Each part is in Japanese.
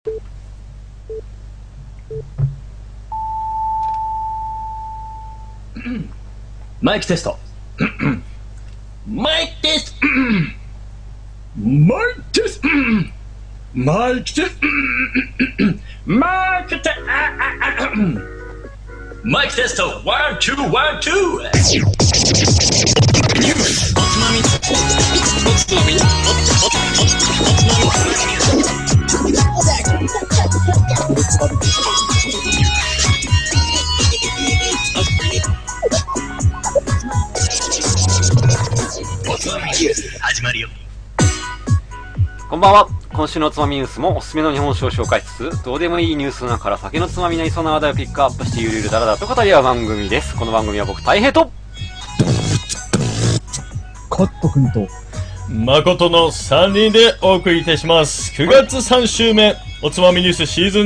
マイクテスト。マイクテスト。マイクテスト。マイクテスト。マイクテスト。マイクテスト。ワン、ツー、ワン、ツー。おつまみ。おつまみ。始まるよ。 こんばんは。今週のおつまみニュースもおすすめの日本酒を紹介しつつ、どうでもいいニュースの中から酒のつまみになりそうな話題をピックアップしてゆるゆるだらだらと語り合う番組です。この番組は僕、大平とカット君と誠の3人でお送りいたします。9月3週目、おつまみニュースシーズン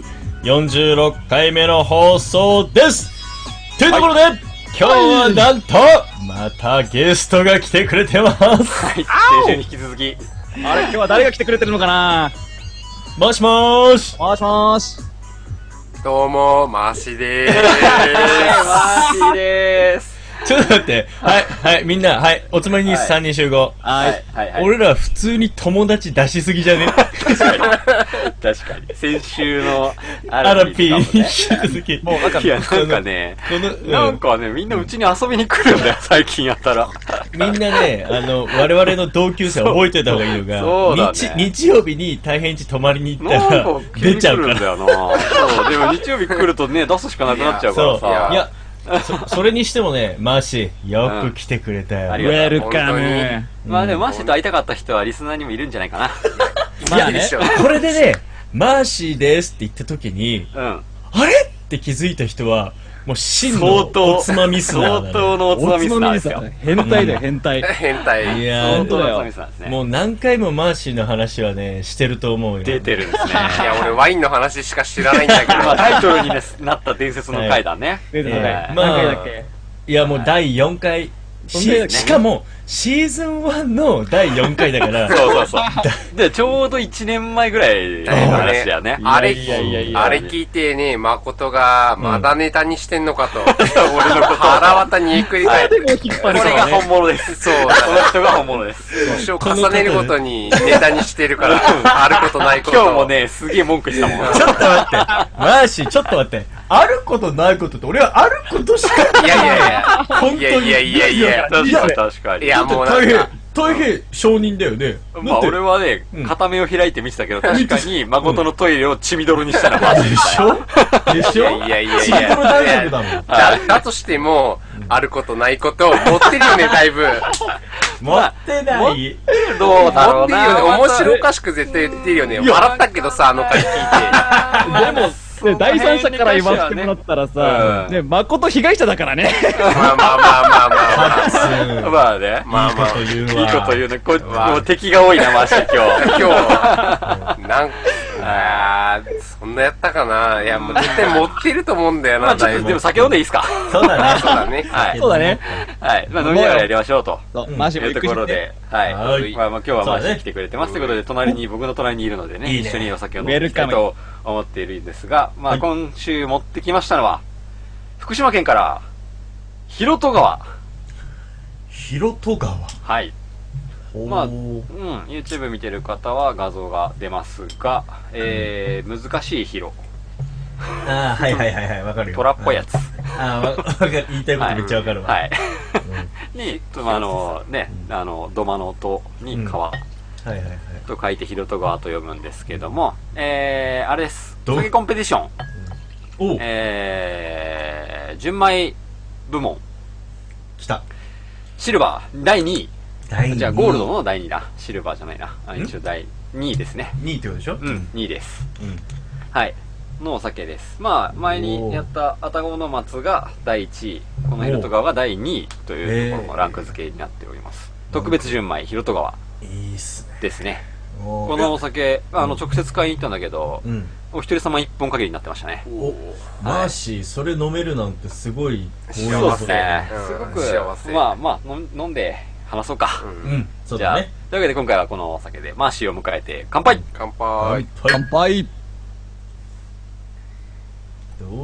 2、46回目の放送です。というところで、今日はなんと、またゲストが来てくれてます。 はい、先週に引き続き。 あれ今日は誰が来てくれてるのかな。 もしもーし。 もしもーし。 どうも、マーシーでーす。 マーシーでーす。 ちょっと待って、はい、みんな、はい、おつまみニュース3人集合。 はい。 俺ら普通に友達出しすぎじゃね？ 確かに。先週のアラピーに引き続き。 もうなんかね、なんかね、みんなうちに遊びに来るんだよ、最近やったら。 みんなね、我々の同級生覚えておいた方がいいのが、日曜日に大変地泊まりに行ったら、出ちゃうから。 そう、でも日曜日来るとね、出すしかなくなっちゃうからさ。 いや、それにしてもね、マーシー、よく来てくれたよ。 ありがとう。 ウェルカム。 まあでもマーシーと会いたかった人はリスナーにもいるんじゃないかな。 まあね、これでね、マーシーですって言った時に、あれって気づいた人は、もう真のおつまみスナーだね。 相当のおつまみスナーですよ。 変態だよ、変態。 変態。 いや相当のおつまみスナーですね。 もう何回もマーシーの話はね、してると思うよ。 出てるんですね。 いや、俺ワインの話しか知らないんだけど。 まあタイトルになった伝説の回だね。 出てたね。 まあ何回だっけ。 いや、もう第4回。しかも、シーズン1の第4回だから。 そう。で、ちょうど1年前ぐらいの話だよね。 あれ聞いてね、誠がまだネタにしてんのかと。俺のこと腹渡に繰り返って。 これが本物です。そう、この人が本物です。 年を重ねるごとにネタにしてるから、あることないこと。 今日もね、すげえ文句したもん。 ちょっと待って。マーシー、ちょっと待って。あることないことって俺はあることしかいや。 本当に。 いや。 確かに。 いや、もうなんか。 大変承認だよね。 まあ俺はね、片目を開いて見てたけど、確かに誠のトイレを血みどろにしたらマジでしょでしょいや。 血みどろ大丈夫だもん。 だとしても、あることないことを持ってるよね、だいぶ。 持ってない。 どうだろうな。 持ってるよね。面白おかしく絶対言ってるよね。笑ったけどさ、あの回聞いて。 でも、第三者から言わせてもらったらさ、ね、誠被害者だからね。 まあ。 まあね。 いいこと言うわ。 いいこと言うね。もう敵が多いな、マジで今日。 そんなやったかな。いや、もう絶対持ってると思うんだよな、だいぶ。 でも酒飲んでいいっすか？ そうだね。 そうだね。 はい。まあ飲みながらやりましょうと。 マジいうところで、はい。まあ今日はマーシー来てくれてますということで、僕の隣にいるのでね、一緒にお酒を飲んでいきたいと思っているんですが、まあ今週持ってきましたのは、福島県から、広渡川。 広渡川。 はい。まあ、YouTube 見てる方は画像が出ますが、難しい広。 はい、わかるよ。 虎っぽいやつ。 わかる。言いたいことめっちゃわかるわ。 はい。に、土間の音に川。と書いて広渡川と読むんですけども、あれです。お酒コンペティション。純米部門。 来た。 シルバー第2位。じゃあゴールドの第2位だ。シルバーじゃないな。一応第2位ですね。 2位ってことでしょ？ うん、2位です。はい。のお酒です。まあ、前にやった愛宕の松が第1位。この広渡川が第2位というところのランク付けになっております。特別純米広渡川。 いいっすね。 ですね。このお酒、直接買いに行ったんだけど、お一人様一本限りになってましたね。 マーシー、それ飲めるなんてすごいそうですね。すごく、まあ、飲んで話そうか。 そうだね。 というわけで今回はこのお酒でマーシーを迎えて乾杯！ 乾杯！ 乾杯！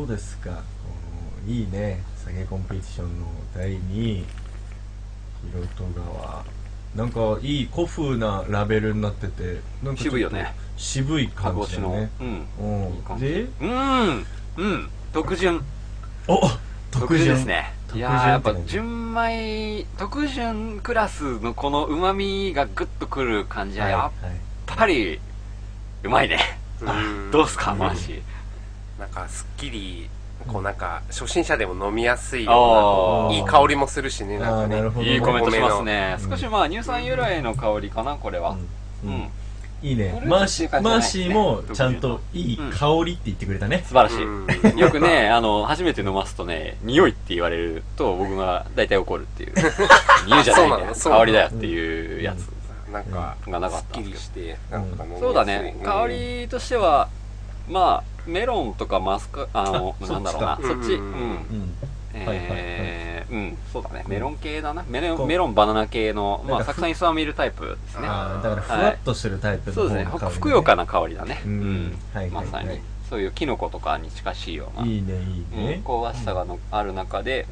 どうですか、いいね、酒コンペティションの第2位、広戸川。なんかいい古風なラベルになってて、なんか渋いよね。 渋い感じだね。で、 特潤。特潤ですね。いやー、やっぱ純米、特潤クラスのこの旨味がグッとくる感じはやっぱりうまいね。どうすか、マジ。 なんかすっきり、こうなんか初心者でも飲みやすいような、いい香りもするしね、なんかね。 いいコメントしますね。少しまあ乳酸由来の香りかな、これは。 いいね。マーシーもちゃんといい香りって言ってくれたね。 素晴らしい。よくね、初めて飲ますとね、匂いって言われると僕が大体怒るっていう。匂いじゃないね、香りだよっていうやつ。 なんか、 がなかった。 すっきりして、なんか飲みやすい。 そうだね、香りとしては、まあ、メロンとかマスカ、なんだろうな、そっち。そうだね、メロン系だな。メロンバナナ系の、まあ、サクサニスワミルタイプですね。 だからふわっとするタイプの。 そうですね、ふくよかな香りだね。まさに。そういうキノコとかに近しいような。 いいね、いいね。 香ばしさがある中で、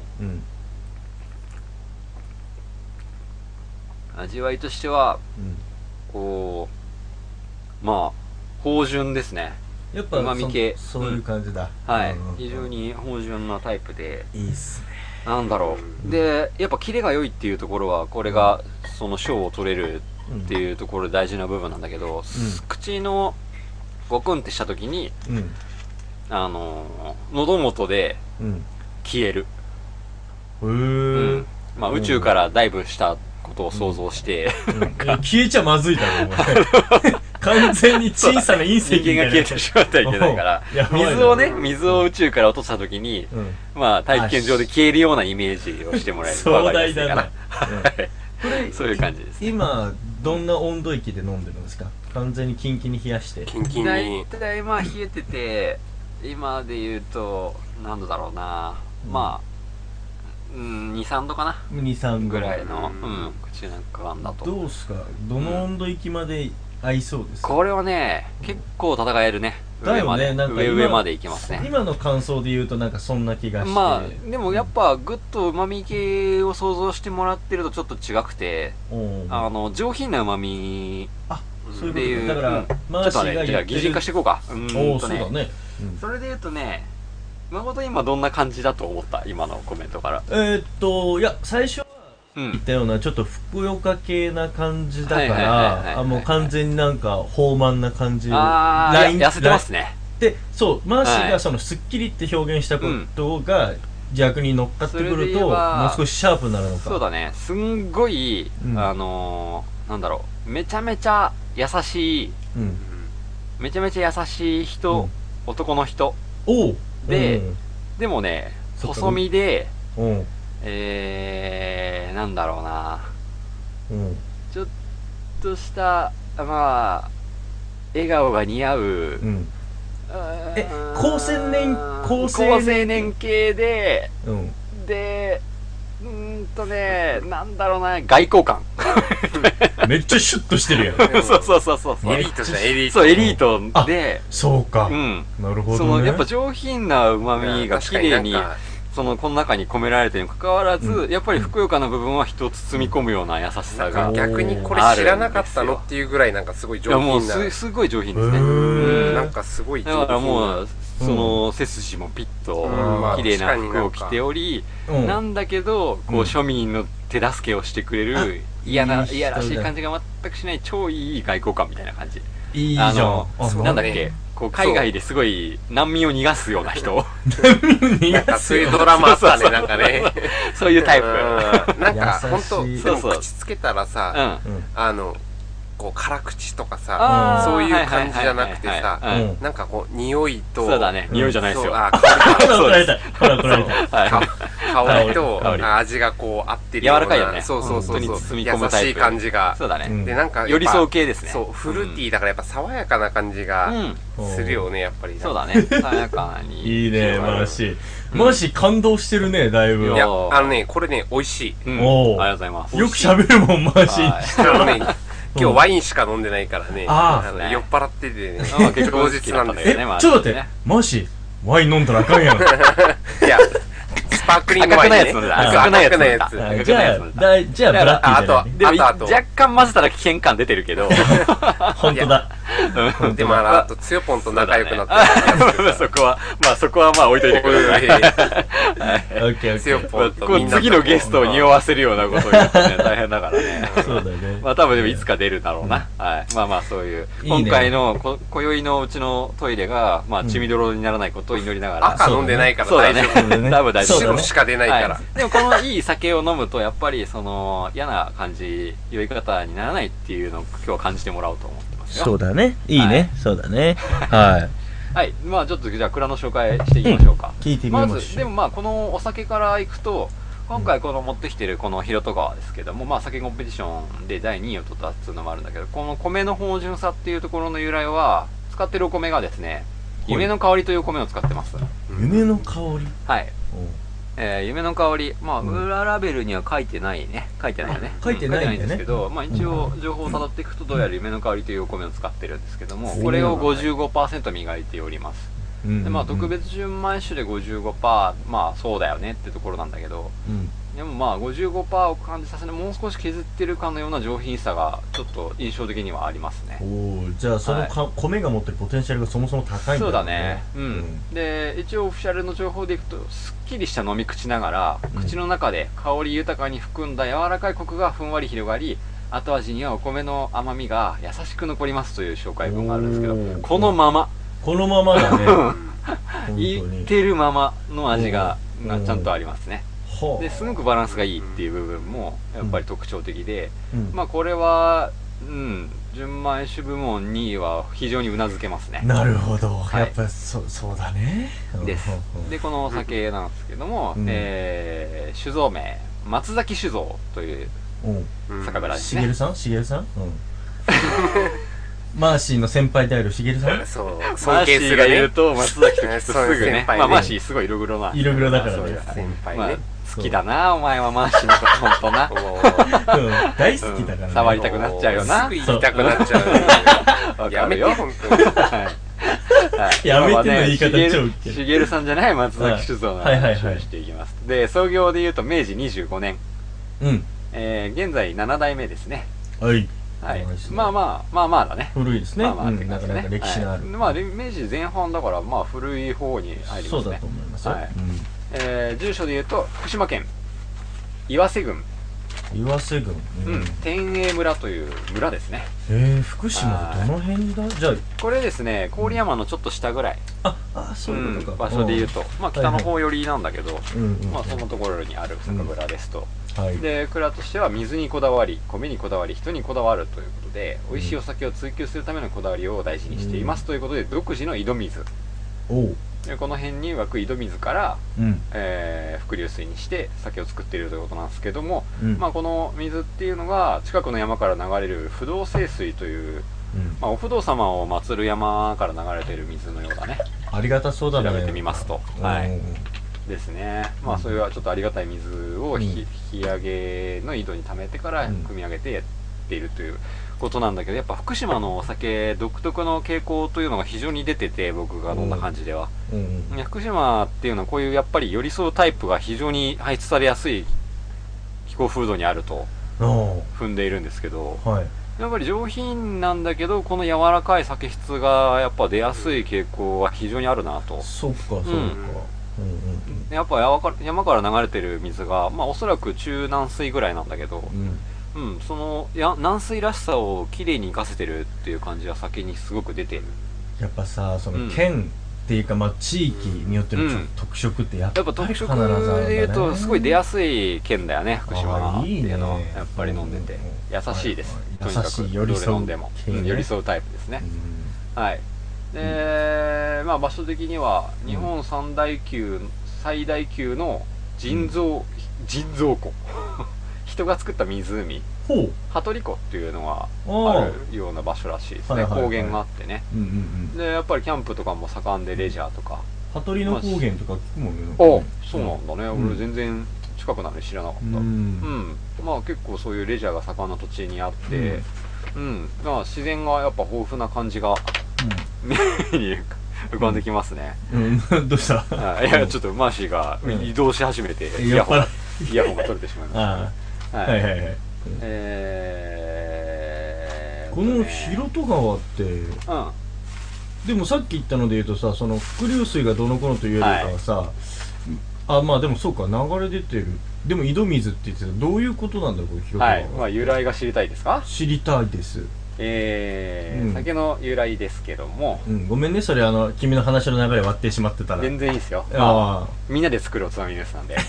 味わいとしては、こう、まあ、芳醇ですね。 やっぱ旨味系。 そういう感じだ。 はい。非常に芳醇なタイプで。 いいっすね。 なんだろう。で、やっぱキレが良いっていうところは、これがその賞を取れるっていうところで大事な部分なんだけど、口のゴクンってした時に、喉元で消える。まあ宇宙からダイブしたことを想像して、 消えちゃまずいだろ、お前。完全に小さな隕石人間が消えてしまってはいけないから、水を宇宙から落としたときに、まあ大気圏上で消えるようなイメージをしてもらえると分かりやすいかな。そういう感じです。 今、どんな温度域で飲んでるんですか？完全にキンキンに冷やして。 キンキンに。 大体まあ冷えてて、今で言うと、何度だろうな。まあ、2、3度かな。 2、3 ぐらいの、口の中だと。 どうすか？どの温度域まで合いそうですか？ これはね、結構戦えるね。 だよね、なんか上までいきますね。 今の感想で言うとなんかそんな気がして。 まあ、でもやっぱぐっと旨味系を想像してもらってるとちょっと違くて、上品な旨味っていう。 だから、マーシーがじゃあ擬人化していこうか。 そうだね。 それで言うとね、誠今どんな感じだと思った？今のコメントから。 いや、最初言ったようなちょっとふくよか系な感じだからもう完全になんか豊満な感じ。 痩せてますね。 で、そうマーシーがそのすっきりって表現したことが逆に乗っかってくるともう少しシャープになるのか。 そうだね、すんごいなんだろう、めちゃめちゃ優しい、めちゃめちゃ優しい人、男の人で、でもね細身で、なんだろうな、ちょっとしたまあ笑顔が似合う、 高青年系で、でなんだろうな、外交官めっちゃシュッとしてるやん。 そうエリートじゃん、エリート。 そう、エリートで、 そうか、なるほどね。 やっぱ上品な旨味が綺麗にこの中に込められてるにもかかわらず、やっぱりふくよかな部分は人を包み込むような優しさが。 逆にこれ知らなかったのっていうぐらいなんかすごい上品な。 もうすごい上品ですね。 なんかすごい上品。だからもう、背筋もピッと綺麗な服を着ており、なんだけど、こう庶民の手助けをしてくれる、いやらしい感じが全くしない超いい外交官みたいな感じ。 いいじゃん。 なんだっけ、こう海外ですごい難民を逃がすような人。 なんかそういうドラマあったね、なんかね。 そういうタイプ。 なんか本当でも口つけたらさ、こう辛口とかさ、そういう感じじゃなくてさ、なんかこう匂いと、 そうだね、匂いじゃないですよ。 香りと味がこう合ってる柔らかいよね。 そう包み込むタイプ。 優しい感じが。 そうだね。 でなんか寄り添う系ですね。 そう、フルーティーだからやっぱ爽やかな感じがするよね、やっぱり。 そうだね、爽やかに。 いいね、マーシー。マーシー感動してるね、だいぶ。 いや、これね、美味しい。 ありがとうございます。 よく喋るもん、マーシー。 今日ワインしか飲んでないからね、酔っ払っててね、当日なんですちょっと待って、マーシー、 ワイン飲んだらあかんやん。 いや、スパークリングワインね。 赤くないやつ。 じゃあブラッディじゃない。 でも若干混ぜたら危険感出てるけど。 本当だ。 でもあとつよぽんと仲良くなってそこはまあ置いといてください。 つよぽんとみんな次のゲストを匂わせるようなことを言ってね、大変だからね。 そうだね。 まあ多分でもいつか出るだろうな。はい。まあまあそういう、今回の今宵のうちのトイレが、まあ血みどろにならないことを祈りながら。 赤飲んでないから大丈夫。多分大丈夫。 白しか出ないから。 でもこのいい酒を飲むと、やっぱりその嫌な感じ、酔い方にならないっていうのを今日は感じてもらおうと思ってますよ。 そうだね。いいね。そうだね。はい。 はい。まあちょっとじゃあ蔵の紹介していきましょうか。 聞いてみましょう。 まず、でもまあこのお酒からいくと、今回この持ってきてるこの広戸川ですけども、まあ酒コンペティションで第2位を取ったっていうのもあるんだけど、この米の芳醇さっていうところの由来は、使ってるお米がですね、夢の香りというお米を使ってます。 夢の香り？ はい。夢の香り、まあ、裏ラベルには書いてないね。書いてないよね。 書いてないんですけど、まあ一応情報を辿っていくとどうやら夢の香りというお米を使ってるんですけども、これを 55% 磨いております。で、まあ特別純米酒で 55%、まあそうだよねってところなんだけど、でもまあ 55% を感じさせてもう少し削ってるかのような上品さがちょっと印象的にはありますね。 じゃあその米が持ってるポテンシャルがそもそも高いんだね。 そうだね。で、一応オフィシャルの情報でいくと、すっきりした飲み口ながら、口の中で香り豊かに含んだ柔らかいコクがふんわり広がり、後味にはお米の甘みが優しく残りますという紹介文があるんですけど、このままだね。言ってるままの味がちゃんとありますね。ですごくバランスがいいっていう部分もやっぱり特徴的で、まあこれは純米酒部門2位は非常にうなずけますね。 なるほど、やっぱそうだね。 でこのお酒なんですけども、酒造名松崎酒造という酒蔵ですね。 しげるさんマーシーの先輩であるしげるさん。 そう、 尊敬するが言うと松崎と聞くとすぐね、まあマーシーすごい色黒だからね。 先輩ね。 好きだな、お前はマーシーのことほんとな。 大好きだからね。 触りたくなっちゃうよな。 すぐ言いたくなっちゃう。やめて、ほんとに。 やめての言い方超ウケる。 しげるさんじゃない松崎酒造の話をしていきます。で、創業で言うと明治25年。現在7代目ですね。 はい。 まあだね。 古いですね。 まあまあって感じね。 歴史のある。 まあ明治前半だからまあ古い方に入りますね。 そうだと思いますよ。 住所で言うと福島県岩瀬郡天栄村という村ですね。 福島のどの辺だ？じゃあこれですね、郡山のちょっと下ぐらい、 そういうことか。 場所で言うとまあ北の方寄りなんだけど、まあそのところにある酒蔵ですと。で蔵としては水にこだわり、米にこだわり、人にこだわるということで、美味しいお酒を追求するためのこだわりを大事にしていますということで、独自の井戸水、この辺に湧く井戸水から、伏流水にして酒を作っているということなんですけども、まあこの水っていうのが近くの山から流れる不動清水という、まあお不動様を祀る山から流れている水のようだね。 ありがたそうだね。 調べてみますと。ですね。まあそれはちょっとありがたい水を引き上げの井戸に溜めてから汲み上げてやっているということなんだけど、やっぱ福島のお酒独特の傾向というのが非常に出てて、僕がどんな感じでは、福島っていうのはこういうやっぱり寄り添うタイプが非常に排出されやすい気候風土にあると踏んでいるんですけど、やっぱり上品なんだけどこの柔らかい酒質がやっぱ出やすい傾向は非常にあるなと。 そうか。 やっぱ山から流れてる水が、まあおそらく中軟水ぐらいなんだけど、その軟水らしさをきれいに生かせてるっていう感じは酒にすごく出てる。 やっぱさ、その県っていうか、まあ地域によっての特色ってやっぱ特色で言うとすごい出やすい県だよね、福島っていうのは。やっぱり飲んでて優しいです。とにかくどれ飲んでも寄り添うタイプですね。はい。で、まあ場所的には日本最大級の人造湖人が作った湖、羽鳥湖っていうのがあるような場所らしいですね。高原があってね。でやっぱりキャンプとかも盛んで、レジャーとか羽鳥の高原とか聞くもんね。 そうなんだね。俺全然近くなのに知らなかった。まあ結構そういうレジャーが盛んな土地にあって、まあ自然がやっぱ豊富な感じが目に浮かんできますね。 どうした？ いや、ちょっとマーシーが移動し始めて、イヤホンが取れてしまいました。はいはいはい。 この広渡川って、でもさっき言ったので言うとさ、その伏流水がどの頃というよりかはさ、まあでもそうか、流れ出てる。でも井戸水って言ってた。どういうことなんだろう、これ広渡川。はい、 まあ由来が知りたいですか？ 知りたいです。 酒の由来ですけども、 ごめんね、それ君の話の流れ割ってしまってたら。 全然いいですよ。みんなで作るおつまみですなんで。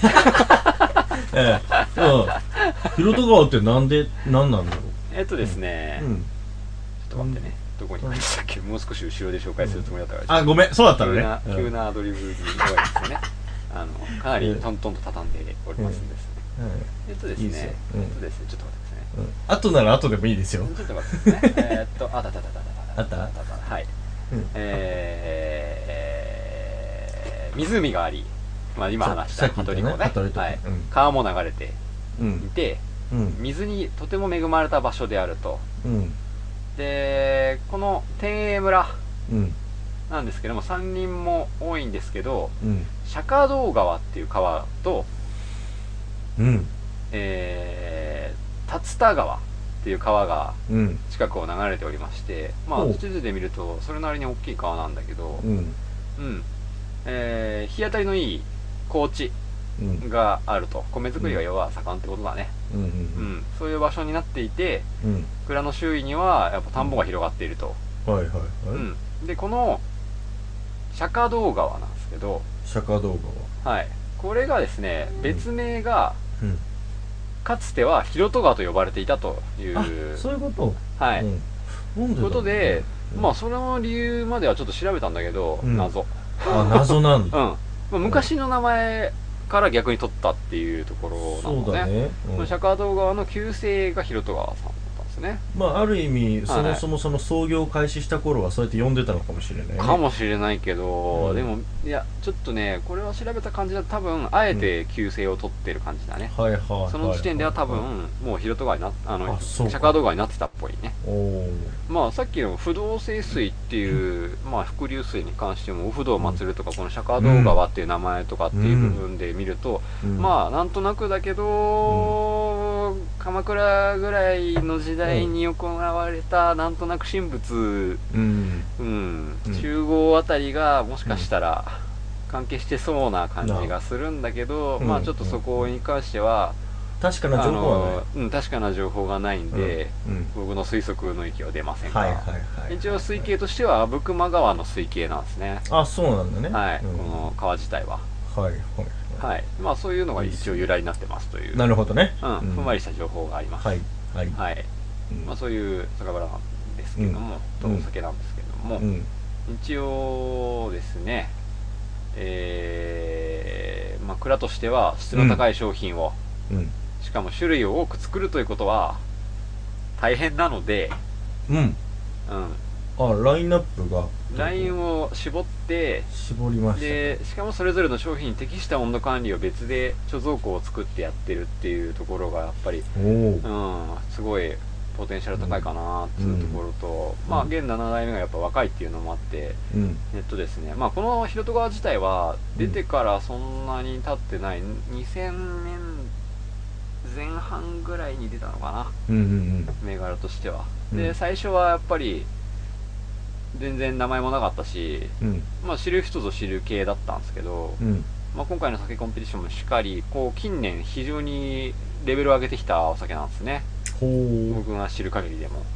広渡川って何なんだろう。ですね、ちょっと待ってね、どこに書いてたっけ？もう少し後ろで紹介するつもりだったから。 ごめん、そうだったのね。 急なアドリブに弱いですよね。かなりトントンと畳んでおりますんですね。ですね、ちょっと待ってくださいね。 後なら後でもいいですよ。 ちょっと待ってくださいね。あった。はい。湖があり、まあ今話した羽鳥湖ね。川も流れていて、水にとても恵まれた場所であると。で、この天栄村なんですけども、山林も多いんですけど、釈迦堂川っていう川と、竜田川っていう川が近くを流れておりまして、まあ地図で見るとそれなりに大きい川なんだけど、日当たりのいい高地があると。米作りが要は盛んってことだね。そういう場所になっていて、蔵の周囲にはやっぱ田んぼが広がっていると。で、この釈迦堂川なんですけど、 釈迦堂川、はい、これがですね、別名がかつては広渡川と呼ばれていたという。 そういうこと。 はい。ということで、まあその理由まではちょっと調べたんだけど、謎。 謎なんだ。 昔の名前から逆に取ったっていうところなのね。釈迦堂川の旧姓が広渡川さんだったんですね。 まあある意味そもそもその創業開始した頃はそうやって呼んでたのかもしれないね。 かもしれないけど、でもいやちょっとね、これは調べた感じだと多分あえて旧姓を取ってる感じだね。その時点では多分もう広渡川に釈迦堂川になってたっぽいね。まあさっきの不動清水っていうまあ伏流水に関してもお不動を祀るとか、この釈迦堂川っていう名前とかっていう部分で見ると、まあなんとなくだけど、鎌倉ぐらいの時代に行われたなんとなく神仏、集合あたりがもしかしたら関係してそうな感じがするんだけど、まあちょっとそこに関しては確かな情報はない。 確かな情報がないんで、僕の推測の域は出ませんが、一応水系としては阿武隈川の水系なんですね。 そうなんだね。 はい、この川自体は。まあそういうのが一応由来になってますという。 なるほどね。 ふんわりした情報があります。まあそういう酒蔵なんですけども、お酒なんですけども、一応ですね、まあ蔵としては質の高い商品を、しかも種類を多く作るということは大変なので、 ラインナップがラインを絞って絞りました。 でしかもそれぞれの商品に適した温度管理を別で貯蔵庫を作ってやってるっていうところがやっぱりすごいポテンシャル高いかなっていうところと、まあ現7代目がやっぱ若いっていうのもあって、ですね、まあこの広渡川自体は出てからそんなに経ってない2000年前半ぐらいに出たのかな、銘柄としては。で最初はやっぱり全然名前もなかったし、まあ知る人ぞ知る系だったんですけど、まあ今回の酒コンペティションもしっかりこう近年非常にレベルを上げてきたお酒なんですね。僕が知る限りでも。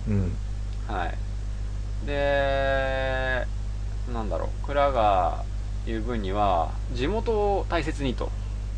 で、なんだろう、蔵が言う分には地元を大切にと。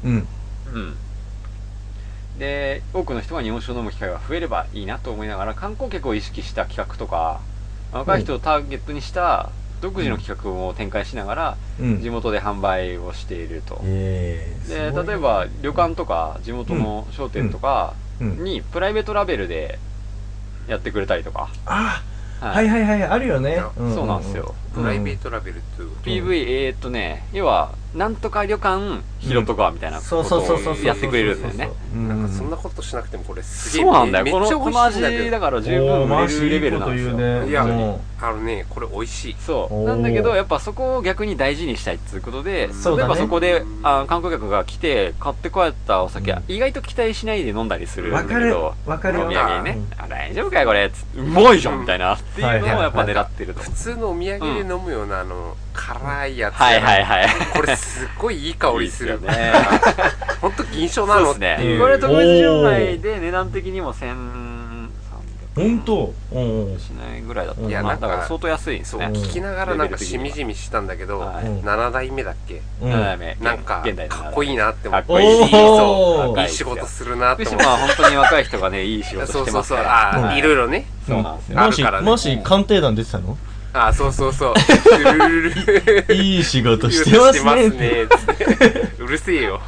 で、多くの人が日本酒を飲む機会が増えればいいなと思いながら、観光客を意識した企画とか、若い人をターゲットにした独自の企画を展開しながら、地元で販売をしていると。で、例えば旅館とか地元の商店とかにプライベートラベルでやってくれたりとか。 あるよね。 そうなんですよ。 プライベートラベルっていう PV、要はなんとか旅館広戸川みたいなことをやってくれるんだよね。 なんかそんなことしなくてもこれすげえそうなんだよ。 めっちゃ美味しいんだけど。 味だから十分売れるレベルなんですよ。 いやこれ美味しい。 そうなんだけどやっぱそこを逆に大事にしたいっていうことで、例えばそこで観光客が来て買って帰ったお酒意外と期待しないで飲んだりするんだけど、お土産にね大丈夫かよこれうまいじゃんみたいなっていうのをやっぱ狙ってると。 普通のお土産で飲むような辛いやつ、これすっごいいい香りするね。本当銀賞なのっていう。 これ特別純米で値段的にも1300 本当しないぐらいだった。 いやだから相当安いんですね。 聞きながらなんかしみじみしたんだけど、7代目だっけ、 7代目なんかかっこいいなって思って、いい仕事するなって思って。 福島は本当に若い人がねいい仕事してますから。 いろいろね。 そうなんですよ。 もし鑑定団出てたの？ そういい仕事してますね。 うるせえよ。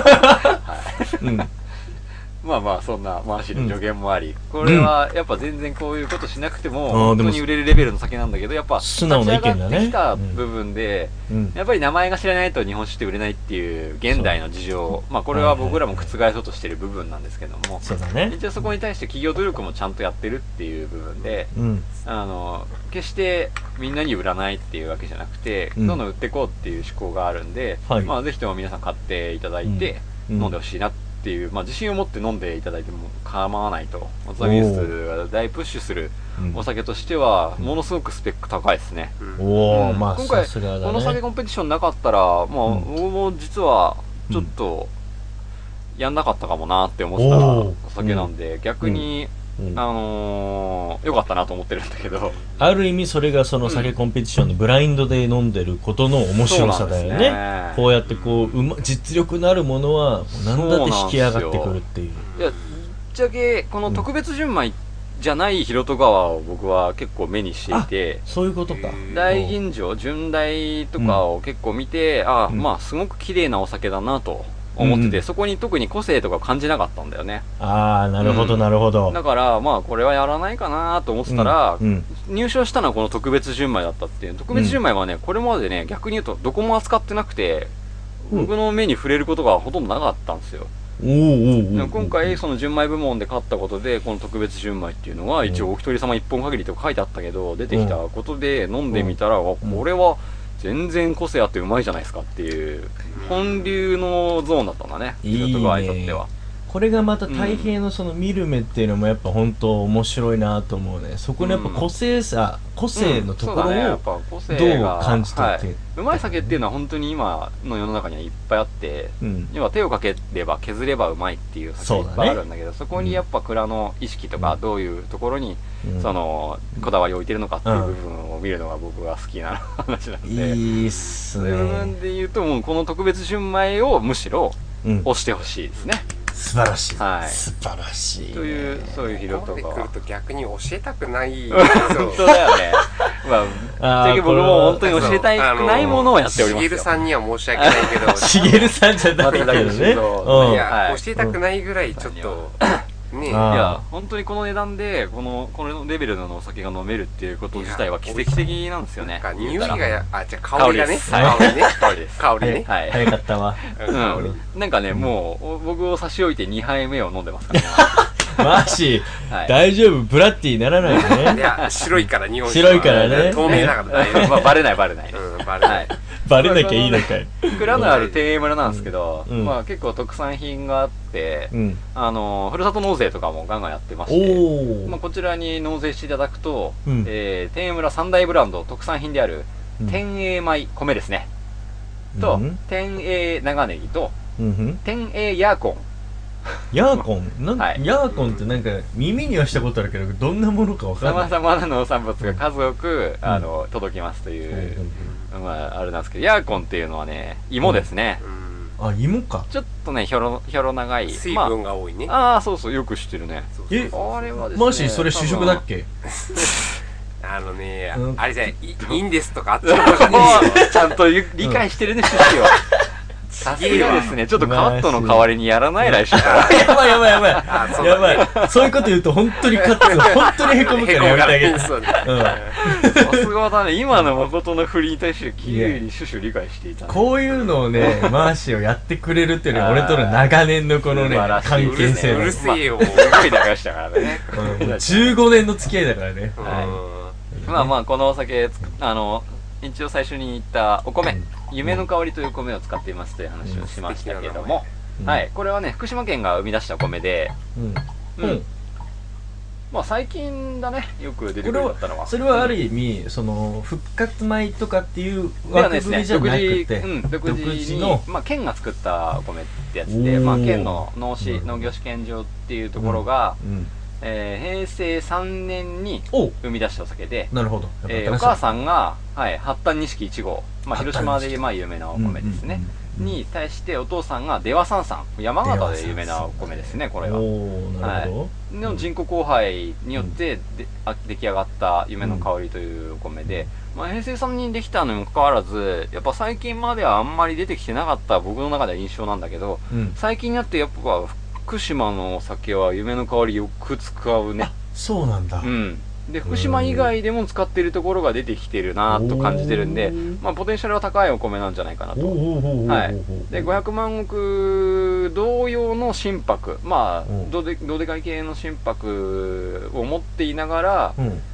まあそんなマーシーの助言もあり、これはやっぱ全然こういうことしなくても本当に売れるレベルの酒なんだけど、やっぱ素直な意見だね。 立ち上がってきた部分でやっぱり名前が知らないと日本酒って売れないっていう現代の事情、これは僕らも覆そうとしてる部分なんですけども、一応そこに対して企業努力もちゃんとやってるっていう部分で、決してみんなに売らないっていうわけじゃなくて、どんどん売っていこうっていう思考があるんで、ぜひとも皆さん買っていただいて飲んでほしいなっていう、自信を持って飲んでいただいても構わないと。おつまみニュースが大プッシュするお酒としてはものすごくスペック高いですね。今回この酒コンペティションなかったら僕も実はちょっとやんなかったかもなって思ってたお酒なんで、逆に良かったなと思ってるんだけど、 ある意味それがその酒コンペティションのブラインドで飲んでることの面白さだよね。こうやって実力のあるものは何だって引き上がってくるっていう。 いやぶっちゃけこの特別純米じゃない広戸川を僕は結構目にしていて、 そういうことか。 大吟醸純大とかを結構見て、すごく綺麗なお酒だなと思ってて、そこに特に個性とか感じなかったんだよね。 なるほどなるほど。 だからこれはやらないかなと思ってたら、入賞したのはこの特別純米だったっていう。特別純米はねこれまでね逆に言うとどこも扱ってなくて、僕の目に触れることがほとんどなかったんですよ。今回その純米部門で勝ったことでこの特別純米っていうのは一応お一人様一本限りと書いてあったけど、出てきたことで飲んでみたら、これは全然個性あってうまいじゃないですかっていう本流のゾーンだったんだね、広戸川にとっては。 これがまた太平のその見る目っていうのもやっぱ本当面白いなと思うね。そこのやっぱ個性のところをどう感じ取って、 うまい酒っていうのは本当に今の世の中にはいっぱいあって、要は手をかければ削ればうまいっていう酒がいっぱいあるんだけど、そこにやっぱ蔵の意識とかどういうところにそのこだわりを置いてるのかっていう部分を見るのが僕は好きな話なので、 いいっすね。 そういう部分で言うともうこの特別純米をむしろ推してほしいですね。 素晴らしい、素晴らしいというそういう広戸川来ると逆に教えたくない本当だよね。僕も本当に教えたくないものをやっておりますよ。 しげるさんには申し訳ないけどしげるさんじゃないけどね、 いや教えたくないぐらいちょっといや本当にこの値段でこのレベルのお酒が飲めるっていうこと自体は奇跡的なんですよね。 匂いがじゃあ香りがね、香りね、 早かったわ。 なんかねもう僕を差し置いて2杯目を飲んでますからね。 マジ大丈夫、ブラッティーならないよね。 いや白いから日本白いからね、 透明だからバレないバレなきゃいいのかい。 蔵のある天栄村なんですけど、結構特産品があって、ふるさと納税とかもガンガンやってまして、こちらに納税していただくと、天栄村三大ブランド特産品である天栄米米ですねと、天栄長ネギと天栄ヤーコン。 ヤーコンヤーコンってなんか耳にはしたことあるけどどんなものか分からない。 さまざまな農産物が数多く届きますというあれなんですけど、ヤーコンっていうのはね芋ですね。 芋か。 ちょっとねひょろ長い水分が多いね。 そうそうよく知ってるね。 あれはですね、マジそれ主食だっけ。 あれじゃいいんですとかあっちのちゃんと理解してるね趣旨を。 さすがですね、ちょっとカットの代わりにやらない来週から。 やばいやばいやばい。やばい。そういうこと言うと本当にカット、本当に凹むからやめてあげる。 さすがだね、今の誠の振りに対してきれいに趣旨を理解していた。 こういうのをね、マーシーをやってくれるっていうのは俺との長年のこのね、関係性。 うるせえよ。 すごい流したからね。 15年の付き合いだからね。 まあまあ、このお酒、一応最初に言ったお米、夢の香りという米を使っていますという話をしましたけども、はい、これはね、福島県が生み出したお米で、まあ最近だね、よく出てくるようになったのは。 それはある意味、その、復活米とかっていう枠組みじゃなくて、 独自の、まあ県が作ったお米ってやつで、まあ県の農業試験場っていうところが、平成3年に生み出したお酒で、 なるほど。 お母さんが、八反錦1号、まあ広島でまあ有名なお米ですね。に対してお父さんが出羽三山、山形で有名なお米ですね、これは。 なるほど。の人工交配によって出来上がった夢の香りというお米で、まあ平成3年にできたのにもかかわらず、やっぱ最近まではあんまり出てきてなかった僕の中では印象なんだけど、最近になってやっぱ福島のお酒は夢の香りよく使うね。 そうなんだ。 で、福島以外でも使っているところが出てきてるなと感じてるんで、まあポテンシャルは高いお米なんじゃないかなと。はい。で、500万石同様の心拍、まあどでかい系の心拍を持っていながら、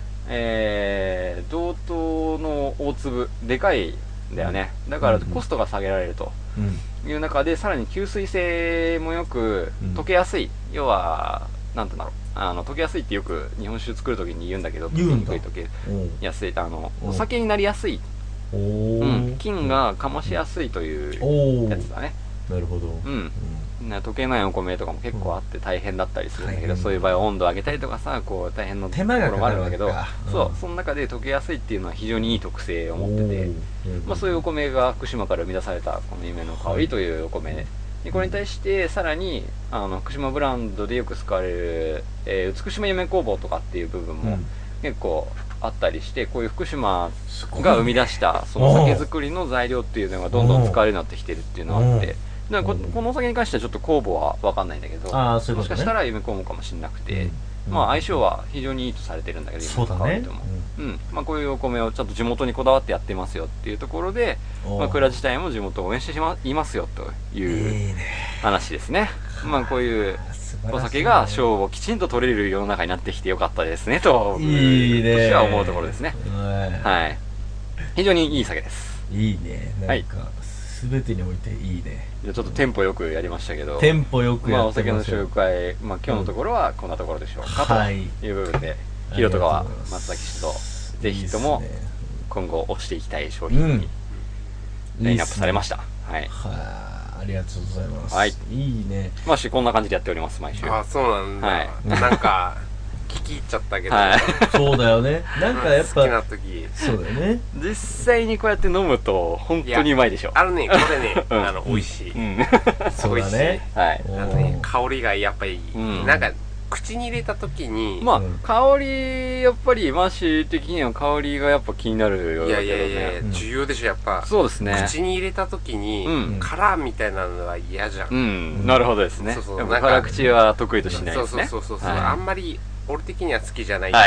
同等の大粒、でかいんだよね。だからコストが下げられるという中で、さらに吸水性もよく溶けやすい。要は、なんて言うんだろう。溶けやすいってよく日本酒作るときに言うんだけど、溶けにくい溶けやすい、お酒になりやすい、菌が醸しやすいというやつだね。 なるほど。 溶けないお米とかも結構あって大変だったりするんだけど、そういう場合は温度を上げたりとかさ、こう大変なところもあるんだけど、その中で溶けやすいっていうのは非常にいい特性を持ってて、まあそういうお米が福島から生み出されたこの夢の香りというお米で、これに対してさらに福島ブランドでよく使われる、美島夢工房とかっていう部分も結構あったりして、こういう福島が生み出したその酒造りの材料っていうのがどんどん使われるようになってきてるっていうのがあって、このお酒に関してはちょっと工房は分かんないんだけど、もしかしたら夢工房かもしれなくて、まあ相性は非常にいいとされてるんだけど、 そうだね。 まあこういうお米をちゃんと地元にこだわってやってますよっていうところで、まあ蔵自体も地元を応援していますよという話ですね。まあこういうお酒が賞をきちんと取れる世の中になってきてよかったですねと、私は思うところですね。はい。非常にいい酒です。 いいね。なんか全てにおいていいね。 じゃあちょっとテンポよくやりましたけど、 テンポよくやってますよ。 まあお酒の紹介、まあ今日のところはこんなところでしょうかという部分で、ひろと川松崎氏とぜひとも今後推していきたい商品にラインナップされました。はい。 ありがとうございます。 はい。 いいね。 まあこんな感じでやっております、毎週。 あ、そうなんだ。 はい。 なんか聞き入っちゃったけど、 そうだよね。なんかやっぱ好きな時、 そうだよね。 実際にこうやって飲むと本当にうまいでしょ。 これね、美味しい。 そうだね。 はい。 香りがやっぱりなんか口に入れた時に、 まあ香りやっぱりマシー的には香りがやっぱ気になるようだけどね。 いや重要でしょやっぱ。 そうですね。 口に入れた時に辛みたいなのは嫌じゃん。 なるほどですね。辛口は得意としないですね。 そうあんまり俺的には好きじゃないから、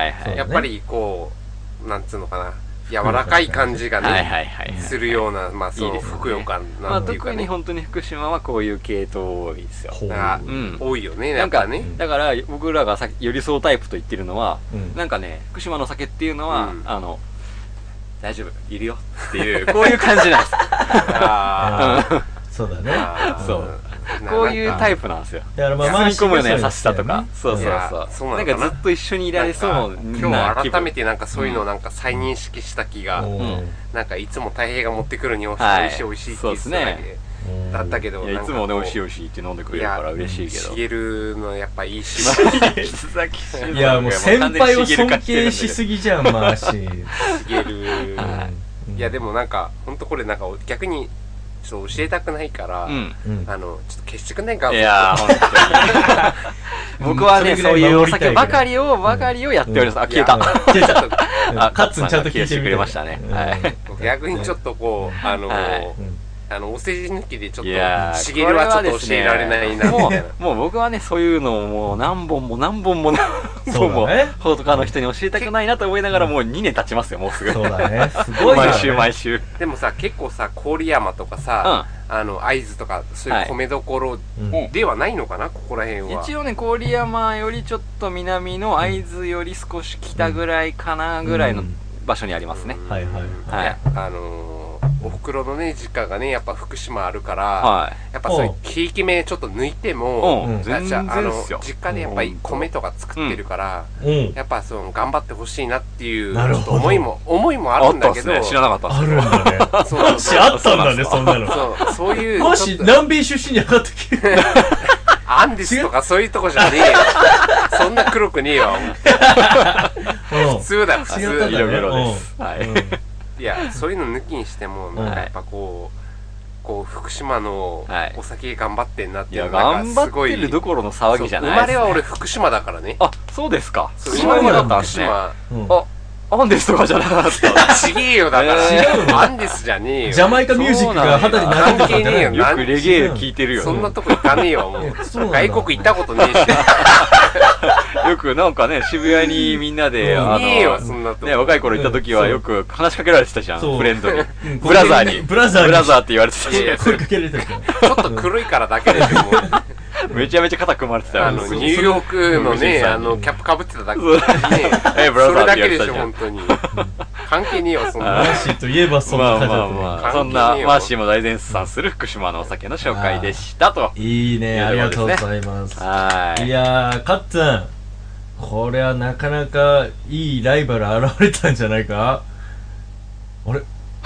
やっぱりこうなんつうのかな、柔らかい感じがねするような、まあそうふくよかなんていうかね。 特に本当に福島はこういう系統多いですよ。 多いよね、やっぱね。 だから僕らがさっき寄り添うタイプと言ってるのは、なんかね、福島の酒っていうのは大丈夫いるよっていうこういう感じなんです。 そうだね。 そう。こういうタイプなんですよ。 だからまあ包み込むような優しさとか、そう。なんかずっと一緒にいられそう。 今日改めてなんかそういうのなんか再認識した気が、なんかいつも太平が持ってくる日本酒美味しいって言ってただけだったけど、 いつもね美味しいって飲んでくれるから嬉しいけど。 しげるのやっぱいいし。 いやもう先輩を尊敬しすぎじゃんマーシー。 しげる。いやでもなんか本当これなんか逆に。ちょっと教えたくないから、ちょっと消してくんないか。 いや本当に。僕はね、そういうお酒ばかりをやっております。あ、消えた。 カッツンちゃんと聞いてくれましたね。 逆にちょっとこう、 お世辞抜きでちょっと、しげるはちょっと教えられないな、みたいな。 もう僕はね、そういうのをもう何本も他の人に教えたくないなと思いながらもう2年経ちますよ、もうすぐ。 そうだね。すごい毎週。 でもさ、結構さ、郡山とかさ、会津とか、そういう米どころではないのかな、ここら辺は。 一応ね、郡山よりちょっと南の会津より少し北ぐらいかなぐらいの場所にありますね。 はいはい。 お袋のね、実家がね、やっぱ福島あるから、やっぱそういうひいき目ちょっと抜いても、 全然実家でやっぱり米とか作ってるから、やっぱ頑張ってほしいなっていう思いもあるんだけど、 知らなかったあるんだね。もしあったんだね、そんなの。 そういう。 もし南米出身に上がったっけアンディスとかそういうとこじゃねえよ。そんな黒くねえわ。普通だ、普通。 色々です。 いや、そういうの抜きにしても、やっぱこう、福島のお酒頑張ってんなっていうのが、 頑張ってるどころの騒ぎじゃない。 生まれは俺福島だからね。 あ、そうですか。 生まれは福島。 アンデスとかじゃなかった。 ちげえよ、だから。アンデスじゃねえよ。 ジャマイカミュージックが肌に関係ねえよ。 よくレゲエ聞いてるよ。 そんなとこ行かねえよ、もう。外国行ったことねえし。よくなんかね、渋谷にみんなで、若い頃行った時はよく話しかけられてたじゃん、フレンドに。ブラザーに。ブラザーって言われてたし。 声かけられてたじゃん。 ちょっと黒いからだけでしょ、もう。 めちゃめちゃ肩組まれてたよ。 ニューヨークのね、キャップかぶってただけでね。それだけでしょ、本当に。関係ねえよ、そんな。 マーシーといえばそんな感じだったね。 そんなマーシーも大絶賛する福島のお酒の紹介でしたと。 いいね、ありがとうございます。いやー、カッツン、これはなかなかいいライバル現れたんじゃないか？あれ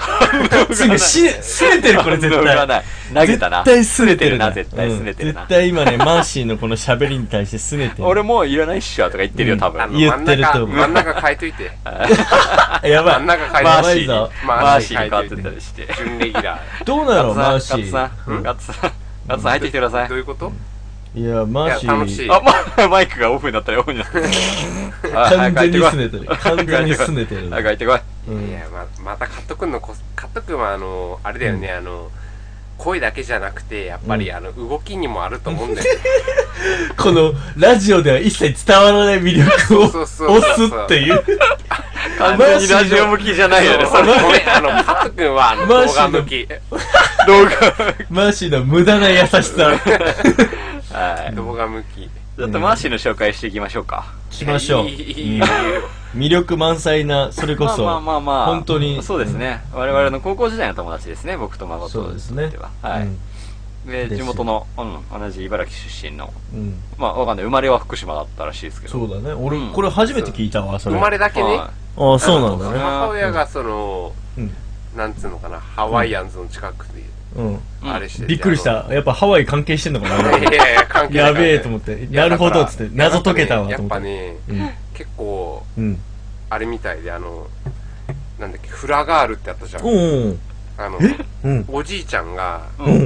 すねてる、これ絶対。 投げたな。 絶対すねてるな。 絶対すねてるな。 絶対今ね、マーシーのこの喋りに対してすねてる。 俺もういらないっしょとか言ってるよ、多分。 言ってると思う。 真ん中変えといて。 やばい。 真ん中変えといて。マーシーに変わってたりして。 準レギュラー。どうなの、マーシー。 ガッツさん入ってきてください。 どういうこと？ いや、マーシー。 楽しい。 マイクがオフになったらオフになった。 完全にすねてる。完全にすねてる。 帰ってこい。 いや、またカット君はあれだよね、声だけじゃなくて、やっぱり動きにもあると思うんだよね。 このラジオでは一切伝わらない魅力を押すっていう。 完全にラジオ向きじゃないよね、それ。 ごめん、カット君は動画向き。 マーシーの無駄な優しさ。 動画向き。 ちょっとマーシーの紹介していきましょうか。 しましょう。魅力満載な、それこそ。本当に。 そうですね。我々の高校時代の友達ですね、僕と孫と。 そうですね。 はい。で、地元の、同じ茨城出身の。まあ、わかんない。生まれは福島だったらしいですけど。 そうだね。俺、これ初めて聞いたわ、それ。 生まれだけね。 ああ、そうなんだね。 母親がなんつうのかな、ハワイアンズの近くで。あれしてびっくりした。やっぱハワイ関係してんのかな。 いや関係ない。 やべえと思って。なるほどっつって。謎解けたわ。 やっぱね、結構、あれみたいで、なんだっけ、フラガールってあったじゃん。おじいちゃんが、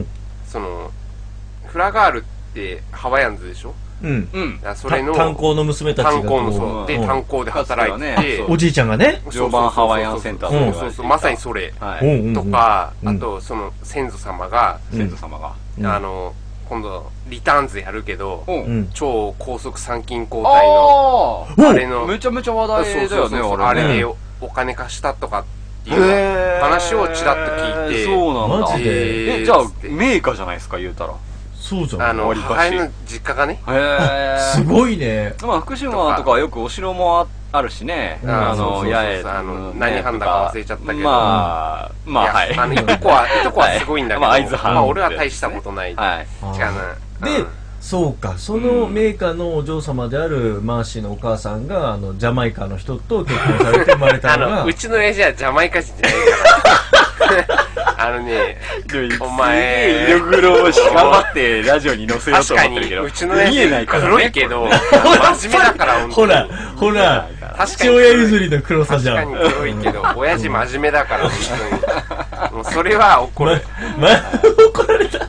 フラガールってハワイアンズでしょ？それの炭鉱の娘たちが炭鉱で働いて、 おじいちゃんがね、 常磐ハワイアンセンター。 そうそう、まさにそれとか、あと先祖様が今度リターンズやるけど、超高速参勤交代のあれのめちゃめちゃ話題だよね。 あれでお金貸したとかっていう話をちらっと聞いて。 そうなんだ。 マジで。 じゃあ名家じゃないですか、言うたら。 そうじゃん。 母親の実家がね。 すごいね。 まあ福島とかはよくお城もあるしね。八重何藩だか忘れちゃったけど。 まあはい。 いとこはすごいんだけど。 会津藩。 まあ俺は大したことない。 はい。 違うな。 で、そうか、そのメーカーのお嬢様であるマーシーのお母さんがジャマイカの人と結婚されて生まれたのがうちの親父はジャマイカ人じゃないからお前色黒を頑張ってラジオに載せようと思ってるけどうちの親父黒いけど真面目だからほら父親譲りの黒さじゃん。 確かに黒いけど親父真面目だから本当にもうそれは怒る怒られた。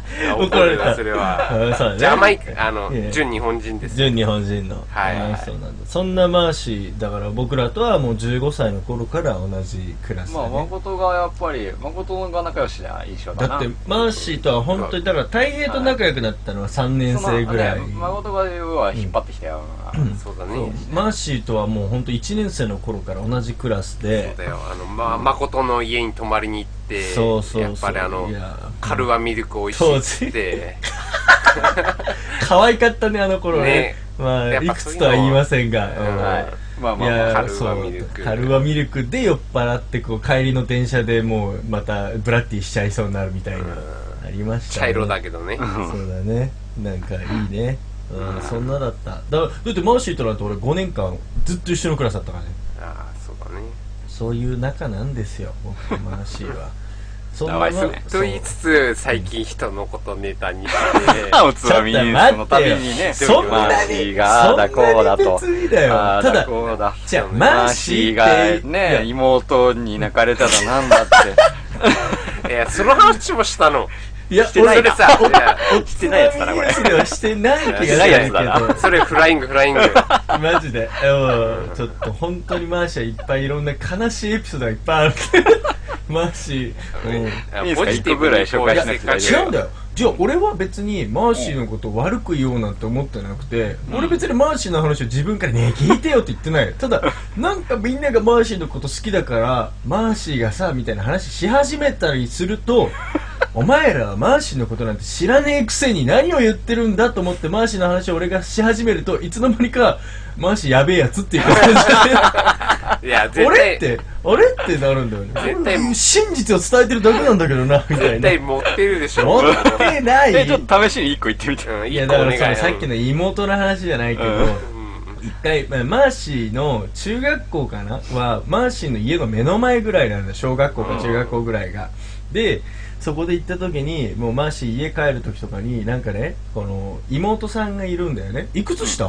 怒るな、それは。ジャマイカ、純日本人です。 純日本人の。はい。そうなんだ。そんなマーシー、だから僕らとはもう15歳の頃から同じクラスで。 まあ、誠がやっぱり、誠が仲良しな印象だな。 だって、マーシーとは本当に、だから、大平と仲良くなったのは3年生ぐらい。 誠が引っ張ってきたよ。 そうだね。 マーシーとはもう本当1年生の頃から同じクラスで。 そうだよ。誠の家に泊まりに行って、やっぱりカルワミルク美味しいって。 可愛かったね、あの頃ね。まあ、いくつとは言いませんが。 まあまあ、カルワミルク。 カルワミルクで酔っ払って、こう、帰りの電車でもう、また、ブラッディしちゃいそうになるみたいな、ありましたね。 茶色だけどね。 そうだね。なんか、いいね。そんなだった。だってマーシーとなんて俺5年間ずっと一緒のクラスだったからね。 ああ、そうだね。 そういう仲なんですよ、僕とマーシーは。 そんなと言いつつ、最近人のことネタにして、 おつまみニュースのたびにね、マーシーがだこうだと。 ただ、 じゃあマーシーがね、妹に泣かれたらなんだって。いや、その話もしたの。 いや、 してないな。 してないやつだな、これ。してない気がするけど。 それフライング。 マジで。ちょっと本当にマーシーいっぱいいろんな悲しいエピソードがいっぱいある。マーシー。ポジティブぐらい紹介しなくて大丈夫。 違うんだよ。じゃあ俺は別にマーシーのことを悪く言おうなんて思ってなくて、俺別にマーシーの話を自分からね聞いてよって言ってない。ただなんかみんながマーシーのこと好きだからマーシーがさみたいな話し始めたりするとお前らはマーシーのことなんて知らねえくせに何を言ってるんだと思ってマーシーの話を俺がし始めるといつの間にかマーシーやべえやつっていう感じでいや絶対俺ってなるんだよね。絶対真実を伝えてるだけなんだけどなみたいな。 絶対持ってるでしょ。 持ってない。 ちょっと試しに1個言ってみて。 いやだからそのさっきの妹の話じゃないけど、一回マーシーの中学校かなはマーシーの家の目の前ぐらいなんだ。小学校か中学校ぐらいが。でそこで行った時にもうマーシー家帰る時とかになんかねこの妹さんがいるんだよね。いくつ下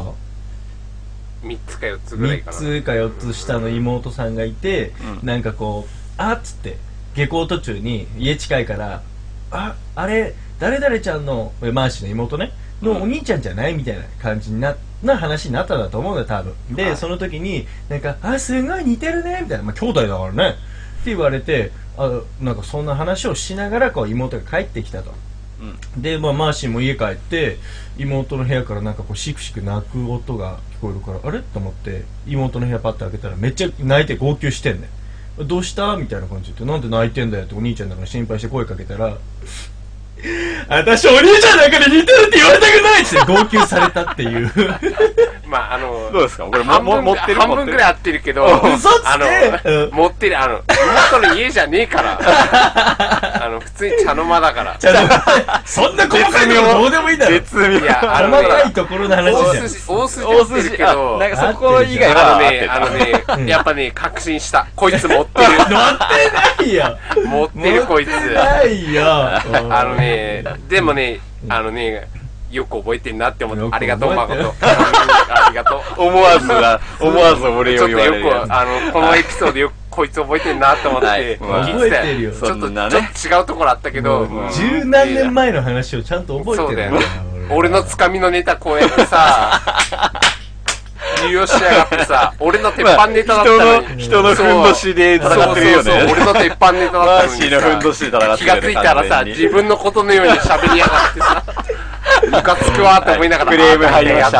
？3つか4つぐらいかな。 3つか4つ下の妹さんがいて、なんかこうあっつって下校途中に家近いからあれ誰々ちゃんのマーシーの妹ねのお兄ちゃんじゃないみたいな感じな話になったんだと思うんだよ多分で、はい、その時になんかすごい似てるねみたいな、まあ兄弟だからねって言われてなんかそんな話をしながらこう妹が帰ってきたと、で、まあ、マーシーも家帰って妹の部屋からなんかこうシクシク泣く音が聞こえるからあれと思って妹の部屋パッて開けたらめっちゃ泣いて号泣してんねん。どうしたみたいな感じでなんで泣いてんだよってお兄ちゃんだから心配して声かけたら私お兄ちゃんなんかに似てるって言われたくないって号泣されたっていうまあどうですかこれ半分ぐらい合ってるけど嘘つけ持ってる妹の家じゃねえから普通に茶の間だからそんな細かいところどうでもいいだろ絶妙いや細かいところの話じゃん大筋合ってるけどなんかそこ以外はやっぱね確信したこいつ持ってる持ってないよ持ってるこいつ持ってないよでもねよく覚えてんなって思ってありがとう誠ありがとう思わず俺を言われるちょっとよくこのエピソードよくこいつ覚えてんなって思って覚えてるよちょっと違うところあったけど十何年前の話をちゃんと覚えてるそうだよね俺のつかみのネタこうやってさ利用しやがってさ俺の鉄板ネタだったのに人のふんどしで戦ってるよねそう俺の鉄板ネタだったのにマーシーのふんどしで戦ってる気がついたらさ自分のことのように喋りやがってさムカつくわって思いながらクレーム入りました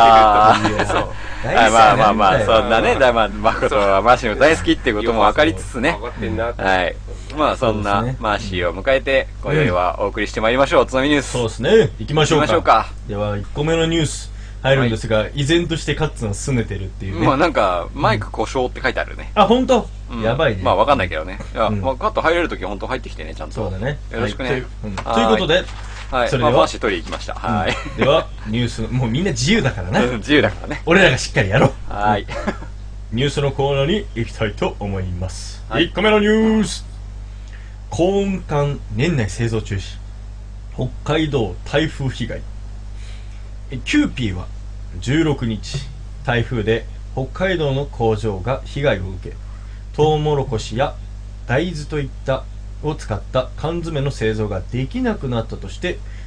まあそんなね誠はマーシーの大好きっていうことも分かりつつねはいまあそんなマーシーを迎えて今宵はお送りしてまいりましょうつまみニュースそうですね行きましょうかでは1個目のニュース入るんですが依然としてカッツンを拗ねてるっていうねまあなんかマイク故障って書いてあるねあ本当やばいねまあ分かんないけどねカット入れるとき本当入ってきてねちゃんとそうだねよろしくねということではい、それではマーシー取り行きました。はい。 ではニュースもうみんな自由だからな。 自由だからね。 俺らがしっかりやろう。 はい。 ニュースのコーナーに行きたいと思います。1個目のニュース。高温管年内製造中止。北海道台風被害。キューピーは16日台風で北海道の工場が被害を受け、トウモロコシや大豆といったを使った缶詰の製造ができなくなったとして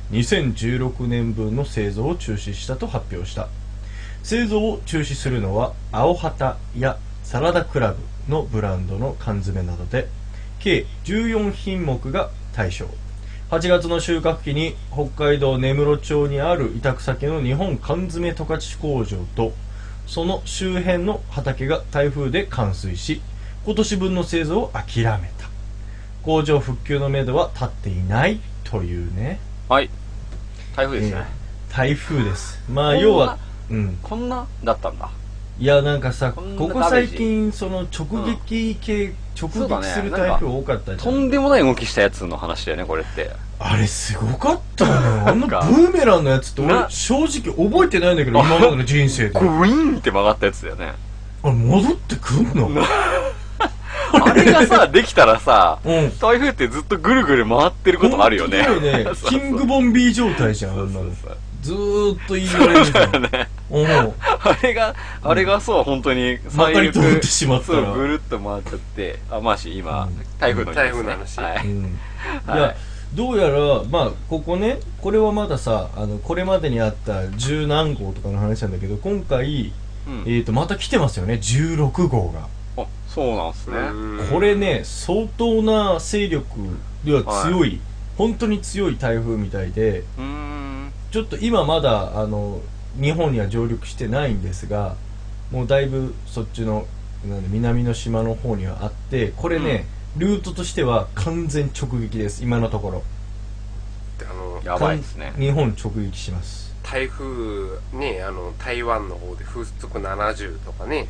2016年分の製造を中止したと発表した。製造を中止するのは青旗やサラダクラブのブランドの缶詰などで計14品目が対象。8月の収穫期に北海道根室町にある委託先の日本缶詰十勝工場とその周辺の畑が台風で冠水し、今年分の製造を諦めた。工場復旧のめどは立っていないというね。 はい。台風ですね。 台風です。まあ要は、 こんなだったんだ。 いやなんかさ、ここ最近その直撃する台風多かったじゃん。 とんでもない動きしたやつの話だよね、これって。 あれすごかったよ。あのブーメランのやつって俺正直覚えてないんだけど、今までの人生で。 グイーンって曲がったやつだよね。 あれ戻ってくんの？ あれがさ、できたらさ、台風ってずっとぐるぐる回ってることあるよね。 キングボンビー状態じゃん、あんなの。ずーっと言いなれるじゃん。 あれがそう、本当にまかり通ってしまったらぐるっと回っちゃって、今、台風の話。 いや、どうやら、まあ、ここね、これはまださ、これまでにあった十何号とかの話なんだけど、今回、また来てますよね、16号が。 あ、そうなんすね。 これね、相当な勢力では強い、本当に強い台風みたいで、ちょっと今まだ日本には上陸してないんですが、もうだいぶそっちの南の島の方にはあって、これね、ルートとしては完全直撃です、今のところ。 やばいですね。 日本直撃します。 台風ね、台湾の方で風速70とかね。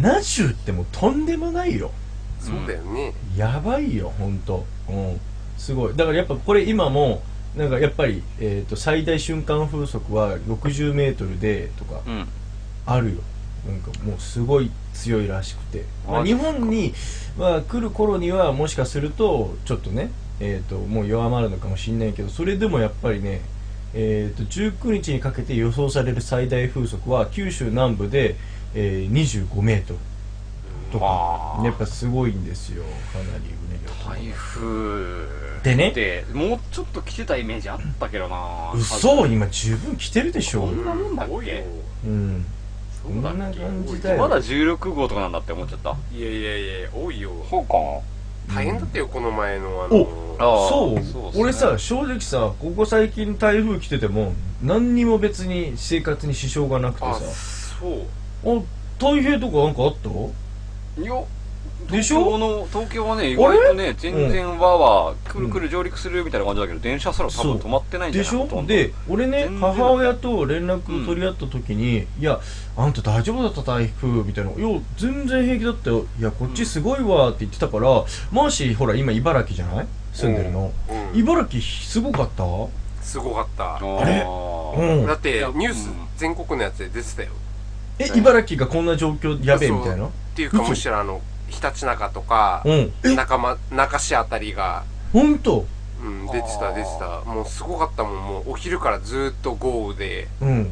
70ってもうとんでもないよ。 そうだよね。 やばいよ、ほんと。すごい。だからやっぱこれ今も、なんかやっぱり、最大瞬間風速は60メートルでとかあるよ。なんかもうすごい強いらしくて、まあ、日本に、来る頃にはもしかするとちょっとね、もう弱まるのかもしれないけど、それでもやっぱりね、19日にかけて予想される最大風速は九州南部で、25メートルとか、やっぱすごいんですよ、かなりうねりが。台風でね、 もうちょっと来てたイメージあったけどな。 嘘、今十分来てるでしょ。 こんなもんだっけ。 そんな感じだよ。 まだ16号とかなんだって思っちゃった。 いや多いよ。 そうかな。大変だったよ、この前のそう、俺さ、正直さ、ここ最近台風来てても何にも別に生活に支障がなくてさ。そう太平とかなんかあった？ いや、 でしょ？ 東京はね、意外とね、全然くるくる上陸するみたいな感じだけど、電車すら多分止まってないんじゃないでしょ？で、俺ね、母親と連絡取り合った時に、いや、あんた大丈夫だった台風みたいな。いや、全然平気だったよ。いや、こっちすごいわって言ってたから、マーシーほら今茨城じゃない？住んでるの。茨城すごかった？ すごかった。 あれ？ だってニュース全国のやつで出てたよ。 茨城がこんな状況やべえみたいな？ っていうか、むしろひたちなかとか、中市あたりが。 ほんと？ 出てた。もうすごかったもん。もうお昼からずっと豪雨で、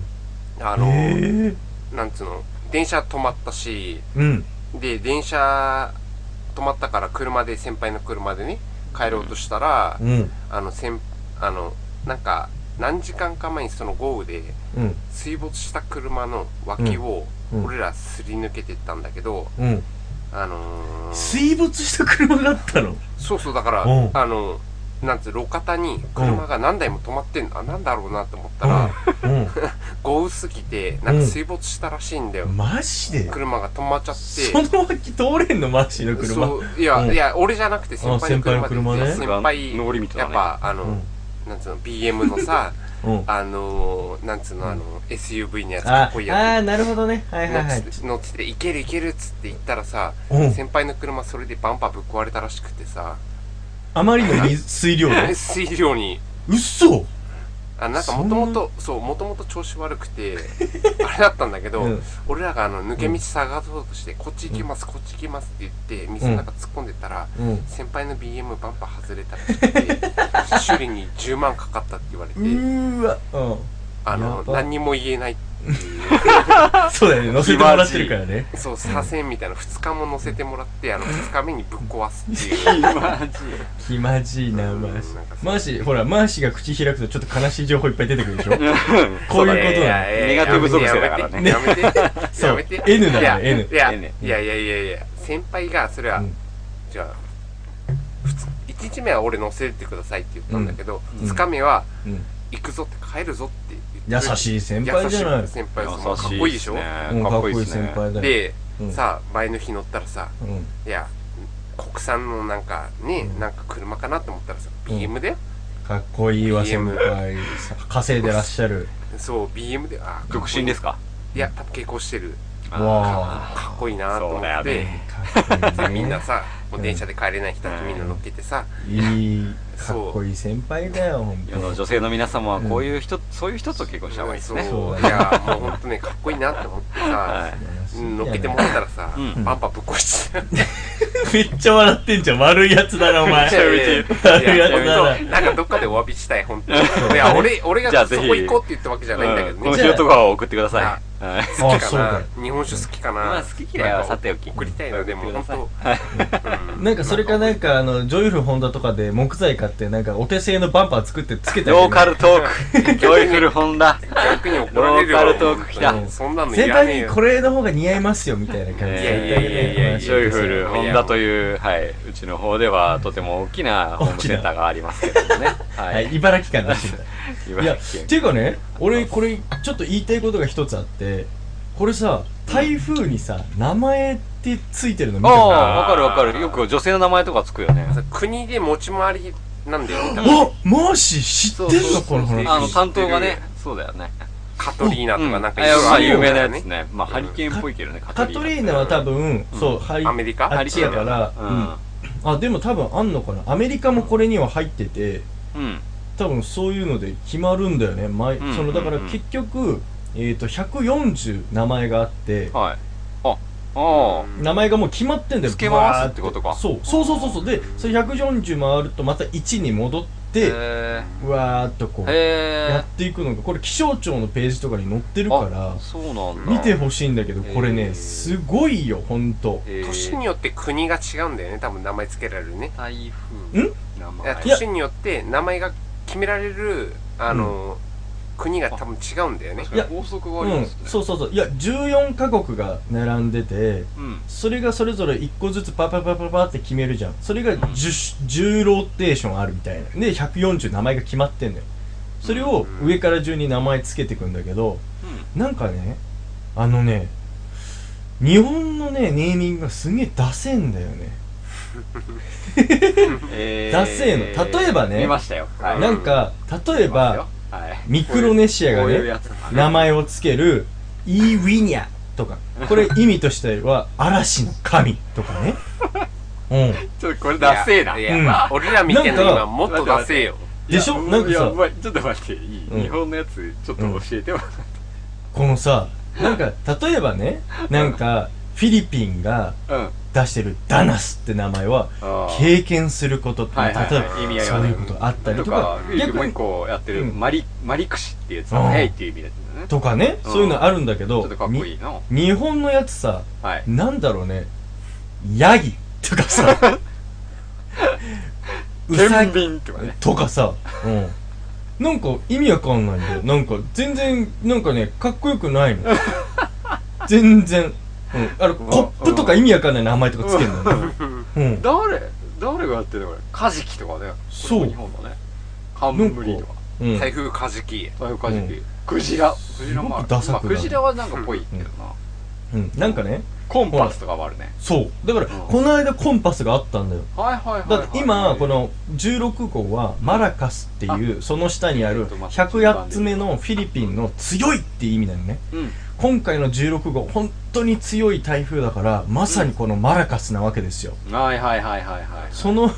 なんつうの、電車止まったし、で、電車止まったから先輩の車でね、帰ろうとしたら、なんか、何時間か前にその豪雨で水没した車の脇を俺らすり抜けてったんだけど、 水没した車があったの？ そう、だからなんつう、路肩に車が何台も止まってんの。なんだろうなと思ったら、豪雨すぎてなんか水没したらしいんだよ。 マジで？ 車が止まっちゃって。 その脇通れんの？マジの車？ いや俺じゃなくて先輩の車で。 先輩やっぱなんつうの、BM のさ、なんつうの、SUV のやつ、かっこいいやつ。 なるほどね。 乗ってて、いけるっつって言ったらさ、先輩の車それでバンパーぶっ壊れたらしくてさ。 あまりの水量で？ 水量に。 嘘？ なんかもともと調子悪くて、あれだったんだけど、俺らが抜け道探そうとして、こっち行きますって言って、店の中突っ込んでったら、先輩の BM バンパー外れたらしくて、修理に10万かかったって言われて、何にも言えないってそうだよね、乗せてもらってるからね。 そう左遷みたいな2日も乗せてもらって2日目にぶっ壊すっていう気まじいなマーシー。ほらマーシーが口開くとちょっと悲しい情報いっぱい出てくるでしょ。こういうことなの。 ネガティブ属性だからね。 やめてそう N だよ N。 いや先輩がそれはじゃあ1日目は俺乗せてくださいって言ったんだけど、2日目は行くぞって帰るぞって優しい先輩じゃない。 先輩かっこいいでしょ。 かっこいい先輩だよ。 でさ前の日乗ったらさ、いや国産のなんかねなんか車かなと思ったらさ BM だよ。 かっこいいわ先輩。稼いでらっしゃる。 そう BM で独身ですか。 いや多分結婚してる。 わかっこいいなと思ってみんなさもう電車で帰れない人たちみんな乗っけてさ、 いいかっこいい先輩だよ。 世の女性の皆様はこういう人、そういう人と結婚した方がいいですね。 そういやもうほんとねかっこいいなって思ってさ乗っけてもらったらさバンパーぶっ壊してめっちゃ笑ってんじゃん。悪いやつだなお前。悪いやつだな。 なんかどっかでお詫びしたい本当に。いや俺がそこ行こうって言ったわけじゃないんだけどね。 この人とかを送ってください。 好きかな。日本酒好きかな。 まあ好き嫌いはさておき送りたいのでも本当。 なんかそれかなんかジョイフルホンダとかで木材買ってなんかお手製のバンパー作ってつけて。 ローカルトーク。ジョイフルホンダ。 逆に怒られるよ。 ローカルトーク来た。 そんなの先輩にこれの方が似合いますよみたいな感じで。ジョイフルホンダというはいうちの方ではとても大きなホームセンターがありますけどもね。 はい。茨城県出してる。いやっていうかね、俺これちょっと言いたいことが一つあって。これさ台風にさ名前ってついてるの見たことない？ わかるわかる。よく女性の名前とかつくよね。 国で持ち回りなんだよね。 あ、マーシー知ってるのこの話。 担当がね、そうだよね。 カトリーナとかなんか有名なやつね。まあハリケーンっぽいけどね。 カトリーナは多分そうアメリカあっちだから、あでも多分あんのかな。アメリカもこれには入ってて、多分そういうので決まるんだよね。そのだから結局。140名前があって、名前がもう決まってんだよ。 付け回すってことか。 そうでそれ140回るとまた1に戻ってうわーっとこうやっていくのがこれ気象庁のページとかに載ってるからそうなんだ。 見てほしいんだけどこれねすごいよほんと。 年によって国が違うんだよね多分名前つけられるね。 台風年によって名前が決められる国が多分違うんだよね。 いや法則がありますね。 そういや14カ国が並んでて、それがそれぞれ1個ずつパって決めるじゃん。それが 10ローテーションあるみたいなで140名前が決まってんのよ。それを上から順に名前つけてくんだけど、なんかね日本のねネーミングがすげえダセえんだよね。ダセえの。例えばね見ましたよ。 なんか例えばミクロネシアがね名前をつけるイーウィニャとかこれ意味としては嵐の神とかね。 ちょっとこれダセえな。 俺らみたいな今もっとダセえよ。 でしょ。なんかさちょっと待っていい？日本のやつちょっと教えてもらって。 このさなんか例えばねなんかフィリピンが出してるダナスって名前は経験することって例えばそういうことあったりとかもう一個やってるマリクシっていうやつはヘイっていう意味だったねとかねそういうのあるんだけどちょっとかっこいいな。 日本のやつさなんだろうねヤギとかさウサギとかさなんか意味わかんないんだよ。なんか全然なんかねかっこよくないの全然。コップとか意味わかんない名前とかつけるのね。 誰がやってるのこれ。カジキとかね。 そう日本のね冠とか台風カジキクジラもある。クジラはなんかぽいけどな。 なんかねコンパスとかもあるね。 そうだからこの間コンパスがあったんだよ。だって今この16号はマラカスっていうその下にある108つ目のフィリピンの強いっていう意味なのね。今回の16号本当に強い台風だからまさにこのマラカスなわけですよ。その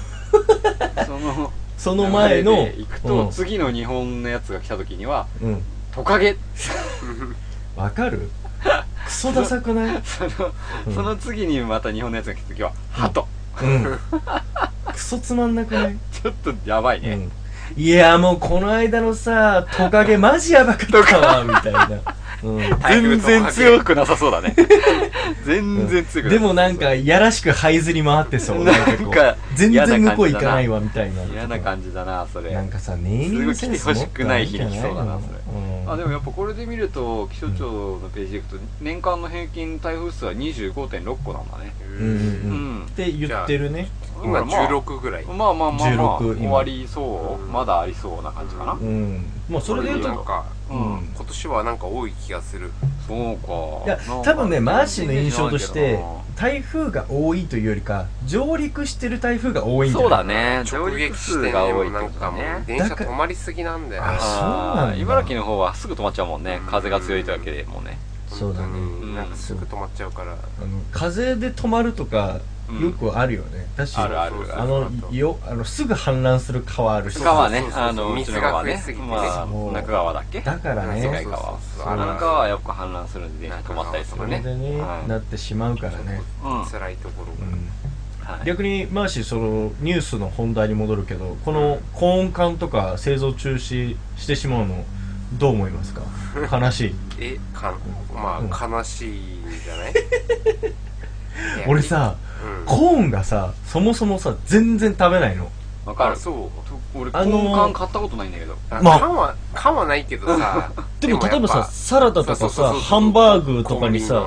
前の行くと次の日本のやつが来た時にはトカゲ。 わかる？クソダサくない？ その次にまた日本のやつが来た時はハト。 クソつまんなくない？ ちょっとやばいね。 いやもうこの間のさトカゲマジやばかったわみたいな。 全然強くなさそうだね。全然強くなさそう。 でもなんか、やらしく這いずり回ってそう。なんか全然向こう行かないわみたいな。 嫌な感じだな、それ。 なんかさ、ネーミングセンスすごい来てほしくない日に来そうだな、それ。 あ、 でもやっぱこれで見ると、気象庁のページでいくと、年間の平均台風数は 25.6 個なんだね。 って言ってるね。 今16ぐらい。 まあ終わりそう。まだありそうな感じかな。 もうそれで言うとなんか、今年はなんか多い気がする。 そうか。 いや、多分ね、マーシーの印象として、台風が多いというよりか、上陸してる台風が多いんじゃない？ そうだね。 直撃してが多いなんかもう電車止まりすぎなんだよ。 あ、そうなんだ。 茨城の方はすぐ止まっちゃうもんね。風が強いだけでもね。 そうだね。 なんかすぐ止まっちゃうから。 風で止まるとか、よくあるよね。確かに。 ある。 すぐ氾濫する川あるし。 川ね。 水が増えすぎてね。 中川だっけ？ だからね。 世界川。あの川はよく氾濫するんで、止まったりするね。 それでね、なってしまうからね。 辛いところが。 逆にマーシー、そのニュースの本題に戻るけど、この高温管とか製造中止してしまうのどう思いますか？悲しい。 まあ悲しいんじゃない？ 俺さ、コーンがさ、そもそもさ、全然食べないの。 わかる。そう。俺コーン缶買ったことないんだけど。 缶はないけどさ。 でも例えばさ、サラダとかさ、ハンバーグとかにさ、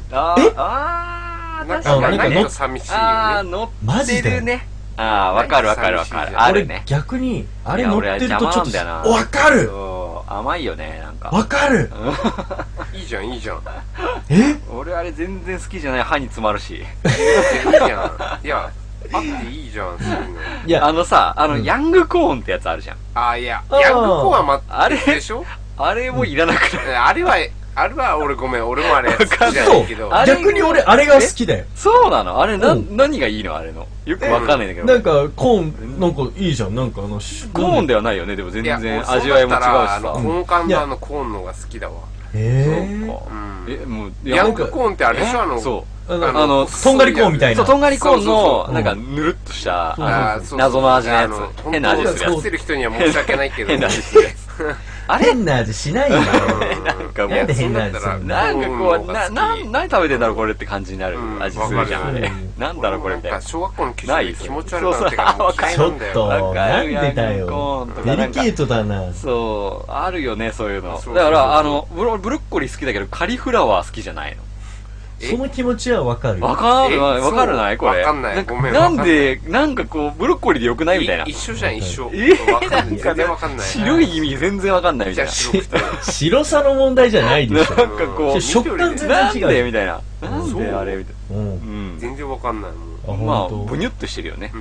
なんかないと寂しいよね。 マジでね。 わかる。あるね。 逆に、あれ乗ってるとちょっと、わかる。 甘いよね、なんか。 わかる。 いいじゃん。 俺あれ全然好きじゃない。歯に詰まるし。いや、あっていいじゃん、そういうの。 いや、ヤングコーンってやつあるじゃん。 いや、ヤングコーンはあれでしょ？ あれもいらなくない？ あれは俺ごめん、俺もあれ好きじゃないけど。 逆に俺あれが好きだよ。 そうなの？あれ何がいいの？あれの。よくわかんないんだけど。 なんかコーン、なんかいいじゃん。なんかコーンではないよね。でも全然味わいも違うしさ。 コーン缶のコーンのが好きだわ。 もう、 ヤングコーンってあれでしょ？ そう。 とんがりコーンみたいな。 そう、とんがりコーンの、なんか、ぬるっとした、謎の味のやつ。変な味するやつ。 作ってる人には申し訳ないけど。 変な味するやつ。 あれ変な味しないよ。 なんかもう、 なんで変な味するの？ なんかこう、何食べてんだろうこれって感じになる味するじゃん、あれ。なんだろうこれみたいな。 小学校の給食で気持ち悪くなってからもう嫌いなんだよ。 ちょっと、なんでだよ。デリケートだな。 そう、あるよね、そういうの。だから、ブロッコリー好きだけど、カリフラワー好きじゃないの。 その気持ちはわかるよ。 わかるないこれ。 わかんない。ごめん。 なんで、なんかこう、ブロッコリーでよくないみたいな。 一緒じゃん、一緒。 全然わかんない。白い意味全然わかんないみたいな。 白さの問題じゃないでしょ。 なんかこう、 食感全然違う。 なんでみたいな。なんであれみたいな。 全然わかんないもん。 まあ、ブニュッとしてるよね。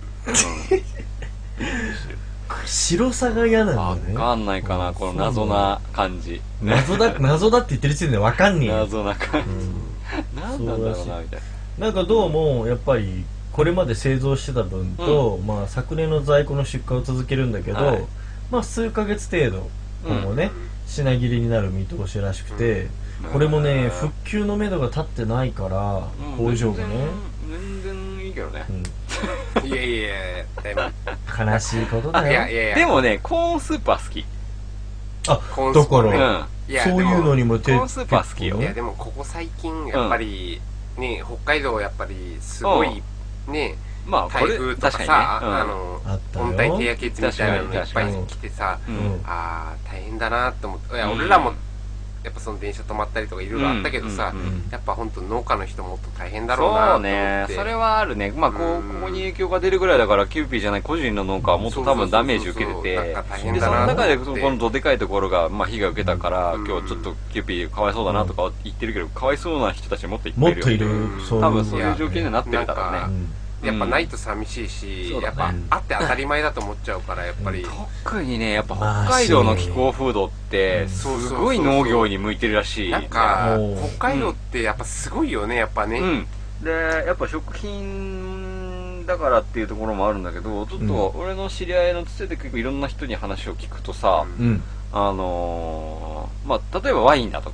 白さが嫌なんだね。 わかんないかな、この謎な感じ。 謎だって言ってる時点でわかんねえよ。 謎な感じ。なんなんだろうな、みたいな。なんかどうも、やっぱり、これまで製造してた分と、まあ昨年の在庫の出荷を続けるんだけど、まあ数ヶ月程度、今後ね、品切れになる見通しらしくて、これもね、復旧のめどが立ってないから、工場がね。 全然いいけどね。 いやいや、だいぶ悲しいことだよ。 でもね、コーンスープは好き。 だからそういうのにもコーンスープは好きよ。 いやでもここ最近やっぱりね、北海道やっぱりすごいね、台風とかさ、温帯低気圧みたいなのいっぱい来てさ、大変だなと思って、俺らもやっぱその電車止まったりとかいろいろあったけどさ、やっぱ本当農家の人もっと大変だろうなと思って。 そうね、それはあるね。まあここに影響が出るぐらいだから、キューピーじゃない個人の農家はもっと多分ダメージ受けてて、でその中でこのどでかいところが被害を受けたから、今日ちょっとキューピーかわいそうだなとか言ってるけど、かわいそうな人たちもっといっぱいいるよ。多分そういう状況にはなってるだろうね。 やっぱないと寂しいし、やっぱあって当たり前だと思っちゃうから、やっぱり特にね、やっぱ北海道の気候風土ってすごい農業に向いてるらしい。 なんか北海道ってやっぱすごいよね、やっぱね。 でやっぱ食品だからっていうところもあるんだけど、ちょっと俺の知り合いのつてで結構いろんな人に話を聞くとさ、まあ例えばワインだとか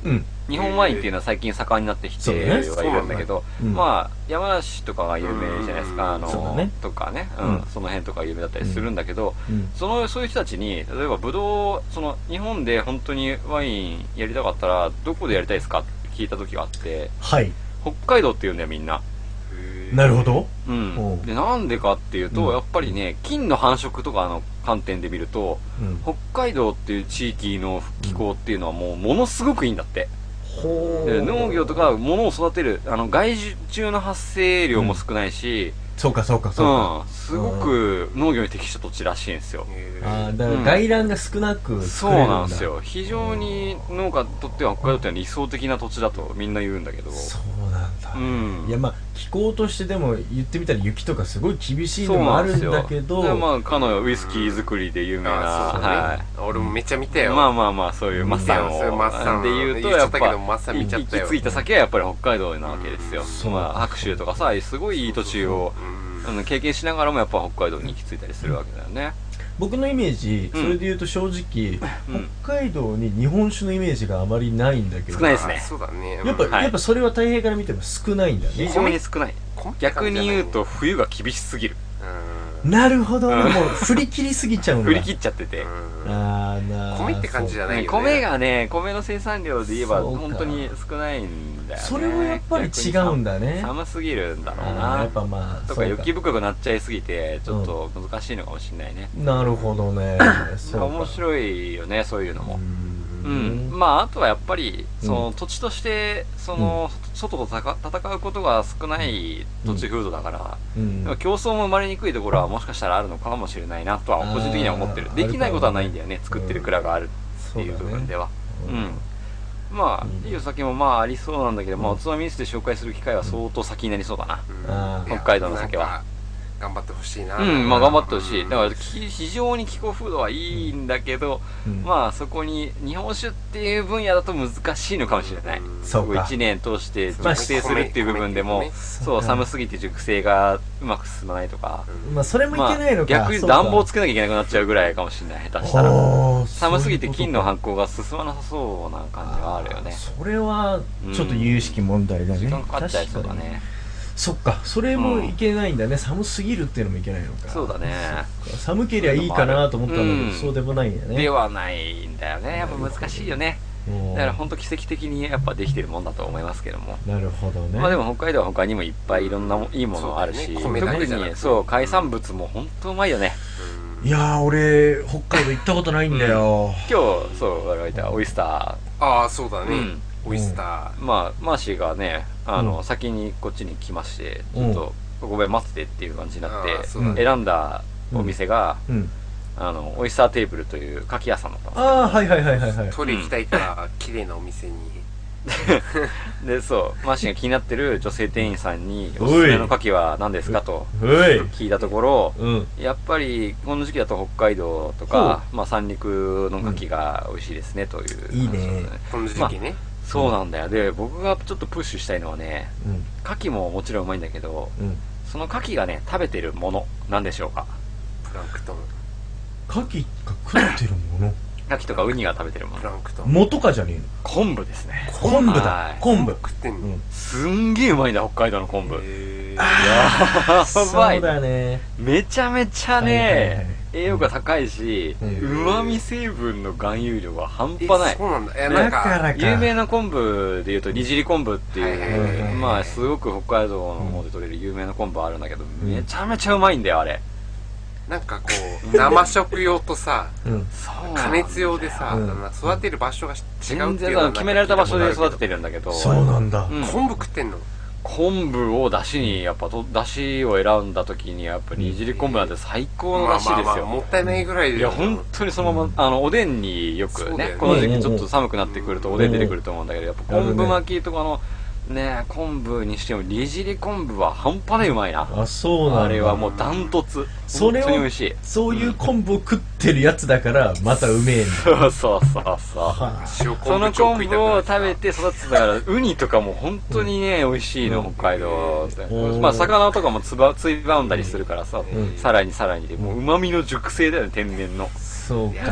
日本ワインっていうのは最近盛んになってきてはいるんだけど、まあ山梨とかが有名じゃないですか、とかね、その辺とか有名だったりするんだけど、そういう人たちに例えばブドウ、日本で本当にワインやりたかったらどこでやりたいですかって聞いた時があって、北海道って言うんだよみんな。 なるほど。 でなんでかっていうと、やっぱりね、菌の繁殖とかの観点で見ると、北海道っていう地域の気候っていうのはものすごくいいんだって。で農業とか物を育てる害虫の発生量も少ないし、 そうかすごく農業に適した土地らしいんですよ。 だから外来が少なくそうなんですよ。非常に農家にとっては北海道ってのは理想的な土地だとみんな言うんだけど。 そうなんだ。いやまあ気候としてでも言ってみたら雪とかすごい厳しいのもあるんだけど、 まあかのウイスキー作りで有名な、 俺もめっちゃ見たよ。 まあそういうマッサンで言うとやっぱ行き着いた先はやっぱり北海道なわけですよ。白州とかさ、すごいいい土地を経験しながらもやっぱ北海道に行き着いたりするわけだよね。 僕のイメージ、それで言うと正直、北海道に日本酒のイメージがあまりないんだけど、 少ないですね。 そうだね。 やっぱそれは太平から見ても少ないんだね。 非常に少ない。逆に言うと冬が厳しすぎる。 なるほど。もう振り切りすぎちゃうんだ。 振り切っちゃってて。 米って感じじゃないよね。 米がね、米の生産量で言えば本当に少ないんだよね。 それはやっぱり違うんだね。 寒すぎるんだろうな。 やっぱまあとか雪深くなっちゃいすぎてちょっと難しいのかもしれないね。 なるほどね。 面白いよね、そういうのも。まああとはやっぱり土地として外と戦うことが少ない土地風土だから、競争も生まれにくいところはもしかしたらあるのかもしれないなとは個人的には思ってる。できないことはないんだよね、作ってる蔵があるっていう部分では。まあいいお酒もまあありそうなんだけど、おつまみニュースで紹介する機会は相当先になりそうだな、北海道の酒は。 頑張ってほしいな。 まあ頑張ってほしい。だから非常に気候風土はいいんだけど、まあそこに日本酒っていう分野だと難しいのかもしれない。1年通して熟成するっていう部分でも、寒すぎて熟成がうまく進まないとか、 それもいけないのか。 逆に暖房つけなきゃいけなくなっちゃうぐらいかもしれない、下手したら。寒すぎて菌の発酵が進まなさそうな感じはあるよね。 それはちょっと有識問題だね。 時間かかっちゃいそうだね。 そっか、それもいけないんだね。寒すぎるっていうのもいけないのか。 そうだね。 寒けりゃいいかなと思ったんだけど、そうでもないんだね。 ではないんだよね。やっぱ難しいよね。だから本当奇跡的にやっぱできてるもんだと思いますけども。 なるほどね。 まあでも北海道は他にもいっぱいいろんないいものあるし、特に海産物も本当うまいよね。 いや俺北海道行ったことないんだよ。 今日我々いたオイスター。 ああそうだね。オイスター。 まあマーシーがね先にこっちに来まして、ちょっとごめん待っててっていう感じになって選んだお店がオイスターテーブルという牡蠣屋さんだったんですよ。 はい。 取り行きたいから綺麗なお店に。 でマーシーが気になってる女性店員さんにおすすめの牡蠣は何ですかと聞いたところ、やっぱりこの時期だと北海道とか三陸の牡蠣が美味しいですねという。 いいね。 この時期ね。 そうなんだよ。で僕がちょっとプッシュしたいのはね、牡蠣ももちろんうまいんだけど、その牡蠣がね食べてるものなんでしょうか。 プランクトン。 牡蠣が食ってるもの。 牡蠣とかウニが食べてるもの。 プランクトン。 元かじゃねえの。 昆布ですね。 昆布だ。昆布食ってんの。 すんげえうまいんだ北海道の昆布。 やばい。そうだね。 めちゃめちゃね栄養価高いし、旨味成分の含有量が半端ない。 そうなんだ。なんか有名な昆布でいうと利尻昆布っていうまあすごく北海道の方で取れる有名な昆布あるんだけど、めちゃめちゃうまいんだよあれ。 なんかこう生食用とさ加熱用でさ育てる場所が違うっていうのは決められた場所で育ててるんだけど。 そうなんだ。 昆布食ってんの。 昆布を出汁にやっぱ出汁を選んだ時にやっぱり利尻昆布なんて最高の出汁ですよ。 もったいないぐらいで。 いや本当にそのままおでんによくね、この時期ちょっと寒くなってくるとおでん出てくると思うんだけど、やっぱ昆布巻きとかのね昆布にしても利尻昆布は半端ないうまいな。 あ、そうなんだ。 あれはもうダントツ。本当に美味しい。 そういう昆布を食ってるやつだからまたうめえんだ。 そうその昆布を食べて育てたからウニとかも本当にね美味しいの北海道って。まあ魚とかもついばんだりするからさ、さらにでもう旨味の熟成だよね、天然の。 そうか。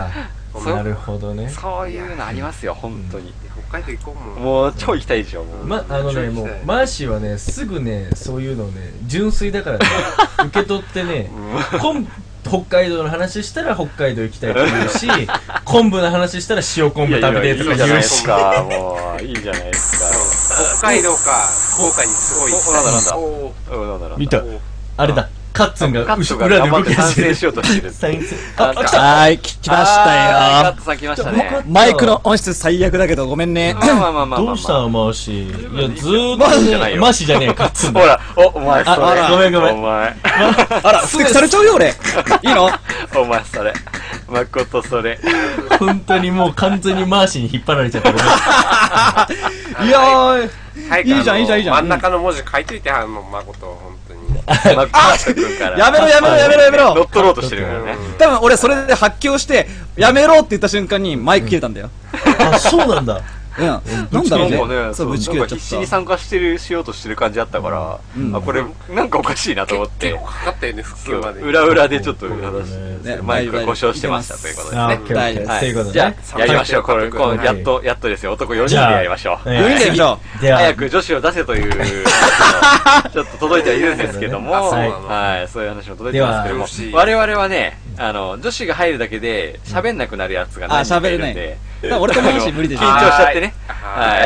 なるほどね。 そういうのありますよ、本当に。 北海道行こうもん。 もう超行きたいでしょ、もう。 もうマーシーはね、すぐね、そういうのね、純粋だからね、受け取ってね、北海道の話したら北海道行きたいと言うし、昆布の話したら塩昆布食べてとか言うし。 もう、いいじゃないですか。北海道か、福岡にすごい行きたい。 なんだ。 見た。あれだ。カッツンが裏で動き参戦しようとしてる。 はい、来ましたよ。 カッツさん来ましたね。 マイクの音質最悪だけどごめんね。 どうしたのマーシー。いや、ずーっとマーシーじゃねえ、カッツンだ。 ほら、お前それ。 ごめん。 お前。 あら、すぐされちゃうよ俺。いいの？ お前それ。誠それ。 本当にもう完全にマーシーに引っ張られちゃった。 いやー、いいじゃん。 真ん中の文字書いといて、誠、本当に。 やめろ乗っ取ろうとしてるからね。 多分俺それで発狂してやめろって言った瞬間にマイク切れたんだよ。 あ、そうなんだ。 なんだろうね。 そう、必死に参加しようとしてる感じあったから、あ、これなんかおかしいなと思って。 結構かかったよね、復旧まで。 裏でちょっとマイク故障してましたということですね。じゃあやりましょう。これやっとですよ。男4人でやりましょう。 4人でやりましょう。 早く女子を出せというちょっと届いてはいるんですけども、はい、そういう話も届いてますけども、我々はね、女子が入るだけで喋んなくなるやつが何人かいるんで、 俺とマーシー無理でしょ。 緊張しちゃってね。はい。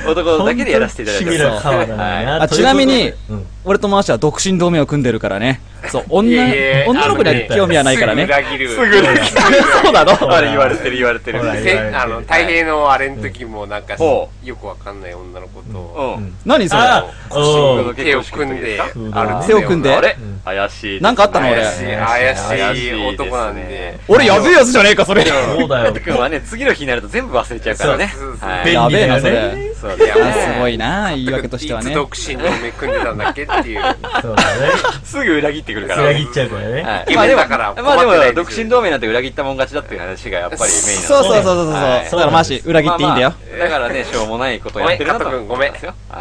男だけでやらせていただいてます。 ちなみに、俺とマーシーは独身同盟を組んでるからね。そう、女の子には興味はないからね。 すぐ裏切る。 そうなの？ あれ言われてる。 太平のあれの時もなんか、よくわかんない女の子と。 何それ？ 手を組んで。 手を組んで？ あれ？怪しい。 なんかあったの俺。 怪しい男なんで。 俺やべえやつじゃねえか、それ。 そうだよ。 君はね、次の日になると全部忘れちゃうからね。 やべえな、それ。 すごいな、言い訳としてはね。 いつ独身の目組んでたんだっけっていう。 そうだね。 すぐ裏切ってくるから。 裏切っちゃうからね。 まあでも、独身同盟なんて裏切ったもん勝ちだっていう話がやっぱりメインなんですよ。 そう。だからマーシー、裏切っていいんだよ。 だからね、しょうもないことやってるなと。 ごめん。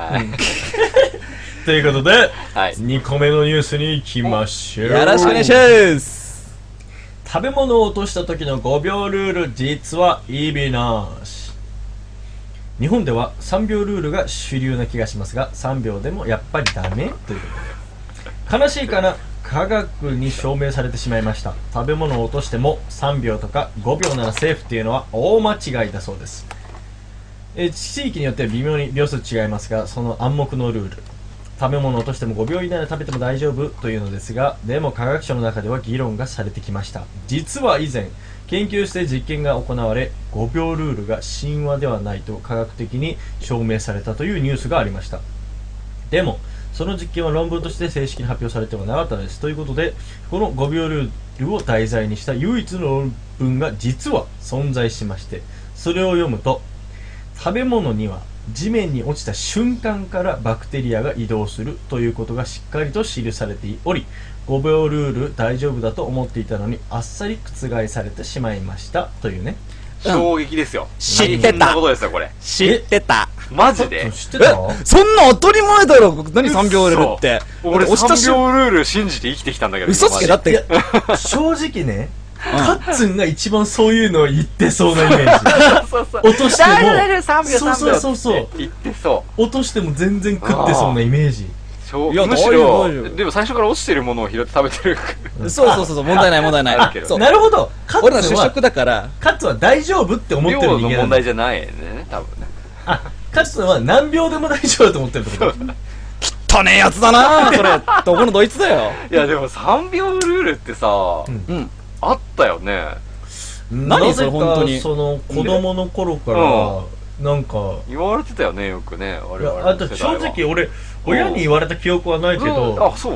ということで、2個目のニュースに行きましょう。 よろしくお願いします。 食べ物を落とした時の5秒ルール、実は意味なし。日本では3秒ルールが主流な気がしますが、3秒でもやっぱりダメということで、悲しいかな、科学に証明されてしまいました。食べ物を落としても3秒とか5秒ならセーフっていうのは大間違いだそうです。地域によっては微妙に秒数違いますが、その暗黙のルール、食べ物を落としても5秒以内で食べても大丈夫というのですが、でも科学者の中では議論がされてきました。実は以前研究して実験が行われ、5秒ルールが神話ではないと科学的に証明されたというニュースがありました。でもその実験は論文として正式に発表されてはなかったのです。ということで、この5秒ルールを題材にした唯一の論文が実は存在しまして、それを読むと、食べ物には地面に落ちた瞬間からバクテリアが移動するということがしっかりと記されており、5秒ルール大丈夫だと思っていたのにあっさり覆されてしまいましたというね。 衝撃ですよ。 知ってた。 ことですよこれ。 知ってた。 マジで？ 知ってた？ そんな当たり前だろ。何3秒ルールって。 俺3秒ルール信じて生きてきたんだけど。 嘘つけだって。 正直ね、カッツンが一番そういうのを言ってそうなイメージ。 そう落としても 3秒そう言ってそう。 落としても全然食ってそうなイメージ。 むしろでも最初から落ちてるものを拾って食べてる。 そう問題ないなるほど。 俺ら主食だからカッツンは大丈夫って思ってる人間量の問題じゃないね、多分ね。 あ、カッツンは何秒でも大丈夫だと思ってるってこと。 汚ねえやつだなそれ。どこのドイツだよ。 いやでも3秒ルールってさ、あったよね。 何それ本当に。 その子供の頃からなんか言われてたよね、よくね。 あと正直俺親に言われた記憶はないけど、 あ、そう？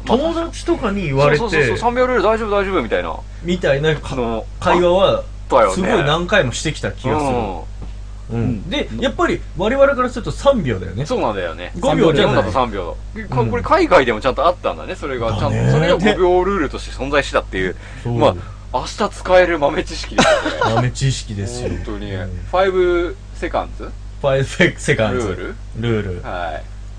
友達とかに言われて、そう 3秒ルール大丈夫みたいな会話はすごい何回もしてきた気がする。でやっぱり我々からすると3秒だよね。 そうなんだよね。 5秒じゃない。 だと3秒だ。これ海外でもちゃんとあったんだね。それがちゃんとそれが5秒ルールとして存在したっていう。まあ明日使える豆知識ですよ。豆知識ですよ。 本当に5セカンズ？ 5セカンズルール。 はい。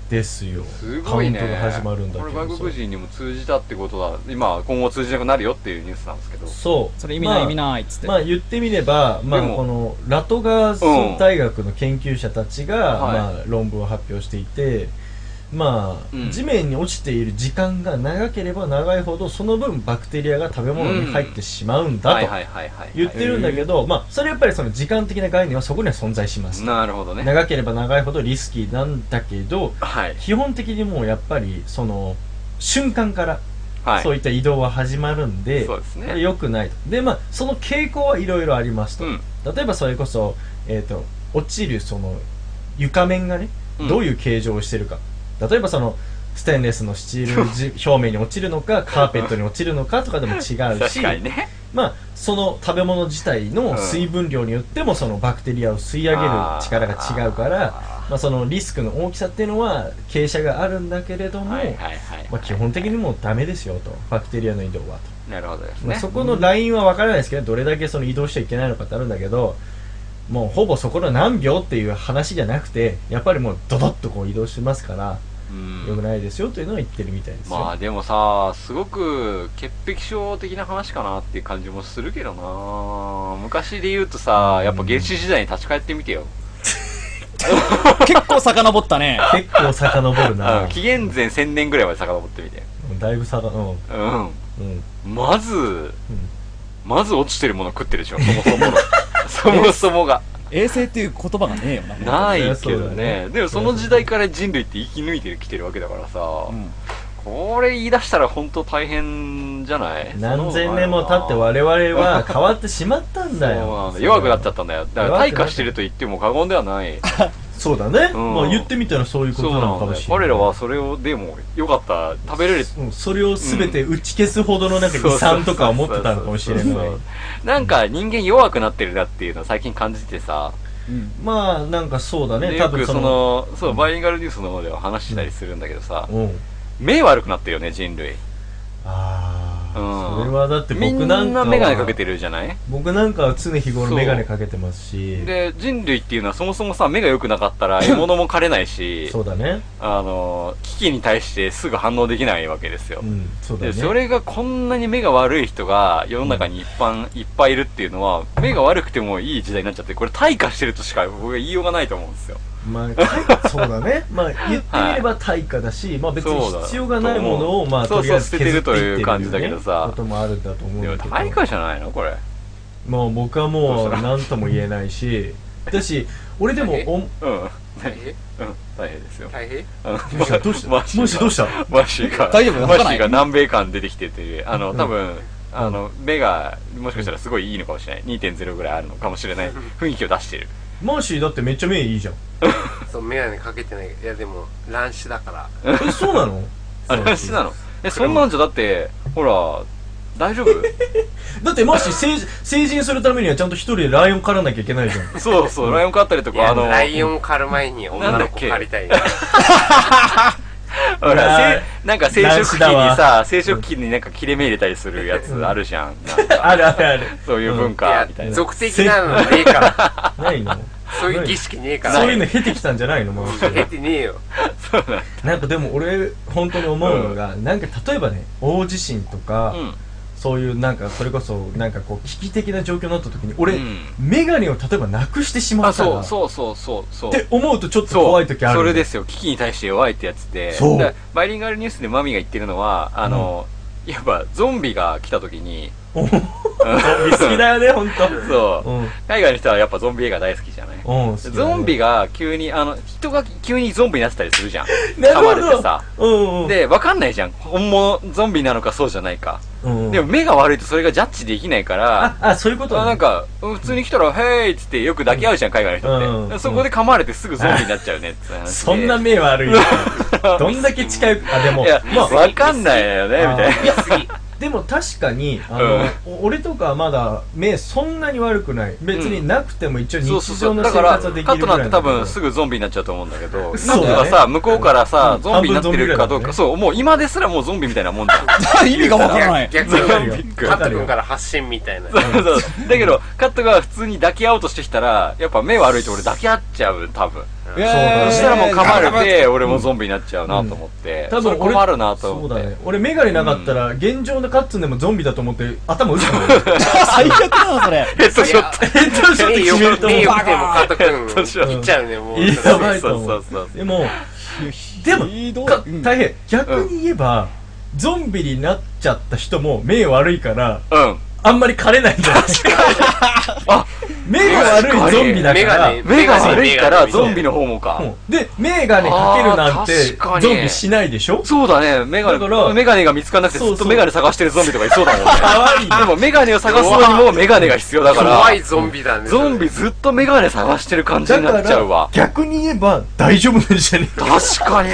ですよ。 すごいね。 カウントが始まるんだけど、 これ外国人にも通じたってことだ。今後通じなくなるよっていうニュースなんですけど。 そうそれ意味ない意味ないっつって、 まあ言ってみれば、まあこのラトガース大学の研究者たちが、まあ論文を発表していて、まあ、地面に落ちている時間が長ければ長いほどその分バクテリアが食べ物に入ってしまうんだと言ってるんだけど、まあそれやっぱりその時間的な概念はそこには存在します。 なるほどね。 長ければ長いほどリスキーなんだけど、 はい、 基本的にもうやっぱりその瞬間からそういった移動は始まるんで、 そうですね、 良くないと。でまあその傾向はいろいろありますと、例えばそれこそ落ちるその床面がねどういう形状をしてるか、例えばそのステンレスのスチール表面に落ちるのかカーペットに落ちるのかとかでも違うし確かにね、 まあその食べ物自体の水分量によってもそのバクテリアを吸い上げる力が違うから、まあそのリスクの大きさっていうのは傾斜があるんだけれども、まあ基本的にもうダメですよと、バクテリアの移動はと。 なるほどですね。 まあそこのラインは分からないですけど、どれだけその移動しちゃいけないのかってあるんだけど、もうほぼそこの何秒っていう話じゃなくて、やっぱりもうドドッとこう移動してますから、よくないですよというのを言ってるみたいですよ。 まあでもさ、すごく潔癖症的な話かなっていう感じもするけどな。昔で言うとさ、やっぱ原始時代に立ち返ってみてよ。 結構遡ったね。 結構遡るな。 紀元前1000年ぐらいまで遡ってみて。 だいぶまず落ちてるもの食ってるでしょ、そもそもの。そもそもが。 衛生っていう言葉がねえよな。ないけどね。でもその時代から人類って生き抜いてきてるわけだからさ、これ言い出したら本当大変じゃない？ 何千年も経って我々は変わってしまったんだよ。 弱くなっちゃったんだよ。だから退化してると言っても過言ではない。 そうだね、まあ言ってみたらそういうことなのかもしれない。 彼らはそれをでもよかった、食べれる、 それを全て打ち消すほどのなんか遺産とかを持ってたのかもしれない。 なんか人間弱くなってるなっていうのを最近感じてさ、 まあなんかそうだね。 よくそのバイリンガルニュースの方では話したりするんだけどさ、目悪くなってるよね、人類。それはだって僕なんかみんなメガネかけてるじゃない？ 僕なんかは常日頃メガネかけてますし。 で、人類っていうのはそもそもさ、目が良くなかったら獲物も狩れないし、 そうだね。 危機に対してすぐ反応できないわけですよ。 そうだね。 で、それがこんなに目が悪い人が世の中にいっぱいいるっていうのは、目が悪くてもいい時代になっちゃって、これ退化してるとしか僕は言いようがないと思うんですよ。 まあ、そうだね。まあ言ってみれば対価だし、まあ別に必要がないものをまあとりあえず捨ててるという感じだけどさ、 こともあるんだと思うんだけど。 対価じゃないのこれ。 もう僕はもう何とも言えないし、だし俺でも大変ですよ。 大変？ どうした？マッシーが南米間出てきてて、多分目がもしかしたらすごいいいのかもしれない。2.0 ぐらいあるのかもしれない雰囲気を出してる。 マーシーだってめっちゃ目いいじゃん。 そう、メガネかけてないけど、いやでも乱視だから。 そうなの？ 乱視なの？そんなんじゃだってほら大丈夫？ だってマーシー成人するためにはちゃんと一人でライオン狩らなきゃいけないじゃん。 そうライオン狩ったりとかライオン狩る前に女の子狩りたい。 ほらなんか生殖器になんか切れ目入れたりするやつあるじゃん。 ある。 そういう文化みたいな。 俗的なのねえから。 ないの？ そういう儀式ねえから。 そういうの経てきたんじゃないの？ 経てねえよ。 なんかでも俺本当に思うのが、なんか例えばね、大地震とかそういうなんかそれこそなんかこう危機的な状況になった時に俺メガネを例えばなくしてしまったらそうって思うとちょっと怖い時ある。 それですよ、危機に対して弱いってやつで、バイリンガルニュースでマミが言ってるのは、やっぱゾンビが来た時にゾンビ好きだよね、ほんと。 そう、海外の人はやっぱゾンビ映画大好きじゃない。ゾンビが急に人が急にゾンビになってたりするじゃん。噛まれてさ、で分かんないじゃん、本物ゾンビなのかそうじゃないか。でも目が悪いとそれがジャッジできないから、 そういうことね。 なんか普通に来たら「ヘイ!」っつってよく抱き合うじゃん、海外の人って。そこで噛まれてすぐゾンビになっちゃうねって話で。 そんな目悪いの？どんだけ近いか。でも分かんないよねみたいな。 でも確かに俺とかはまだ目そんなに悪くない。別になくても一応日常の生活はできるぐらい。 カットなんて多分すぐゾンビになっちゃうと思うんだけど、カットがさ向こうからさゾンビになってるかどうか、そうもう今ですらもうゾンビみたいなもんじゃん。 意味がわからない。 逆にカット君から発信みたいな。 だけどカットが普通に抱き合おうとしてきたらやっぱ目悪いと俺抱き合っちゃう多分。 そしたらもう噛まれて俺もゾンビになっちゃうなと思って多分困るなと思って。そうだね、 俺メガネなかったら現状のカッツンでもゾンビだと思って頭打つかも。 最悪だなそれ。 ヘッドショット。 ヘッドショット決めるともうバカットくんいっちゃうねもう。 やばいと思う。でも大変逆に言えばゾンビになっちゃった人も目悪いからあんまり枯れないんじゃないですか。あ、目が悪いゾンビだから目が悪いからゾンビの方もか。 でメガネかけるなんてゾンビしないでしょ。 そうだね、メガネが見つからなくてずっとメガネ探してるゾンビとかいそうだもんね。でもメガネを探すのにもメガネが必要だから怖いゾンビだね。 ゾンビずっとメガネ探してる感じになっちゃうわ。 逆に言えば大丈夫なんじゃねえか。 確かに。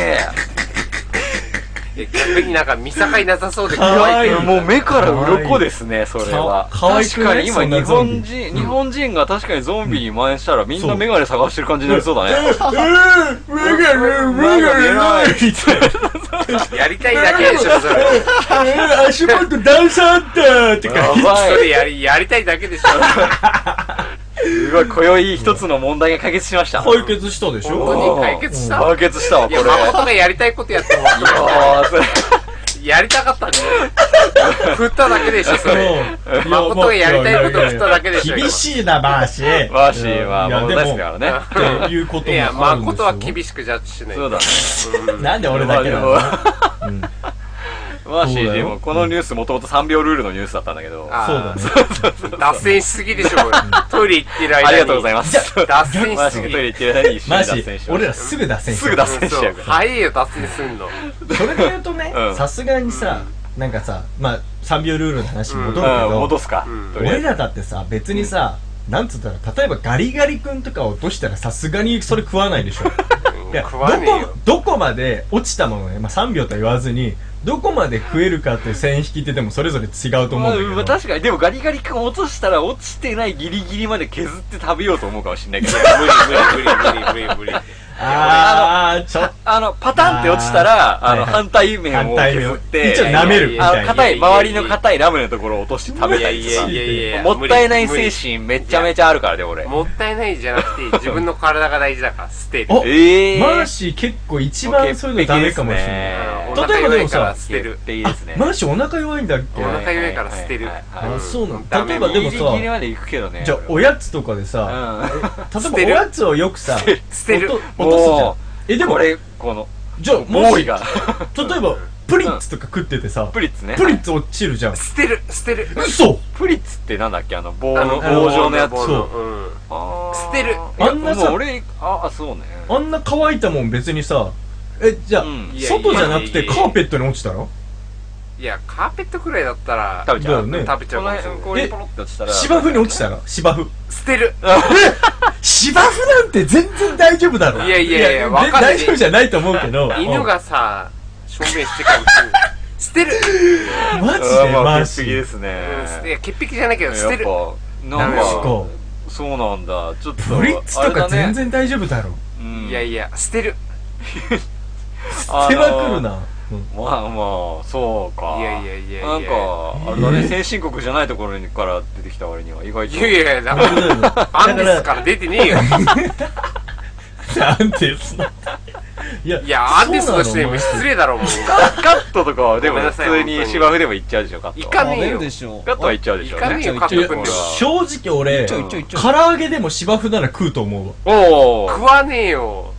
逆になんか見境なさそうで怖い。 もう目から鱗ですね、それは。確かに今日本人が確かにゾンビに真似したらみんなメガネ探してる感じになりそうだね。 メガネないやりたいだけでしょそれ。 足元段差あったってか。 それやりたいだけでしょ。 すごい、今宵一つの問題が解決しました。 解決したでしょ。 本当に解決した。 解決したわ、これ。 誠がやりたいことやってもやりたかったね。振っただけでしょ、それ。誠がやりたいこと振っただけでしょ。 厳しいな、マーシー。 マーシーは物ですからね。 っていうこともあるんですよ。 いや、誠は厳しくジャッジしない。 そうだね。 なんで俺だけなの。 マーシーでもこのニュースもともと3秒ルールのニュースだったんだけど。 そうだね。 脱線しすぎでしょ、トイレ行ってる間に。 ありがとうございます。 脱線しすぎ。 トイレ行ってる間に一緒に脱線しました。 俺らすぐ脱線しちゃう。 すぐ脱線しちゃうから。 早いよ、脱線すんの。 それで言うとね、さすがにさ、なんかさ、まあ3秒ルールの話に戻るけど、 戻すか。 俺らだってさ、別にさ、なんつったら、例えばガリガリ君とか落としたらさすがにそれ食わないでしょ。いや、どこまで落ちたものね、まあ3秒とは言わずに、どこまで食えるかっていう線引きってでもそれぞれ違うと思うんだけど、 確かに。でもガリガリ君落としたら落ちてないギリギリまで削って食べようと思うかもしれないけど。無理。パタンって落ちたら、反対面を削って、 一応舐めるみたいな。 周りの硬いラムネのところを落として食べたりとか。もったいない精神めちゃめちゃあるからね、俺。 もったいないじゃなくて、自分の体が大事だから捨てる。 マーシー結構一番そういうのダメかもしれない。例えばでもさ、 捨てる。 マーシーお腹弱いんだっけ。 お腹弱いから捨てる。 そうなの。例えばでもさ、 ギリギリまで行くけどね。 じゃあおやつとかでさ、例えばおやつをよくさ、 捨てる。 落とすじゃん。でもこのじゃあもしが例えばプリッツとか食っててさ、 プリッツね、 プリッツ落ちるじゃん。 捨てる。 嘘。 プリッツってなんだっけ、棒状のやつ。 そう捨てる。 あんなさ、 そうね、 あんな乾いたもん別にさ、じゃあ外じゃなくてカーペットに落ちたら、 いや、カーペットくらいだったら食べちゃうね。 食べちゃうかもしれない。 これポロって落ちたら芝生に落ちたら、芝生捨てる。 芝生なんて全然大丈夫だろ。 いや分かんない。 大丈夫じゃないと思うけど、 犬がさ証明してかもしれない。捨てる。 マジでマ潔癖ですね。 いや、潔癖じゃないけど捨てる。 なんかそうなんだ。ちょっとブリッツとか全然大丈夫だろ。 いや捨てる。 捨てまくるな。 まあそうか。 いやなんかあれだね、先進国じゃないところから出てきた割には意外と。 いやだからアンデスから出てねえよ。 アンデス。 いやアンデスの人にも失礼だろもう。 カットとかはでも普通に芝生でも行っちゃうでしょ。カット行かねえよ。 カットは行っちゃうでしょ。 行かねえよカット君。 正直俺唐揚げでも芝生なら食うと思うわ。 おお。 食わねえよ。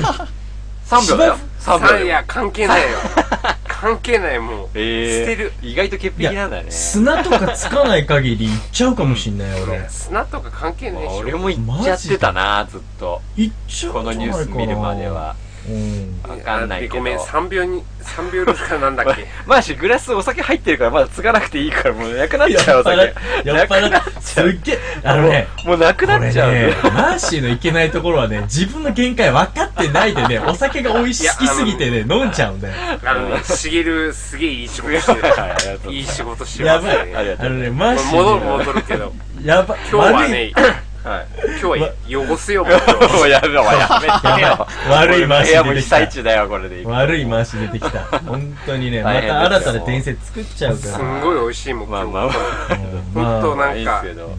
3秒だよ。3秒。 いや関係ないよ。関係ないもう。捨てる。 意外と潔癖なんだね。 砂とかつかない限り行っちゃうかもしんない俺。 砂とか関係ないでしょ。 俺も行っちゃってたなずっと。 行っちゃう。 このニュース見るまでは。わかんないけど。 ごめん、3秒ルールからなんだっけ。 マーシーグラスお酒入ってるからまだ継がなくていいからもうなくなっちゃうお酒。 やっぱりすっげえもうなくなっちゃうね。 マーシーのいけないところはね、自分の限界分かってないでね、お酒が美味しすぎてね飲んじゃうんだよ。 しげるすげえいい仕事してる。いい仕事してますね。 やばい。マーシー戻るけど。 やばい。 今日はね。今日は汚すよもうやめてよ。 悪い回し出てきた。 被災地だよこれで。 悪い回し出てきた。本当にね、また新たな伝説作っちゃうから。 すんごい美味しいもん。まあ本当なんか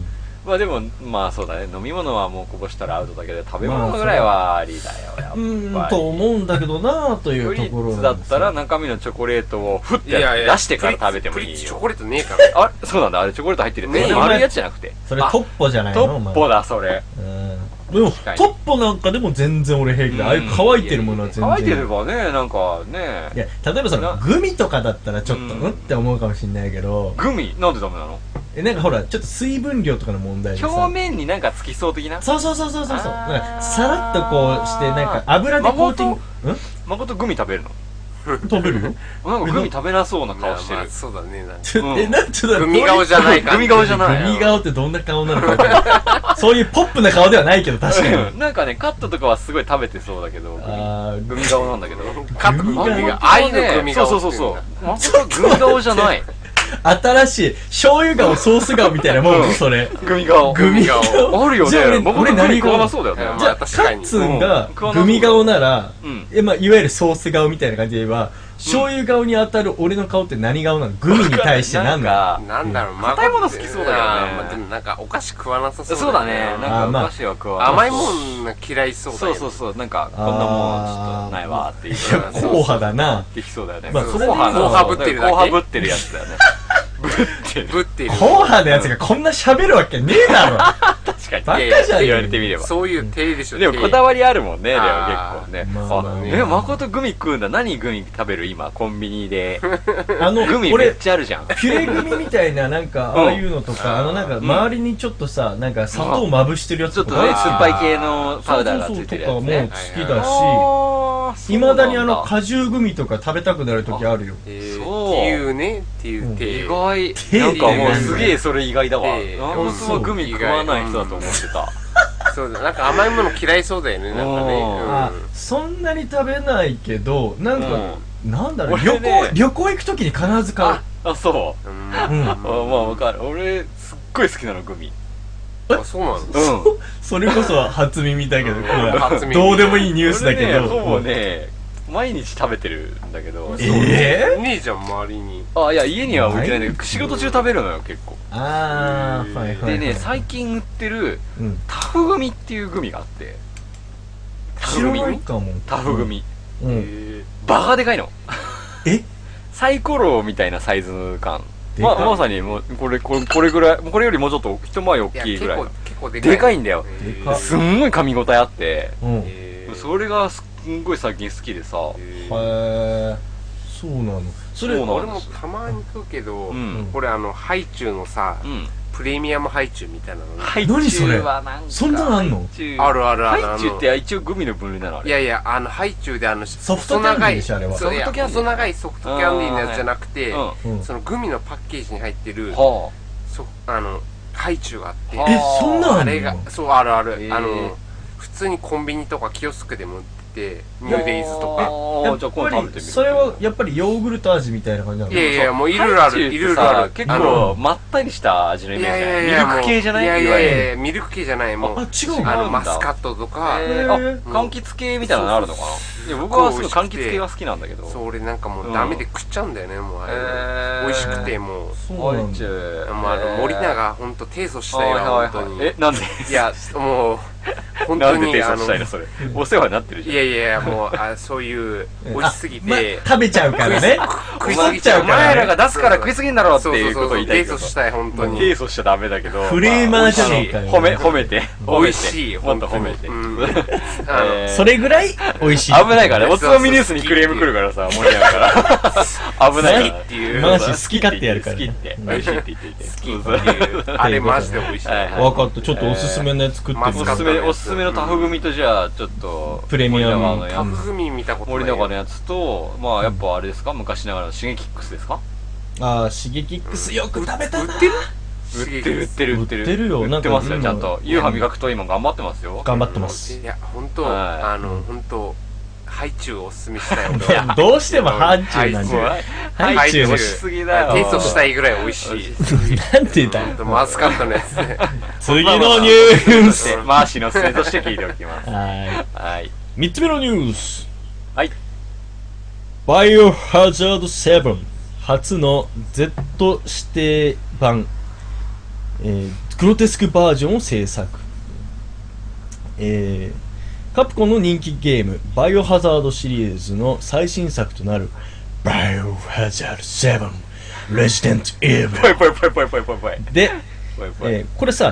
まあでも、まあそうだね。飲み物はもうこぼしたらアウトだけど、食べ物ぐらいはありだよ、やっぱり。 と思うんだけどなというところフリッツだったら中身のチョコレートをふって出してから食べてもいいよ。 チョコレートねえからあ、そうなんだ。あれチョコレート入ってるって丸いやつじゃなくて。 それトッポじゃないの？ トッポだ、それ。 でもトッポなんかでも全然俺平気だ。ああいう乾いてるものは全然。 乾いてればね、なんかね。 いや、例えばそのグミとかだったらちょっとって思うかもしれないけど。 グミなんでダメなの？ なんかほら、ちょっと水分量とかの問題でさ。 表面になんかつきそう的な？ そう。なんかさらっとこうして、なんか油でコーティング。 誠グミ食べるの？ 食べるよ。 なんかグミ食べなそうな顔してる。 そうだね。 ちょっとグミ顔じゃないか。 グミ顔じゃない。 グミ顔ってどんな顔なのか。そういうポップな顔ではないけど、確かに。 なんかね、カットとかはすごい食べてそうだけど、グミ顔なんだけど。 カットのグミが、愛のグミ顔。 そう。誠グミ顔じゃない。 新しい醤油顔ソース顔みたいなもんそれグミ顔あるよね。 俺何食わなそうだよね。 じゃあカッツンがグミ顔ならいわゆるソース顔みたいな感じで言えば醤油顔に当たる俺の顔って何顔なの？グミに対して何だ？ なんだろう、 硬いもの好きそうだよね。 でもなんかお菓子食わなさそう。 そうだね。なんかお菓子は食わな甘いもん嫌いそうだよ。 そう。なんかこんなもんちょっとないわっていう。 硬派だな。 できそうだよね。 硬派ぶってるだけ。 硬派ぶってるやつだよね。 ぶってる。 硬派のやつがこんな喋るわけねえだろ。 確かに。 バカじゃん。 言われてみれば。 そういう手でしょ。 でもこだわりあるもんね、レオ結構ね。誠グミ食うんだ。何グミ食べる今、コンビニで。グミめっちゃあるじゃん。 ピュレグミみたいな、なんか、ああいうのとか、なんか、周りにちょっとさ、なんか、砂糖まぶしてるやつとか。 ちょっとね、酸っぱい系のパウダーがついてるやつね。 もう好きだし、いまだに果汁グミとか食べたくなる時あるよ。 っていうね、っていう手。 意外。なんかもうすげえそれ意外だわ。誠はグミ食わない人だと思ってた。 そうだ、なんか甘いもの嫌いそうだよね、なんかね。 そんなに食べないけど、なんか、なんだろう、旅行行くときに必ず買う。 あ、そう。まあわかる。俺、すっごい好きなの、グミ。 あ、そうなの？ それこそ初耳だけど、どうでもいいニュースだけど。 ほぼね、毎日食べてるんだけど。 ねえじゃん、周りに。 あ、いや、家には置いてないんだけど、仕事中食べるのよ、結構。でね、最近売ってる、タフグミっていうグミがあって。 知らないかも。 タフグミ。バカでかいの。サイコロみたいなサイズ感。まさにもう、これぐらい、これよりもうちょっと一回り大きいぐらい。 結構でかいんだよ。すんごい噛み応えあって、それがすんごい最近好きでさ。 そうなの。 それ俺もたまに食うけど、これハイチュウのさ、プレミアムハイチュウみたいなの。 何それ？そんなのあんの？ ある。 ハイチュウって一応グミの分類なのあれ？ いや、ハイチュウでソフトキャンディーでしょあれは。 細長いソフトキャンディーのやつじゃなくて、そのグミのパッケージに入ってる、ハイチュウがあって。 そんなのあれが、そう、ある。普通にコンビニとかキオスクでも売ってて、ニューデイズとか。 じゃあ今度食べてみる。 それはやっぱりヨーグルト味みたいな感じなの？ いや、もういろいろある。 結構まったりした味のイメージ。ミルク系じゃない？ いや、ミルク系じゃない。もう、 違う。 マスカットとか。 柑橘系みたいなのあるのかな？僕はすごい柑橘系が好きなんだけど。 そう、俺なんかもうダメで食っちゃうんだよね、もうあれ。美味しくて、もう。 そうなんだ。 森永、ほんと提訴したいわ、本当に。 なんで？ いや、もう、本当に。 なんで提訴したいの、それ。お世話になってるじゃん。 いや、もう、そういう、美味しすぎて。 食べちゃうからね。 食いすぎちゃうから。 お前らが出すから食いすぎんだろっていうことを言いたいけど。 提訴したい、本当に。 提訴しちゃダメだけど。 フレーマーじゃねえかよ。 褒めて。 美味しい、 もっと褒めて。 それぐらい美味しい。 危ないからね。おつまみニュースにクレーム来るからさ、盛り上がるから。危ないっていう。 マジ好き勝手やるから。 好きって。美味しいって言っていて。 好きっていう。あれマジで美味しい。 分かった。ちょっとおすすめのやつ作ってみる。おすすめのタフグミとじゃあ、ちょっと。 プレミアム。 タフグミ見たことない。 森永のやつと、まあやっぱあれですか？昔ながらのシゲキックスですか？ シゲキックスよく食べたな。 売ってるよ。売ってますよ、ちゃんと。夕飯味覚と今頑張ってますよ。 頑張ってます。 いや、本当ハイチュウおすすめしたい。 いや、どうしてもハイチュウなんだよ。 ハイチュウもしすぎだよ。 テイストしたいぐらい美味しい。 なんてだよ。 マスカットのやつで。 次のニュース。 マーシーのおすすめとして聞いておきます。 はい。3つ目のニュース。 はい。 バイオハザード7初の Z 指定版、ググロテスクバージョンを制作。カプコンの人気ゲームバイオハザードシリーズの最新作となるバイオハザード7レジデントエーブで、これさ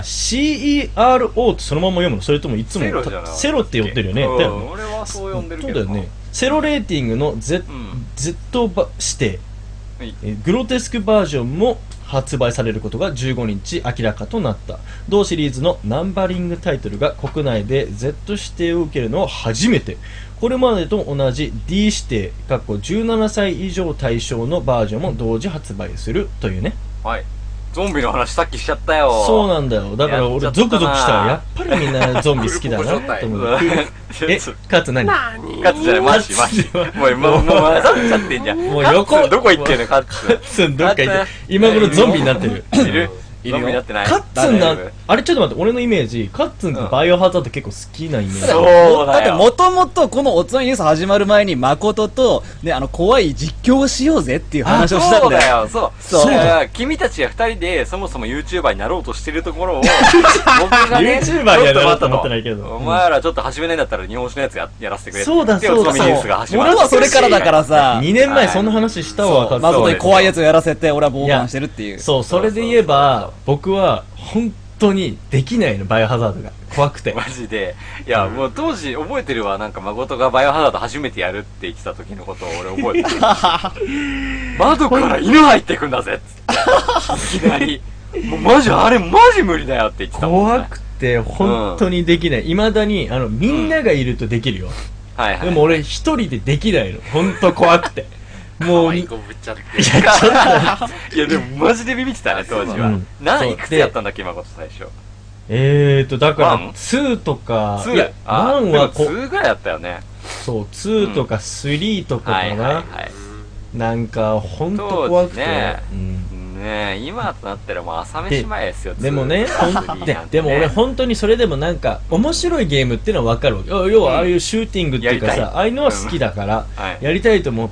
CERO ってそのまま読むの？それともいつもセロって呼ってるよね。 俺はそう呼んでるけど。 そうだよね。セロレーティングの Z 指定、グロテスクバージョンも発売されることが15日明らかとなった。同シリーズのナンバリングタイトルが国内で Z 指定を受けるのは初めて。これまでと同じ D 指定17歳以上対象のバージョンも同時発売するというね。 はい。ゾンビの話さっきしちゃったよ。 そうなんだよ。だから俺ゾクゾクしたらやっぱりみんなゾンビ好きだなと思う。カツ何？ カツじゃない、マジ。もう混ざっちゃってんじゃん。もう横どこ行ってんのカツどっか行って。今頃ゾンビになってる。 いる？ゾンビになってない。 カッツンな、あれちょっと待って、俺のイメージ、カッツンってバイオハザード結構好きなイメージ。 そうだってもともとこのおつまみニュース始まる前に誠とね、怖い実況をしようぜっていう話をしたんだよ。 そう君たちが2人でそもそも YouTuber になろうとしてるところを僕がね YouTuber になろうと思ってないけど、 お前らちょっと始めないんだったら日本酒のやつやらせてくれって。 そうだおつまみニュースが始まる。 俺はそれからだからさ、 2年前そんな話したわ。 誠に怖いやつをやらせて俺は傍観してるっていう。 そう、それで言えば僕は本当にできないの、バイオハザードが怖くて。 マジで。いや、もう当時覚えてるわ。なんか誠がバイオハザード初めてやるって言ってた時のことを俺覚えてる。窓から犬入ってくんだぜっつって。いきなり。もうマジ無理だよって言ってたもんね。 怖くて本当にできない。未だにみんながいるとできるよ。 はいはい。 でも俺一人でできないの。本当怖くて。もういこぶっちゃって。いやでもマジでビビってたね当時は。いくつやったんだっけ誠最初。 だから2とか、いや1は 2ぐらいだったよね。 そう、2とか3とかかな。なんか本当怖くてねえ、今となったらもう朝飯前ですよ。 でもね、でも俺本当にそれでもなんか面白いゲームっていうのは分かるわけ。要はああいうシューティングっていうかさ、ああいうのは好きだからやりたいと思って、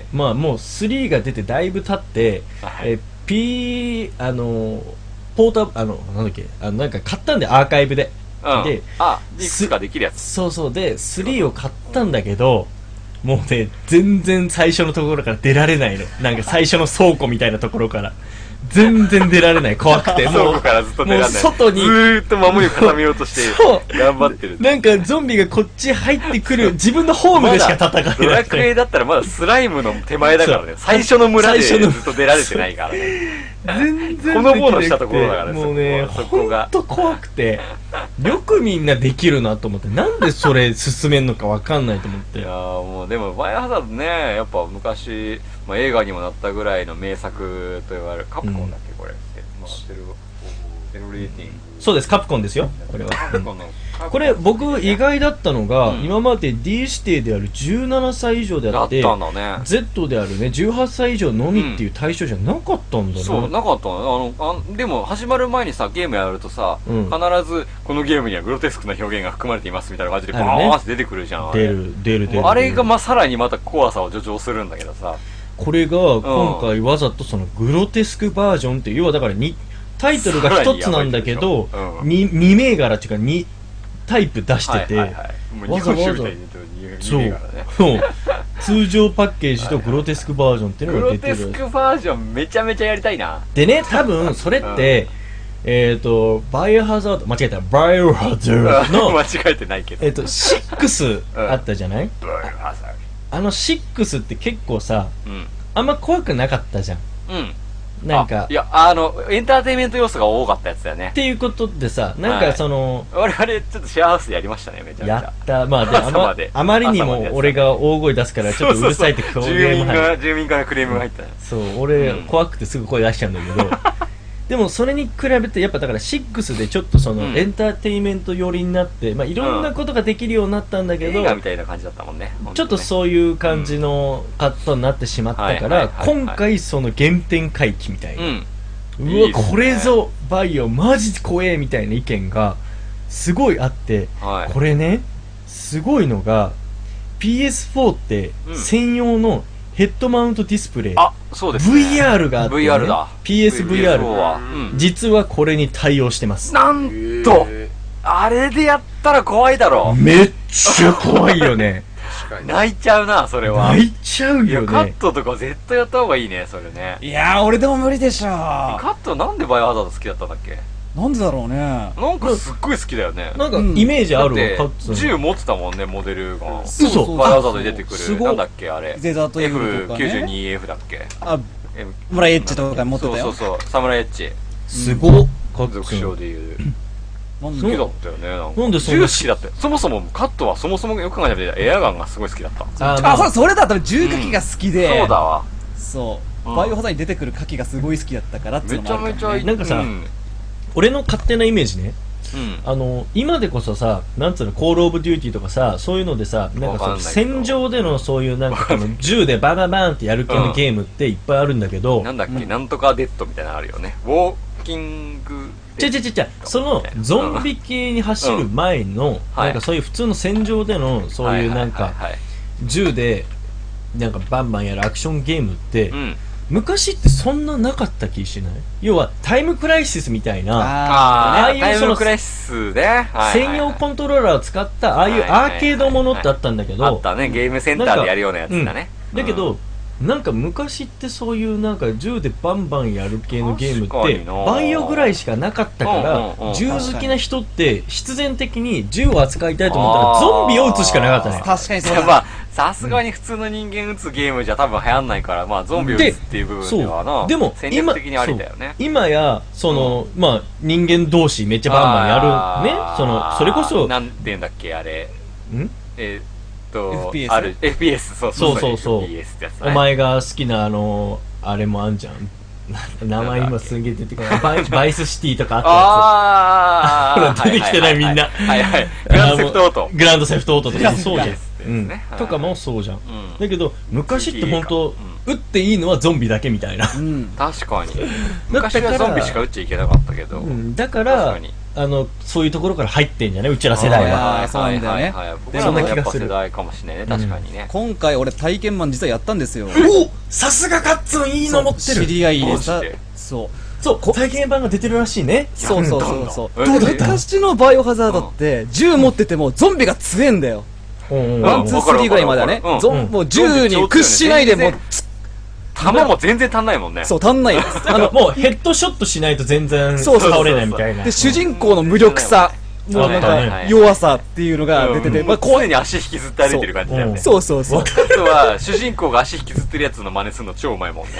まあもう3が出てだいぶ経って、ポータなんだっけ、なんか買ったんでアーカイブで。 で、いくつかできるやつ。 そうで3を買ったんだけど、もうね全然最初のところから出られないの。なんか最初の倉庫みたいなところから全然出られない。怖くて倉庫からずっと出られない。 もう外にずーっと守りを固めようとして頑張ってる。 なんかゾンビがこっち入ってくる自分のホームでしか戦えない。 ドラクエだったらまだスライムの手前だからね。最初の村でずっと出られてないからね。 全然このボーのしたところだからね。 もうね、ほんと怖くて、よくみんなできるなと思って、なんでそれ進めんのかわかんないと思って。 いやもうでもバイオハザードね、やっぱ昔、映画にもなったぐらいの名作と言われる。カプコンだっけこれ。セロレーティング。 そうです、カプコンですよ、これは。これ僕意外だったのが、今まで D 指定である17歳以上であって、Z であるね18歳以上のみっていう対象じゃなかったんだね。 そうなかったの。でも始まる前にさゲームやるとさ、必ずこのゲームにはグロテスクな表現が含まれていますみたいな感じでバーンって出てくるじゃん。 出る。 あれがさらにまた怖さを助長するんだけどさ、 これが今回わざとそのグロテスクバージョンっていう、要はだからタイトルが一つなんだけど、2銘柄っていうか2タイプ出してて、わざわざそう通常パッケージとグロテスクバージョンっていうのが出てる。 グロテスクバージョンめちゃめちゃやりたいな。 でね、多分それってバイオハザード間違えた、バイオハザードの間違えてないけど 6あったじゃない。6って結構さ、あんま怖くなかったじゃん。なんかいやエンターテインメント要素が多かったやつだよね。 っていうことでさ、なんかその我々ちょっとシェアハウスでやりましたね、めちゃめちゃやった。まあであまりにも俺が大声出すからちょっとうるさいって住民からクレームが入った。 そう、俺怖くてすぐ声出しちゃうんだけど、でもそれに比べてやっぱだから6でちょっとそのエンターテインメント寄りになって、いろんなことができるようになったんだけど、 映画みたいな感じだったもんね。 ちょっとそういう感じのカットになってしまったから、今回その原点回帰みたいな、うわこれぞバイオマジ怖えみたいな意見がすごいあって、これねすごいのが PS4 って専用のヘッドマウントディスプレイ。 そうですね。 VR があってね。 VR だ。 PSVR は。 実はこれに対応してます。 なんと、あれでやったら怖いだろ。 めっちゃ怖いよね。 泣いちゃうな、それは。 泣いちゃうよね。 カットとか絶対やった方がいいね、それね。 いやー、俺でも無理でしょ。 カットなんでバイオハザード好きだったんだっけ？ なんでだろうね。 なんかすっごい好きだよね。 なんかイメージあるわ、カッッツン。 銃持ってたもんね、モデルが。 嘘。 バイオハザードに出てくる。なんだっけ、あれ。 デザート F92F だっけ。 ムラエッジとか持ってたよ。 そう、サムライエッジ。 すごっ。 属性で言う。好きだったよね。 なんでそんな銃好きだった。そもそもカットはそもそもよく考えてみたらエアガンがすごい好きだった。 それだったら銃火器が好きで。 そうだわ。 そう。バイオハザードに出てくる火器がすごい好きだったからっていうのもあるからね。 めちゃめちゃいい。 なんかさ、俺の勝手なイメージね。今でこそさ、なんつうの、コールオブデューティーとかさ、そういうのでさ、なんか戦場でのそういうなんか銃でバンバンバンってやる系のゲームっていっぱいあるんだけど、 なんだっけ、なんとかデッドみたいなのあるよね。ウォーキングそのゾンビ系に走る前の、なんかそういう普通の戦場でのそういうなんか銃でなんかバンバンやるアクションゲームって、昔ってそんななかった気しない？要はタイムクライシスみたいな、 ああいうそのクライシスね、 専用コントローラーを使ったああいうアーケードものってあったんだけど、 あったね、ゲームセンターでやるようなやつだね。 だけどなんか昔ってそういうなんか銃でバンバンやる系のゲームってバイオぐらいしかなかったから銃好きな人って必然的に銃を扱いたいと思ったらゾンビを撃つしかなかったね。 確かにそうだ。 さすがに普通の人間撃つゲームじゃ多分流行んないから、まあゾンビを撃つっていう部分ではな、 でも戦略的にありだよね。 今やそのまあ人間同士めっちゃバンバンやるね、それこそなんて言うんだっけあれ、 FPS ある FPS そう FPS ってやつ、お前が好きなあれもあんじゃん。名前今すげえ出てこないバイスシティとかあったやつ。出てきてないみんな。 グランドセフトオート。 グランドセフトオートとかもそうじゃん。とかもそうじゃん。だけど昔って本当撃っていいのはゾンビだけみたいな。 確かに。昔はゾンビしか撃っちゃいけなかったけど。 だからそういうところから入ってんじゃね、うちら世代は。 そうなんだよね。 僕らのやっぱ世代かもしれないね、確かにね。 今回俺体験版実はやったんですよ。 お、さすがカッツンいいの持ってる。 知り合いでさ、そう体験版が出てるらしいね。 そう昔のバイオハザードって銃持っててもゾンビが強えんだよ。ワンツースリーぐらいまではね。もう銃に屈しないでもう弾も全然足んないもんね。 そう、足んない。 もうヘッドショットしないと全然倒れないみたいな。 で、主人公の無力さ、もうなんか弱さっていうのが出てて、 まあ常に足引きずって歩いてる感じだよね。 そう。あとは主人公が足引きずってるやつの真似するの超うまいもんね。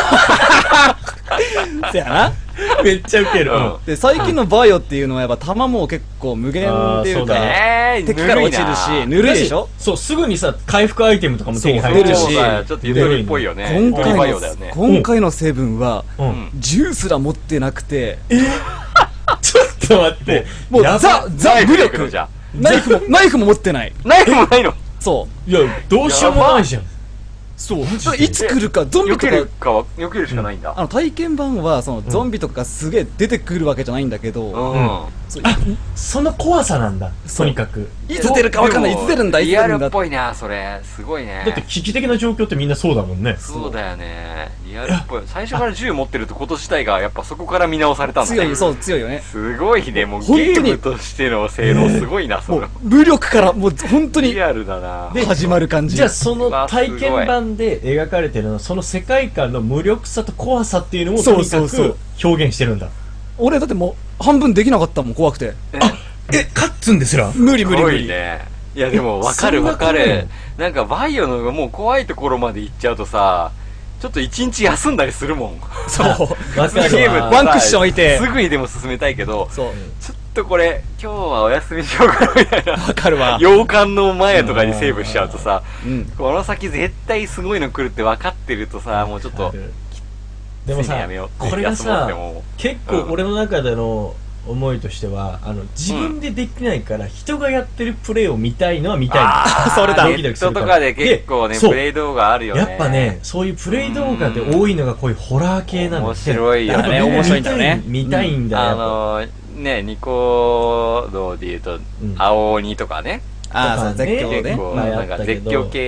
そやな。 めっちゃウケる。 で、最近のバイオっていうのはやっぱ弾も結構無限っていうか、敵から落ちるし、ぬるいでしょ？ そう、すぐにさ、回復アイテムとかも手に入るし、 ちょっとゆとりっぽいよね。 今回のセブンは、銃すら持ってなくて、 ちょっと待って、 もうザ武力。ナイフも持ってない。 ナイフもないの？ そう。 いや、どうしようもないじゃん。 そう。いつ来るか、ゾンビとか。 避けるしかないんだ。 体験版は、そのゾンビとかすげえ出てくるわけじゃないんだけど、 その怖さなんだ、とにかく。 いつ出るかわかんない、いつ出るんだ、 リアルっぽいな、それ。すごいね。 だって危機的な状況ってみんなそうだもんね。 そうだよね。リアルっぽい。最初から銃持ってるってこと自体が、やっぱそこから見直されたんだね。 強いよね。 すごいね、もうゲームとしての性能すごいな、それ。 武力から、もう本当に。 リアルだな。 で、始まる感じ。 じゃあその体験版で描かれてるのは、その世界観の無力さと怖さっていうのをとにかく表現してるんだ。 俺だってもう半分できなかったもん、怖くて。 カッツンですら無理。 ね。いやでもわかる。なんかバイオのもう怖いところまで行っちゃうとさ、ちょっと一日休んだりするもん。 そう。 わかる。 ゲームワンクッション置いて。 すぐにでも進めたいけど、ちょっとこれ、今日はお休みしようかなみたいな。 わかるわ。 洋館の前とかにセーブしちゃうとさ、この先絶対すごいの来るって分かってるとさ、もうちょっと、 でもさ、これがさ、結構俺の中での思いとしては、自分でできないから人がやってるプレイを見たいのは見たいんだ。それだ。ネットとかで結構ね、プレイ動画あるよね。 やっぱね、そういうプレイ動画で多いのがこういうホラー系なの。 面白いよね。 面白いんだよね。 見たいんだよ。 ニコ動で言うと、青鬼とかね。 絶叫ね。 なんか絶叫系ね。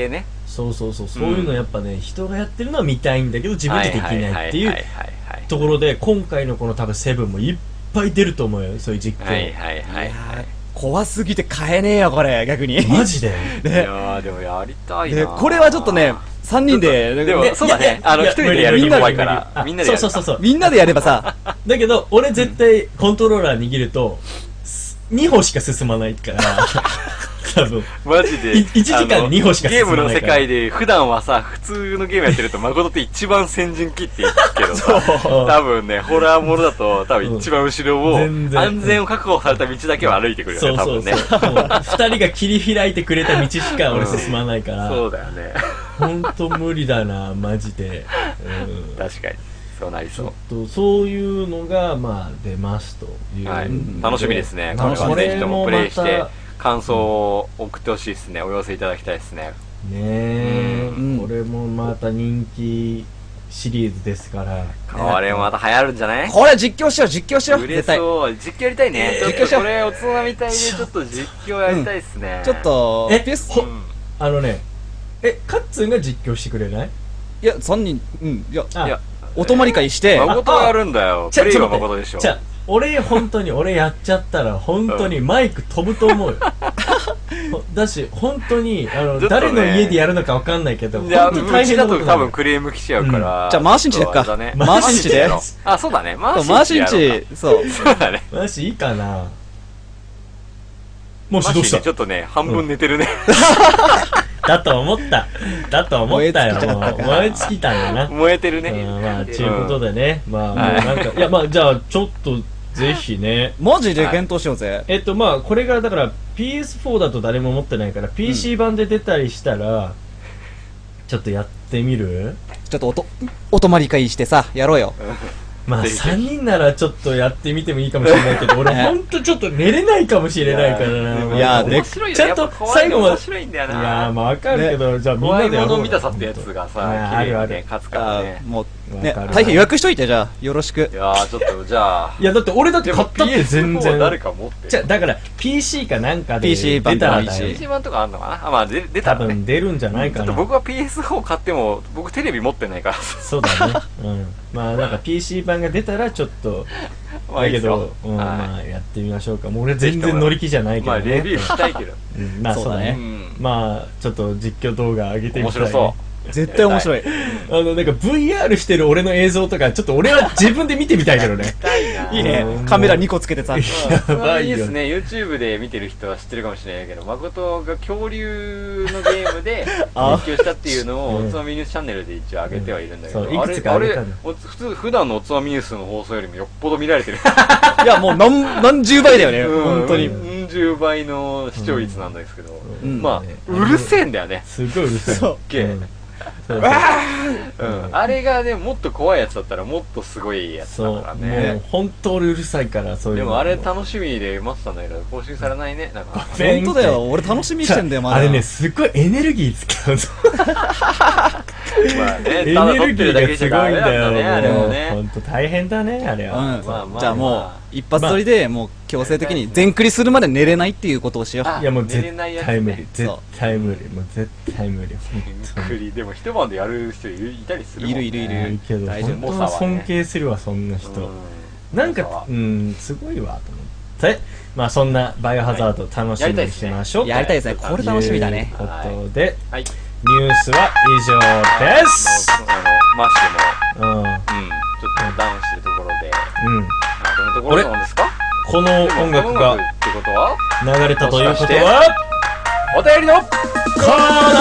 そういうのやっぱね、人がやってるのは見たいんだけど自分でできないっていうところで、今回のこの多分セブンもいっぱい出ると思うよ、そういう実況。 怖すぎて買えねえよこれ、逆に。 マジで。 いやでもやりたいな。 これはちょっとね、3人で。 でもそうだね、1人でやるに怖いから、みんなでやる。 そうみんなでやればさ。 だけど俺絶対コントローラー握ると2歩しか進まないから多分マジで 1時間2歩しか進まないから。 ゲームの世界で普段はさ、普通のゲームやってると誠って一番先陣切っていくけどさ、多分ね、ホラーものだと多分一番後ろを安全を確保された道だけは歩いてくるよね、多分ね。 2人が切り開いてくれた道しか俺進まないから、 そうだよね、 ほんと無理だなマジで。 確かにそうなりそう。 そういうのがまあ出ますという、 楽しみですね。これはぜひともプレイして感想を送ってほしいですね。お寄せいただきたいですね。 ねえ、これもまた人気シリーズですから、 これもまた流行るんじゃない？ これ実況しよう売れそう。実況やりたいね。ちょっとこれ大人みたいでちょっと実況やりたいですね。 ちょっとカッツンが実況してくれない？ いや3人いやお泊まり会して誠がやるんだよ。プレイは誠でしょ。 俺本当にやっちゃったら本当にマイク飛ぶと思うよ。だし本当に誰の家でやるのか分かんないけど、 本当に大変だと多分クレーム来ちゃうから。 じゃあマーシンチでやっか。マーシンチで。 あ、そうだね。 マーシンチそうだね。 マーシンいいかな。もしどうした？ ちょっとね半分寝てるね。 だと思ったよ。燃え尽きたんだな。 燃えてるね。 まあ、ちゅうことでね。まあ、もうなんか、いや、まあ、じゃあ、ちょっと、ぜひね。 マジで検討しようぜ。 まあ、これが、だから、PS4 だと誰も持ってないから、PC 版で出たりしたら、ちょっとやってみる？ ちょっとお泊まり会してさ、やろうよ。 まあ3人ならちょっとやってみてもいいかもしれないけど、俺ほんとちょっと寝れないかもしれないからな。 いや、 ちゃんと最後まで。 面白いんだよな。 いや、まあわかるけど、じゃあみんなでやろう。 怖いもの見たさってやつがさ、綺麗に勝つからね。 もう、大変予約しといて、じゃあ、よろしく。 いやちょっと、じゃあ。 いや、だって俺だって買ったって全然。 誰か持ってる。 だから、PC かなんかで PC 版出たら PC 版とかあんのかな。あ、まあ出たらね。 多分出るんじゃないかな。 僕は PS4 買っても、僕テレビ持ってないから。 そうだね。まあなんか PC 版が出たらちょっとだけど、まあやってみましょうか。もう俺全然乗り気じゃないけどね。 まあレビューしたいけど。 まあそうだね。まあちょっと実況動画上げてみたい。面白そう。 絶対面白い。 なんか VR してる俺の映像とかちょっと俺は自分で見てみたいけどね。 いいね。カメラ2個つけてさ。 やばいですね。YouTube で見てる人は知ってるかもしれないけど、誠が恐竜のゲームで実況したっていうのをおつまみニュースチャンネルで一応上げてはいるんだけど、あれ普段のおつまみニュースの放送よりもよっぽど見られてる。 いやもう何十倍だよね。本当に。 何十倍の視聴率なんですけど、まあうるせえんだよね。 すごいうるせえ。 そう。 あれがねもっと怖いやつだったらもっとすごいやつだからね。 もう本当にうるさいからそういうの。 でもあれ楽しみで待ってたんだけど更新されないね。なんか本当だよ。俺楽しみにしてんだよまだ。 あれねすごいエネルギー使うぞ。 まあね、ただ撮ってるだけじゃダメなんだねあれもね。 本当大変だねあれは。 じゃあもう一発撮りでもう強制的に全クリするまで寝れないっていうことをしよう。 いやもう絶対無理。絶対無理。もう絶対無理。 全クリでも一晩でやる人いたりするもんね。 いるけど本当は尊敬するわそんな人。なんかすごいわと思って。まあそんなバイオハザード楽しみにしましょう。 やりたいですね。これ楽しみだね。 ということでニュースは以上です。 マッシュもちょっとダウンしてるところでどのところなんですか？ この音楽がってことは流れたということはお便りのコー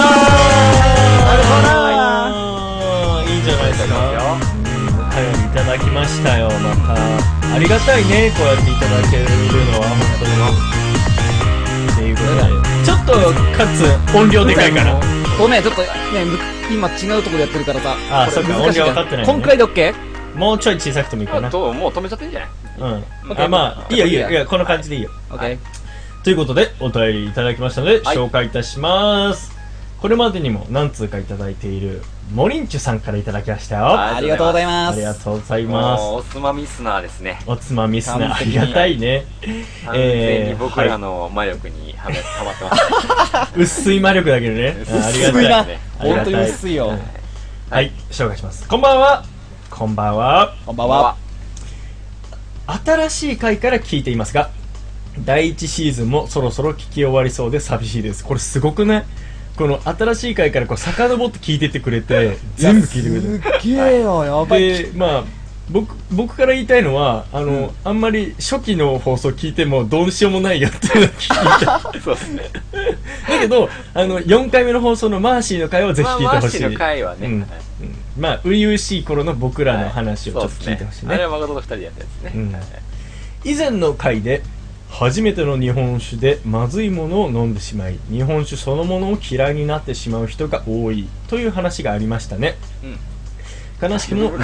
ナー。いいじゃないですか。お便りいただきましたよ。またありがたいねこうやっていただけるのは本当に。っていうことでちょっとかつ音量でかいからごめんちょっとね今違うところでやってるからさ。 あ、そっか音量分かってない。 こんくらいで OK？ もうちょい小さくてもいいかな。 もう止めちゃっていいんじゃない？ まあいいよいやこの感じでいいよ。ということでお便りいただきましたので紹介いたします。これまでにも何通かいただいているモリンチュさんからいただきましたよ。 ありがとうございます。 ありがとうございます。 おつまみスナーですね。 おつまみスナー、ありがたいね。 完全に僕らの魔力にはまってます。 薄い魔力だけどね。ありがたいね。 本当に薄いよ。 はい、紹介します。こんばんは。こんばんは。 こんばんは。 新しい回から聞いていますが、第1シーズンもそろそろ聞き終わりそうで寂しいです。これすごくない？この新しい回からこう遡って聞いてってくれて、全部聞いてくれて。 すげえよ、やばい。 で、まあ、僕から言いたいのは、あんまり初期の放送聞いてもどうしようもないよっていうのを聞いた。 そうですね。 だけど、4回目の放送のマーシーの回はぜひ聞いてほしい。 マーシーの回はね。 まあ、初々しい頃の僕らの話をちょっと聞いてほしいね。 あれは誠と2人でやったやつね。 以前の回で、初めての日本酒でまずいものを飲んでしまい、日本酒そのものを嫌いになってしまう人が多いという話がありましたね。悲しくも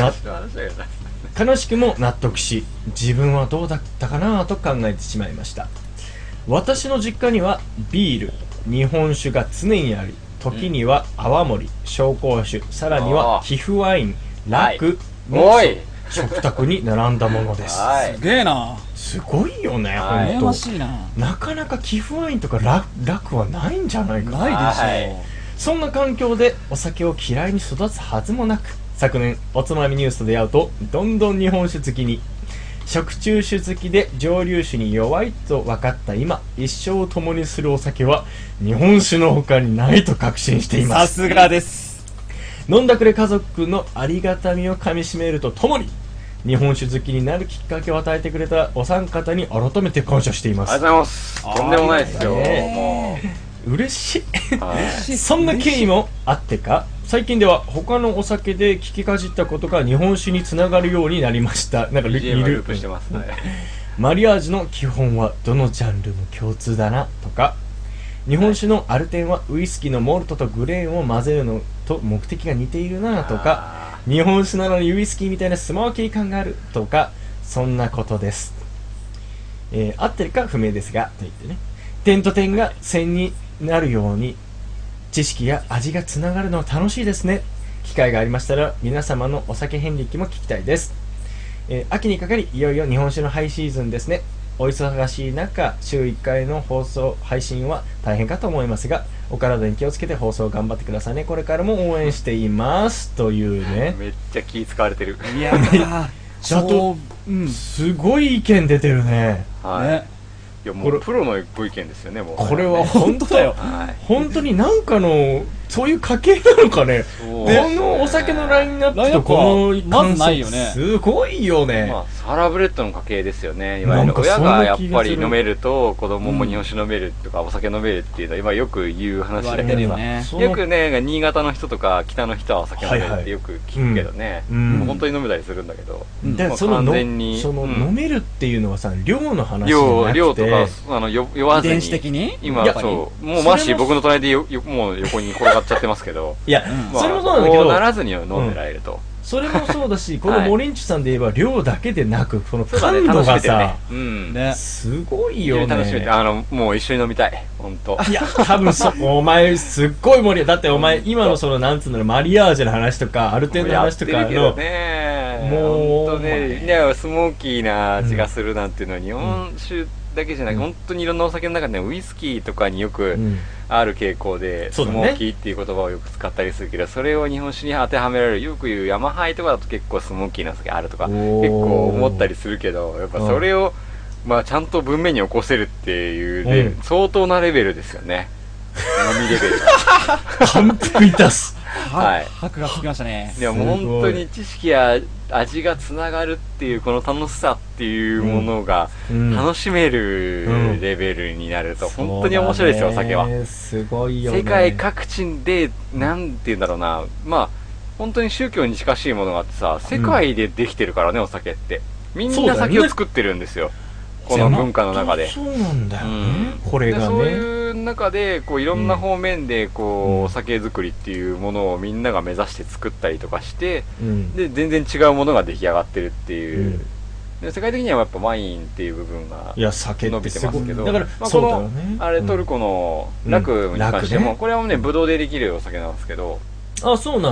納得し、自分はどうだったかなと考えてしまいました。私の実家にはビール、日本酒が常にあり、時には泡盛、紹興酒、さらには寄付ワイン、ラクも食卓に並んだものです。 すげえな。 すごいよね、 羨ましいな。 なかなか寄付ワインとかラクはないんじゃないかな。 ないでしょう。 そんな環境でお酒を嫌いに育つはずもなく、昨年おつまみニュースと出会うとどんどん日本酒好きに、食中酒好きで蒸留酒に弱いと分かった今、一生を共にするお酒は日本酒の他にないと確信しています。 さすがです。 飲んだくれ家族のありがたみをかみしめるとともに、日本酒好きになるきっかけを与えてくれたお三方に改めて感謝しています。 ありがとうございます。とんでもないですよ。もう嬉しい。そんな経緯もあってか、最近では他のお酒で聞きかじったことが日本酒につながるようになりました。なんかループしてますね。 マリアージュの基本はどのジャンルも共通だなとか、日本酒のある点はウイスキーのモルトとグレーンを混ぜるのと目的が似ているなとか、日本酒なのにウイスキーみたいなスモーキー感があるとか、そんなことです。合ってるか不明ですがと言ってね、点と点が線になるように知識や味がつながるのは楽しいですね。機会がありましたら皆様のお酒遍歴も聞きたいです。秋にかかりいよいよ日本酒のハイシーズンですね。お忙しい中週1回の放送配信は大変かと思いますが、お体に気をつけて放送頑張ってくださいね。これからも応援していますというね。 めっちゃ気使われてる。 いやーあと、すごい意見出てるね。 はい、ね、いやもうプロのご意見ですよね。もうこれは本当だよ。本当になんかのそういう家系なのかね。このお酒のラインナップとこのまずないよね。 すごいよね。 まあサラブレッドの家系ですよね。いわゆる親がやっぱり飲めると子供も日本酒飲めるとかお酒飲めるっていうのは今よく言う話だけど、よくね新潟の人とか北の人はお酒飲めるってよく聞くけどね。本当に飲めたりするんだけど。 完全にその飲めるっていうのはさ、量の話じゃなくて量とか酔わずに遺伝子的に今そうもうマシ僕の隣でもう横に転がっちゃってますけど。 いや、それもそうなんだけど、 ならずに飲んでられると。 それもそうだし、このモリンチュさんで言えば量だけでなく、この感度がさ、すごいよね。 楽しめて、もう一緒に飲みたい、本当。 いや、多分お前すっごい盛りだってお前今のそのなんつうのマリアージュの話とかアルテンの話とかのもう本当ね、スモーキーな味がするなんていうのは日本酒だけじゃなく、本当にいろんなお酒の中でウイスキーとかによくある傾向で、スモーキーっていう言葉をよく使ったりするけど、それを日本酒に当てはめられる、よく言うヤマハイとかだと結構スモーキーなお酒あるとか結構思ったりするけど、やっぱそれをまあちゃんと文面に起こせるっていう相当なレベルですよね。飲みレベル感服いたす。 はい、 拍がつきましたね。 いやもう本当に知識や味がつながるっていうこの楽しさっていうものが楽しめるレベルになると本当に面白いですよ、お酒は。 すごいよね。 世界各地でなんて言うんだろうな、まあ本当に宗教に近しいものがあってさ、世界でできてるからね、お酒ってみんな酒を作ってるんですよ、この文化の中で。 そうなんだよね、これがね。 そういう中でこういろんな方面でこう、お酒作りっていうものをみんなが目指して作ったりとかして、で全然違うものが出来上がってるっていう、で世界的にはやっぱワインっていう部分が伸びてますけど、だからこのあれトルコのラクに関してもこれはねブドウでできるお酒なんですけど。 あ、そうなんだ。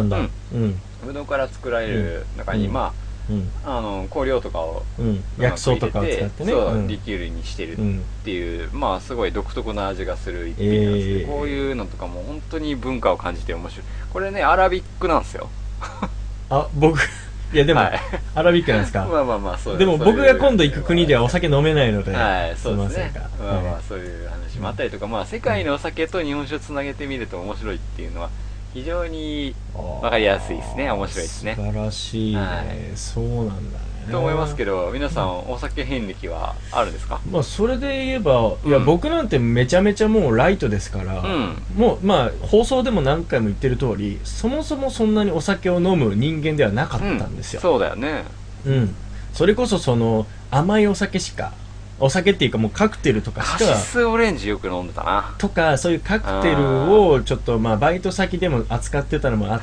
ぶどうから作られる中にまあ香料とかを薬草とかを使ってねリキュールにしてるっていうまあすごい独特な味がする一品なんですけど、こういうのとかも本当に文化を感じて面白い。これねアラビックなんですよ。 僕いやでも、アラビックなんですか。 まあまあまあそうでも僕が今度行く国ではお酒飲めないので、 そうですね。まあまあそういう話もあったりとか、まあ世界のお酒と日本酒をつなげてみると面白いっていうのは非常にわかりやすいですね。面白いですね。 素晴らしいね。そうなんだね。 と思いますけど、皆さんお酒遍歴はあるんですか？ まあそれで言えば、いや僕なんてめちゃめちゃもうライトですから、もうまあ放送でも何回も言ってる通り、そもそもそんなにお酒を飲む人間ではなかったんですよ。 そうだよね。 それこそその甘いお酒しか、お酒っていうかもうカクテルとかしか、 カシスオレンジよく飲んでたなとか、そういうカクテルをちょっとまあバイト先でも扱ってたのもあって、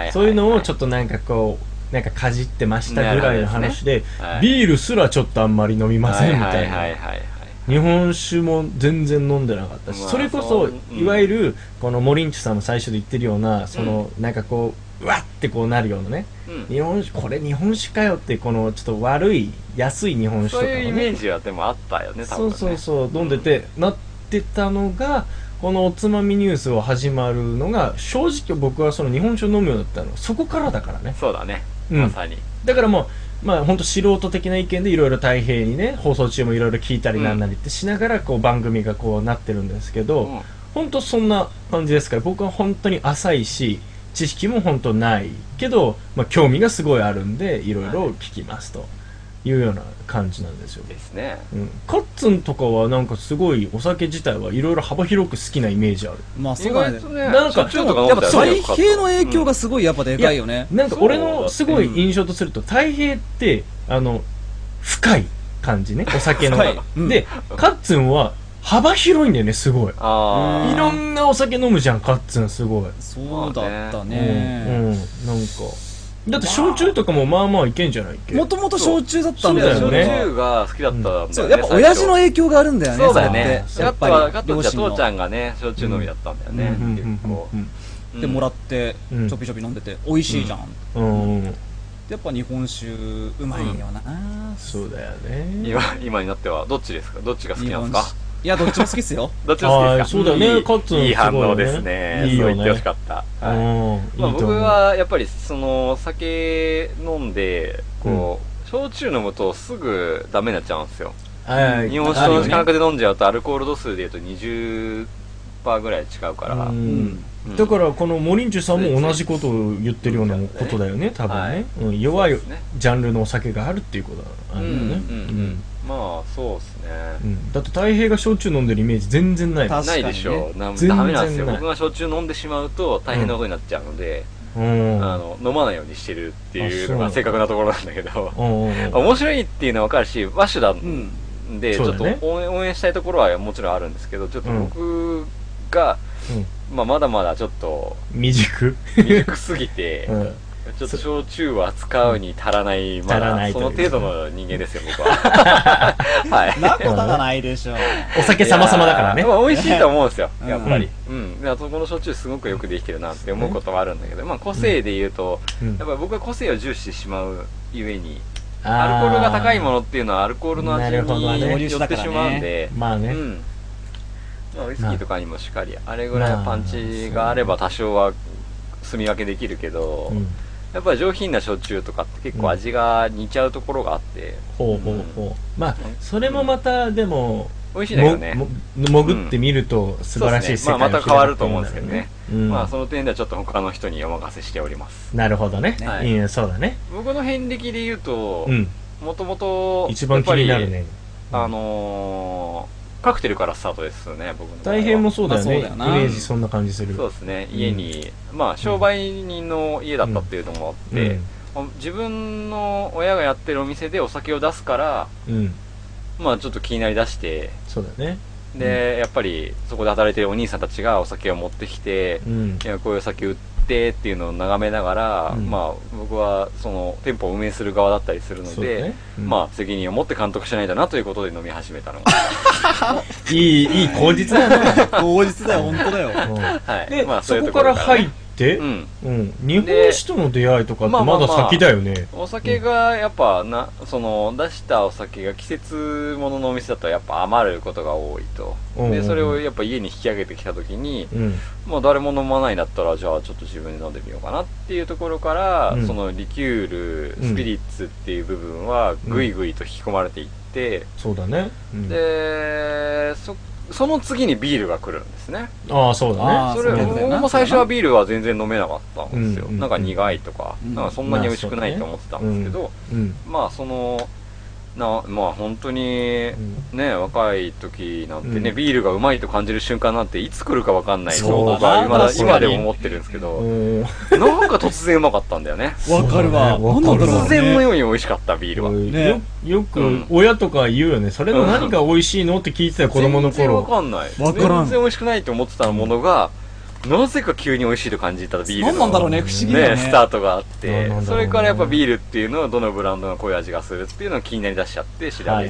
そういうのをちょっとなんかこうなんかかじってましたぐらいの話で、ビールすらちょっとあんまり飲みませんみたいな。日本酒も全然飲んでなかったし、それこそいわゆるこのモリンチュさんも最初で言ってるような、そのなんかこうわってこうなるようなね、日本酒、これ日本酒かよってこのちょっと悪い安い日本酒とかもね、 そういうイメージはでもあったよね、多分ね。 そう飲んでてなってたのが、このおつまみニュースを始まるのが正直僕はその日本酒を飲むようになったのそこからだからね。 そうだね、まさに。 だからもうまあ本当素人的な意見でいろいろ太平にね、放送中もいろいろ聞いたりなんなりってしながらこう番組がこうなってるんですけど、本当そんな感じですから、僕は本当に浅いし知識も本当ないけど、まあ、興味がすごいあるんでいろいろ聞きますというような感じなんですよ。 ですね。 カッツンとかはなんかすごいお酒自体はいろいろ幅広く好きなイメージある。 まあそうだね。 なんかやっぱ太平の影響がすごいやっぱでかいよね。 なんか俺のすごい印象とすると、太平って深い感じね、お酒の。でカッツンは幅広いんだよね、すごい。いろんなお酒飲むじゃん、カッツンすごい。 そうだったね。 なんかだって焼酎とかもまあまあいけんじゃないっけ。 もともと焼酎だったんだよね。 焼酎が好きだったんだよね。 そう、やっぱ親父の影響があるんだよね。 そうだよね。やっぱり父ちゃんがね焼酎飲みだったんだよね。 でもらってちょびちょび飲んでて美味しいじゃん。やっぱ日本酒うまいよな。 そうだよね。 今になってはどっちですか？どっちが好きなんですか？ いや、どっちも好きっすよ。 どっちも好きですか？ そうだよね、カッツン。 いい反応ですね。そう言ってほしかった。僕はやっぱりその酒飲んでこう焼酎飲むとすぐダメになっちゃうんですよ。日本酒の感覚で飲んじゃうとアルコール度数でいうと20%ぐらい違うから。 だからこのモリンチュさんも同じことを言ってるようなことだよね、多分ね。弱いジャンルのお酒があるっていうことなんだよね。 まあそうですね。 だって太平が焼酎飲んでるイメージ全然ない。 ないでしょ。ダメなんですよ。僕が焼酎飲んでしまうと大変なことになっちゃうので、飲まないようにしてるっていうのが正確なところなんだけど、面白いっていうのは分かるし、和酒なんでちょっと応援したいところはもちろんあるんですけど、ちょっと僕がまだまだちょっと未熟すぎて、ちょっと焼酎を扱うに足らない、まだその程度の人間ですよ、僕は。はい。 なことはないでしょう。 お酒様々だからね。 美味しいと思うんですよ、やっぱり。そこの焼酎すごくよくできてるなって思うことはあるんだけど、個性で言うと、やっぱり僕は個性を重視してしまうゆえに、アルコールが高いものっていうのはアルコールの味に寄ってしまうんで、 まあね。 ウイスキーとかにもしっかり、あれぐらいパンチがあれば多少は住み分けできるけど、やっぱり上品な焼酎とかって結構味が似ちゃうところがあって、 まあそれもまたでも美味しいんだけどね、 潜ってみると素晴らしい世界をまた変わると思うんですけどね。その点ではちょっと他の人にお任せしております。 なるほどね。そうだね。 僕の遍歴で言うと、もともと一番気になるね。 カクテルからスタートですね、僕の。 大変もそうだよね。イメージそんな感じする。 そうですね。家に商売人の家だったっていうのもあって、自分の親がやってるお店でお酒を出すから、ちょっと気になりだして、 そうだね。 でやっぱりそこで働いてるお兄さんたちがお酒を持ってきて、いやこういうお酒売ってっていうのを眺めながら、僕はその店舗を運営する側だったりするので、責任を持って監督しないとなということで飲み始めたのがいい口実だね。 口実だよ、本当だよ。 でそこから入って、日本酒との出会いとかってまだ先だよね。 お酒がやっぱその出したお酒が季節もののお店だとやっぱ余ることが多いと。でそれをやっぱ家に引き上げてきた時に、まあ誰も飲まないんだったらじゃあちょっと自分で飲んでみようかなっていうところから、そのリキュールスピリッツっていう部分はぐいぐいと引き込まれていって、 そうだね。 でその次にビールが来るんですね。 ああ、そうだね。 僕も最初はビールは全然飲めなかったんですよ。なんか苦いとか、なんかそんなに美味しくないと思ってたんですけど、まあまあ本当にね、若い時なんてね、ビールがうまいと感じる瞬間なんていつ来るか分かんないと僕は今でも思ってるんですけど、なんか突然うまかったんだよね。 わかるわ。 突然のように美味しかったビールは。 よく親とか言うよね。それの何が美味しいのって聞いてたよ、子供の頃。 全然わかんない。全然美味しくないと思ってたものが、なぜか急に美味しいと感じたビールの何なんだろうね、不思議だね、 スタートがあって、それからやっぱビールっていうのはどのブランドがこういう味がするっていうのを気になりだしちゃって調べていって、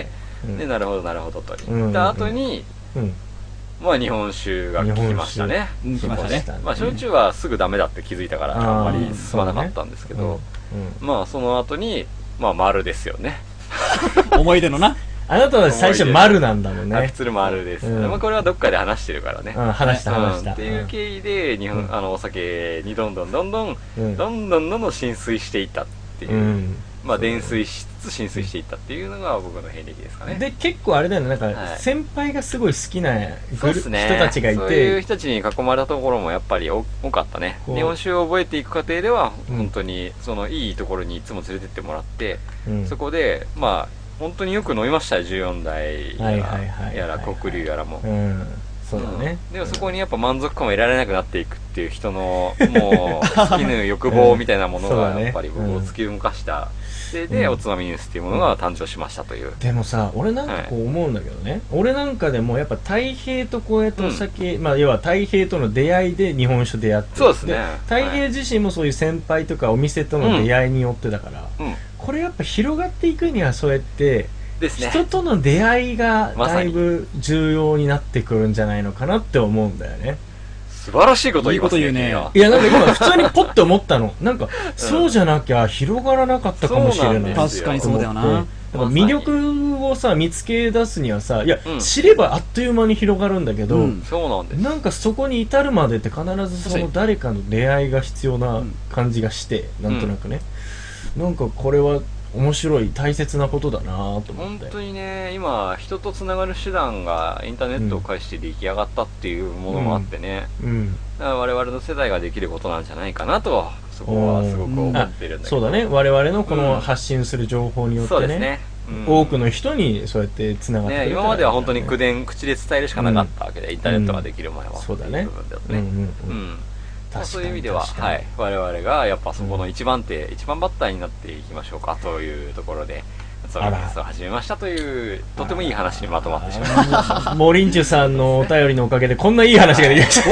でなるほどなるほどと言った後に、まあ日本酒が来ましたね。まあ焼酎はすぐダメだって気づいたからあんまり進まなかったんですけど、まあその後にまあ丸ですよね。 思い出のな。 あなたは最初丸なんだもんね。 アピツル丸です。まあこれはどっかで話してるからね。 話した。 っていう経緯でお酒にどんどん浸水していったっていう。まあ泥酔しつつ浸水していったっていうのが僕の遍歴ですかね。 で結構あれだよね、なんか先輩がすごい好きな人たちがいて、 そういう人たちに囲まれたところもやっぱり多かったね。日本酒を覚えていく過程では本当にそのいいところにいつも連れてってもらって、そこでまあ本当によく飲みましたよ、14代やら黒龍やらも。 そうだね。 でもそこにやっぱ満足感を得られなくなっていくっていう人のもう尽きぬ欲望みたいなものがやっぱり僕を突き動かしたせいでおつまみニュースっていうものが誕生しましたという。 でもさ、俺なんかこう思うんだけどね、俺なんかでもやっぱ太平とこうやってお酒、まあ要は太平との出会いで日本酒出会って、 そうですね。 太平自身もそういう先輩とかお店との出会いによってだから、これやっぱ広がっていくにはそうやって人との出会いがだいぶ重要になってくるんじゃないのかなって思うんだよね。 素晴らしいこと言いますね。 いやなんか今普通にポッて思ったの。なんかそうじゃなきゃ広がらなかったかもしれない。 確かにそうだよな。 魅力をさ見つけ出すにはさ、いや、知ればあっという間に広がるんだけど、 そうなんです。 なんかそこに至るまでって必ずその誰かの出会いが必要な感じがして、なんとなくね、なんかこれは面白い大切なことだなと思って。 本当にね、今人とつながる手段がインターネットを介して出来上がったっていうものもあってね、だから我々の世代ができることなんじゃないかなとそこはすごく思ってるんだけど。 そうだね、我々のこの発信する情報によってね、多くの人にそうやってつながってくれたら、 今までは本当に口で伝えるしかなかったわけで、インターネットができる前はそうだね。 そういう意味では、我々がやっぱそこの一番バッターになっていきましょうかというところでそのニュースを始めましたというとてもいい話にまとまってしまいました。 モリンチュさんのお便りのおかげでこんないい話ができました。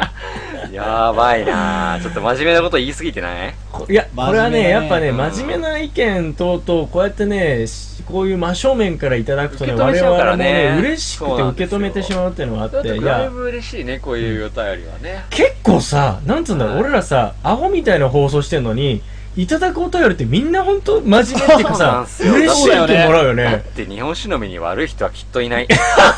やばいな、ちょっと真面目なこと言い過ぎてない？ いや、これはね、やっぱね、真面目な意見等々こうやってね、こういう真正面からいただくとね、我々もね、嬉しくて受け止めてしまうっていうのがあって、 だいぶ嬉しいね、こういうお便りはね。 結構さ、なんつうんだろう、俺らさ、アホみたいな放送してんのに、いただくお便りってみんな本当真面目っていうかさ、嬉しいってもらうよね。 だって日本酒飲みに悪い人はきっといない。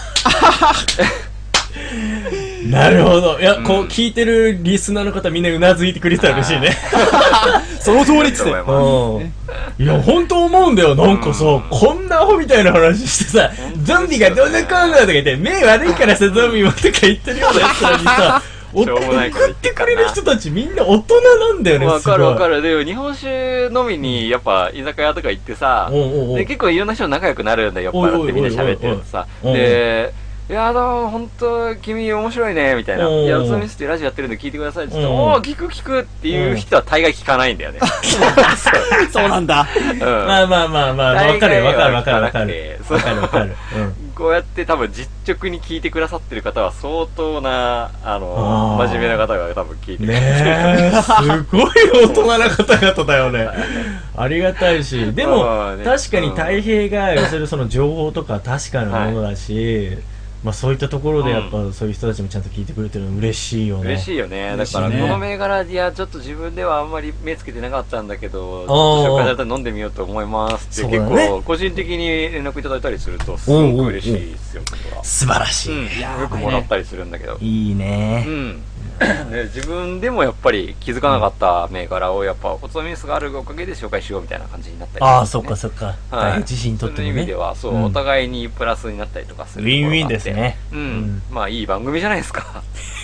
なるほど。いや、こう聞いてるリスナーの方みんなうなずいてくれたら嬉しいね。 その通りっつって。 いや、本当思うんだよ。なんかさ、こんなアホみたいな話してさ、ゾンビがどんなこんなとか言って、目悪いからさ、ゾンビもとか言ってるようなやつらにさ、送ってくれる人たちみんな大人なんだよね。 わかるわかる。でも日本酒飲みにやっぱ居酒屋とか行ってさ、で結構いろんな人と仲良くなるんだよ、酔っ払ってみんな喋ってるとさ。で、いや本当君面白いねみたいな、いや、おつまみニュースってラジオやってるんで聞いてくださいって言って、おお、聞くっていう人は大概聞かないんだよね。 そうなんだ。 まあわかるわかる。 こうやって多分実直に聞いてくださってる方は相当な真面目な方が多分聞いてくれてる。 ねえ、すごい大人な方々だよね。ありがたいし、でも確かに太平が寄せるその情報とか確かなものだし、 まあそういったところでやっぱそういう人たちもちゃんと聞いてくれてるの嬉しいよね。 嬉しいよね。だからこの銘柄いやちょっと自分ではあんまり目つけてなかったんだけど、紹介されたら飲んでみようと思いますって結構個人的に連絡いただいたりするとすごく嬉しいですよ。 素晴らしい。 よくもらったりするんだけど。 いいね。 自分でもやっぱり気づかなかった銘柄をやっぱおつまみニュースがあるおかげで紹介しようみたいな感じになったり、 ああそっかそっか、自信にとってもね、 そういう意味ではそう、お互いにプラスになったりとかするウィンウィンですね。 まあいい番組じゃないですか。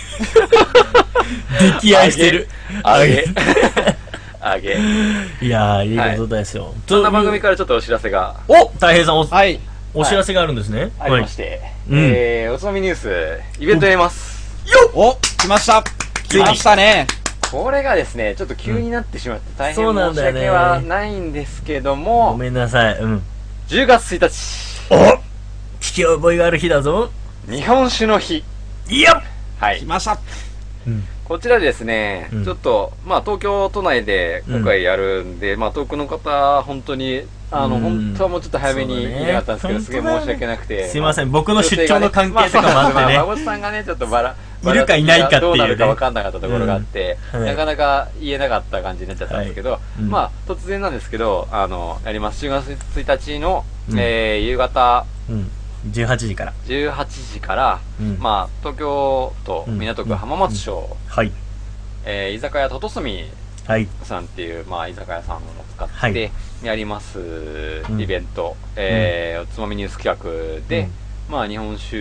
溺愛してる。 あげいやいいことですよ。 そんな番組からちょっとお知らせが。 お、大平さんお知らせがあるんですね。 ありまして、おつまみニュースイベントやります。 お、来ましたね。 これがですねちょっと急になってしまって大変申し訳はないんですけども、 ごめんなさい。 10月1日、 お、聞き覚えがある日だぞ。 日本酒の日。 いや、 はい、来ました。 こちらでですね、ちょっとまあ東京都内で今回やるんで、まあ遠くの方本当に本当はもうちょっと早めに言いたかったんですけど、すげえ申し訳なくて、 すいません、僕の出張の関係とかもあってね、 孫さんがねちょっといるかいないかっていうね、 どうなるか分かんなかったところがあって、なかなか言えなかった感じになっちゃったんですけど、まあ突然なんですけどやります。10月1日の夕方 18時からまあ東京都港区浜松町居酒屋ととすみさんっていうまあ居酒屋さんを使ってやりますイベント、おつまみニュース企画で、まあ日本酒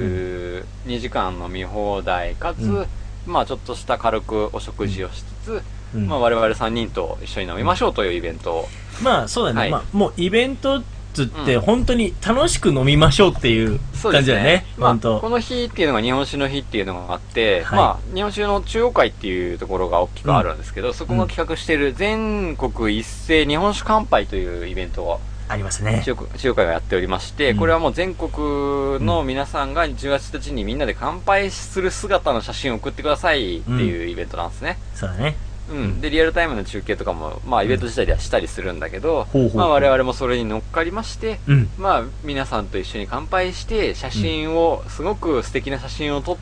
2時間飲み放題かつ、まあちょっとした軽くお食事をしつつ、まあ我々3人と一緒に飲みましょうというイベントを、 まあそうだね、まあもうイベントつって本当に楽しく飲みましょうっていう感じだよね。 まあこの日っていうのが日本酒の日っていうのがあって、まあ日本酒の中央会っていうところが大きくあるんですけど、そこが企画している全国一斉日本酒乾杯というイベントがありますね。 中央会がやっておりまして、これはもう全国の皆さんが10月1日にみんなで乾杯する姿の写真を送ってくださいっていうイベントなんですね。 そうだね。 でリアルタイムの中継とかも、まあ、イベント自体ではしたりするんだけど、まあ、我々もそれに乗っかりまして、まあ、皆さんと一緒に乾杯して写真を、すごく素敵な写真を撮って、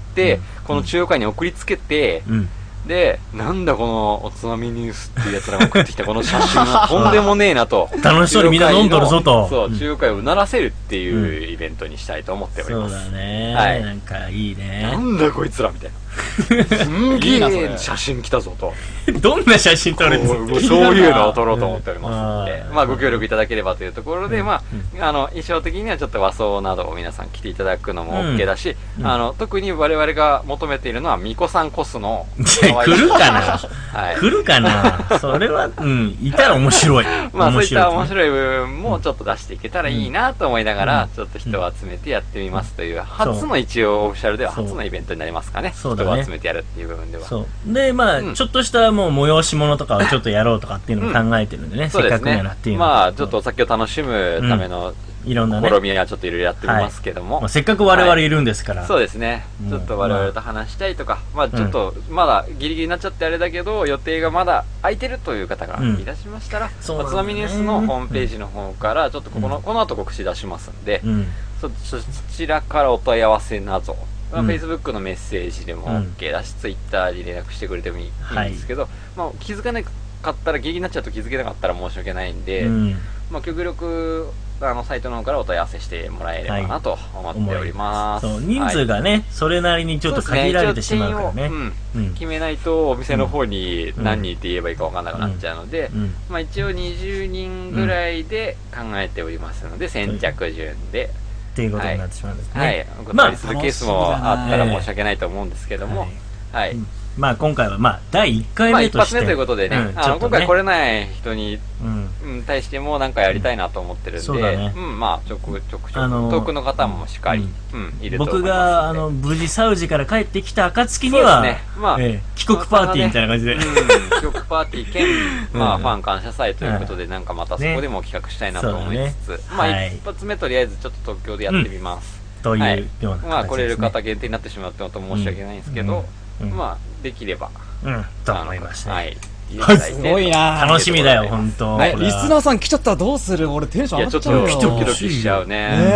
この中央会に送りつけて、で、なんだこのおつまみニュースっていうやつらが送ってきたこの写真はとんでもねえなと楽しそうにみんな飲んどるぞと、 そう中央会をうならせるっていうイベントにしたいと思っております。 そうだね、なんかいいね。 なんだこいつらみたいなすんげえ写真来たぞとどんな写真撮るんですか。 そういうのを撮ろうと思っておりますので、まあご協力いただければというところで、まあ衣装的にはちょっと和装などを皆さん着ていただくのも OK だし、特に我々が求めているのは巫女さんコスの来るかな来るかなそれは、いたら面白い。 まあそういった面白い部分もちょっと出していけたらいいなと思いながら、ちょっと人を集めてやってみますという、初の一応オフィシャルでは初のイベントになりますかね。人を集めてやるっていう部分では。 で、まあ、ちょっとしたもう催し物とかをちょっとやろうとかっていうのを考えてるんでね、せっかくならっていうのまあ、ちょっとお酒を楽しむためのいろんな試みはちょっといろいろやってみますけども、 せっかく我々いるんですから、 そうですね、ちょっと我々と話したいとか、まあちょっとまだギリギリになっちゃってあれだけど予定がまだ空いてるという方がいらっしゃいましたら、おつまみニュースのホームページの方からちょっとこの後告知出しますんで、そちらからお問い合わせなど、Facebook のメッセージでも OK だし、Twitter に連絡してくれてもいいんですけど、まあ気づかなかったらギリギリになっちゃうと気づけなかったら申し訳ないんで、まあ極力サイトの方からお問い合わせしてもらえればなと思っております。 人数がね、それなりにちょっと限られてしまうからね。 決めないとお店の方に何人って言えばいいか分かんなくなっちゃうので、まあ一応20人ぐらいで考えておりますので、先着順で。 っていうことになってしまうんですね。 はい。お断りするケースもあったら申し訳ないと思うんですけども、はい。 まあ今回はまあ第1回目として、 一発目ということでね、今回来れない人に対しても何かやりたいなと思ってるんで、まあちょくちょく遠くの方もしっかりいると思います。僕が無事サウジから帰ってきた暁には帰国パーティーみたいな感じで、 帰国パーティー兼まあファン感謝祭ということで、なんかまたそこでも企画したいなと思いつつ、まあ一発目とりあえずちょっと東京でやってみますというような形ですね。 まあ来れる方限定になってしまうってことは申し訳ないんですけど、まあできればと思いました。 はい。 すごいな。 楽しみだよ本当。 リスナーさん来ちゃったらどうする？俺テンション上がっちゃうよ。 いやちょっとドキドキしちゃうね。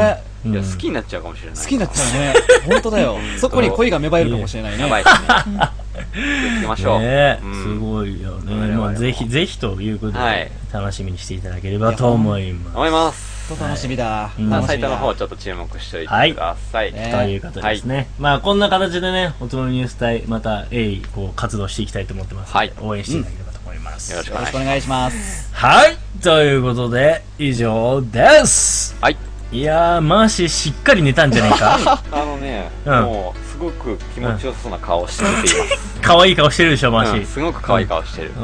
いや、好きになっちゃうかもしれない。 好きになっちゃうね。本当だよ。そこに恋が芽生えるかもしれないね。 やばいですね。行きましょう。 すごいよね。まあ、ぜひぜひということで、楽しみにしていただければと思います。 楽しみだ。 サイトの方ちょっと注目しておいてください。 ということですね。まあ、こんな形でね、おつまみニュース隊、また活動していきたいと思ってますので、応援していただければと思います。 よろしくお願いします。 はい。ということで、以上です。 はい。 いやー、マーシーしっかり寝たんじゃないか。 もう、すごく気持ちよさそうな顔しています。 可愛い顔してるでしょ、マーシー。 すごく可愛い顔してる。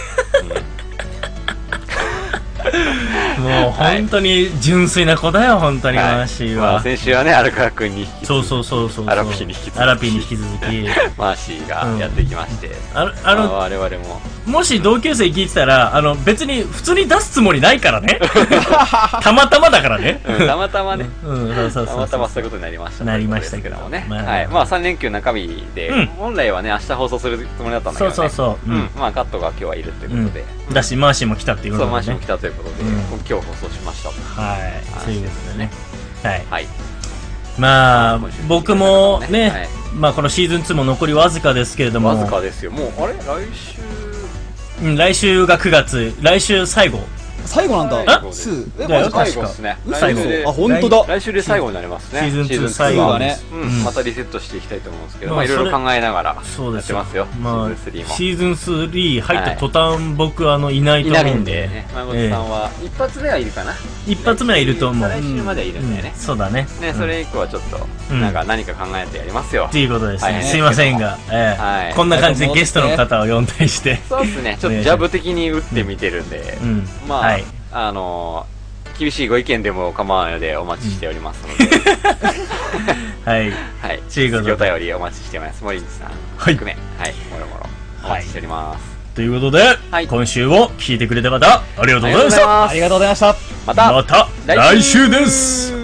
もう本当に純粋な子だよ、本当にマーシーは。 先週はね、荒川君に引き続き、 そうアラピーに引き続き、マーシーがやってきまして、我々も。 もし同級生聞いてたら、別に普通に出すつもりないからね。たまたまだからね。 たまたまね。たまたまそういうことになりました。 なりましたけどもね。まあ3連休中日で、本来はね、明日放送するつもりだったんだけどね。まあカットが今日はいるということで。 だし、マーシーも来たっていうことで。 そう、マーシーも来たということで、今日放送しました。 はい。そういうことでね。はい。まあ、僕もね、まあこのシーズン2も残りわずかですけれども。 わずかですよ。もう、あれ来週が9月、来週最後。 最後なんだ。 最後ですね。 最後。 あ、本当だ。 来週で最後になりますね。 シーズン2最後はね。 またリセットしていきたいと思うんですけど、まあいろいろ考えながらやってますよ。 シーズン3入った途端僕いないと思うんで。 前本さんは一発目はいるかな。 一発目はいると思う。 来週まではいるんだよね。 そうだね。 ね、それ以降はちょっと何か考えてやりますよ。 っていうことですね。すいませんが、こんな感じでゲストの方を呼んだりして。 そうですね。ちょっとジャブ的に打ってみてるんで、まあ。厳しいご意見でも構わないのでお待ちしておりますので、 はい、 お便りお待ちしてます。森口さん含め、もろもろお待ちしております。 ということで、今週を聞いてくれた方ありがとうございました。 ありがとうございました。 また来週です。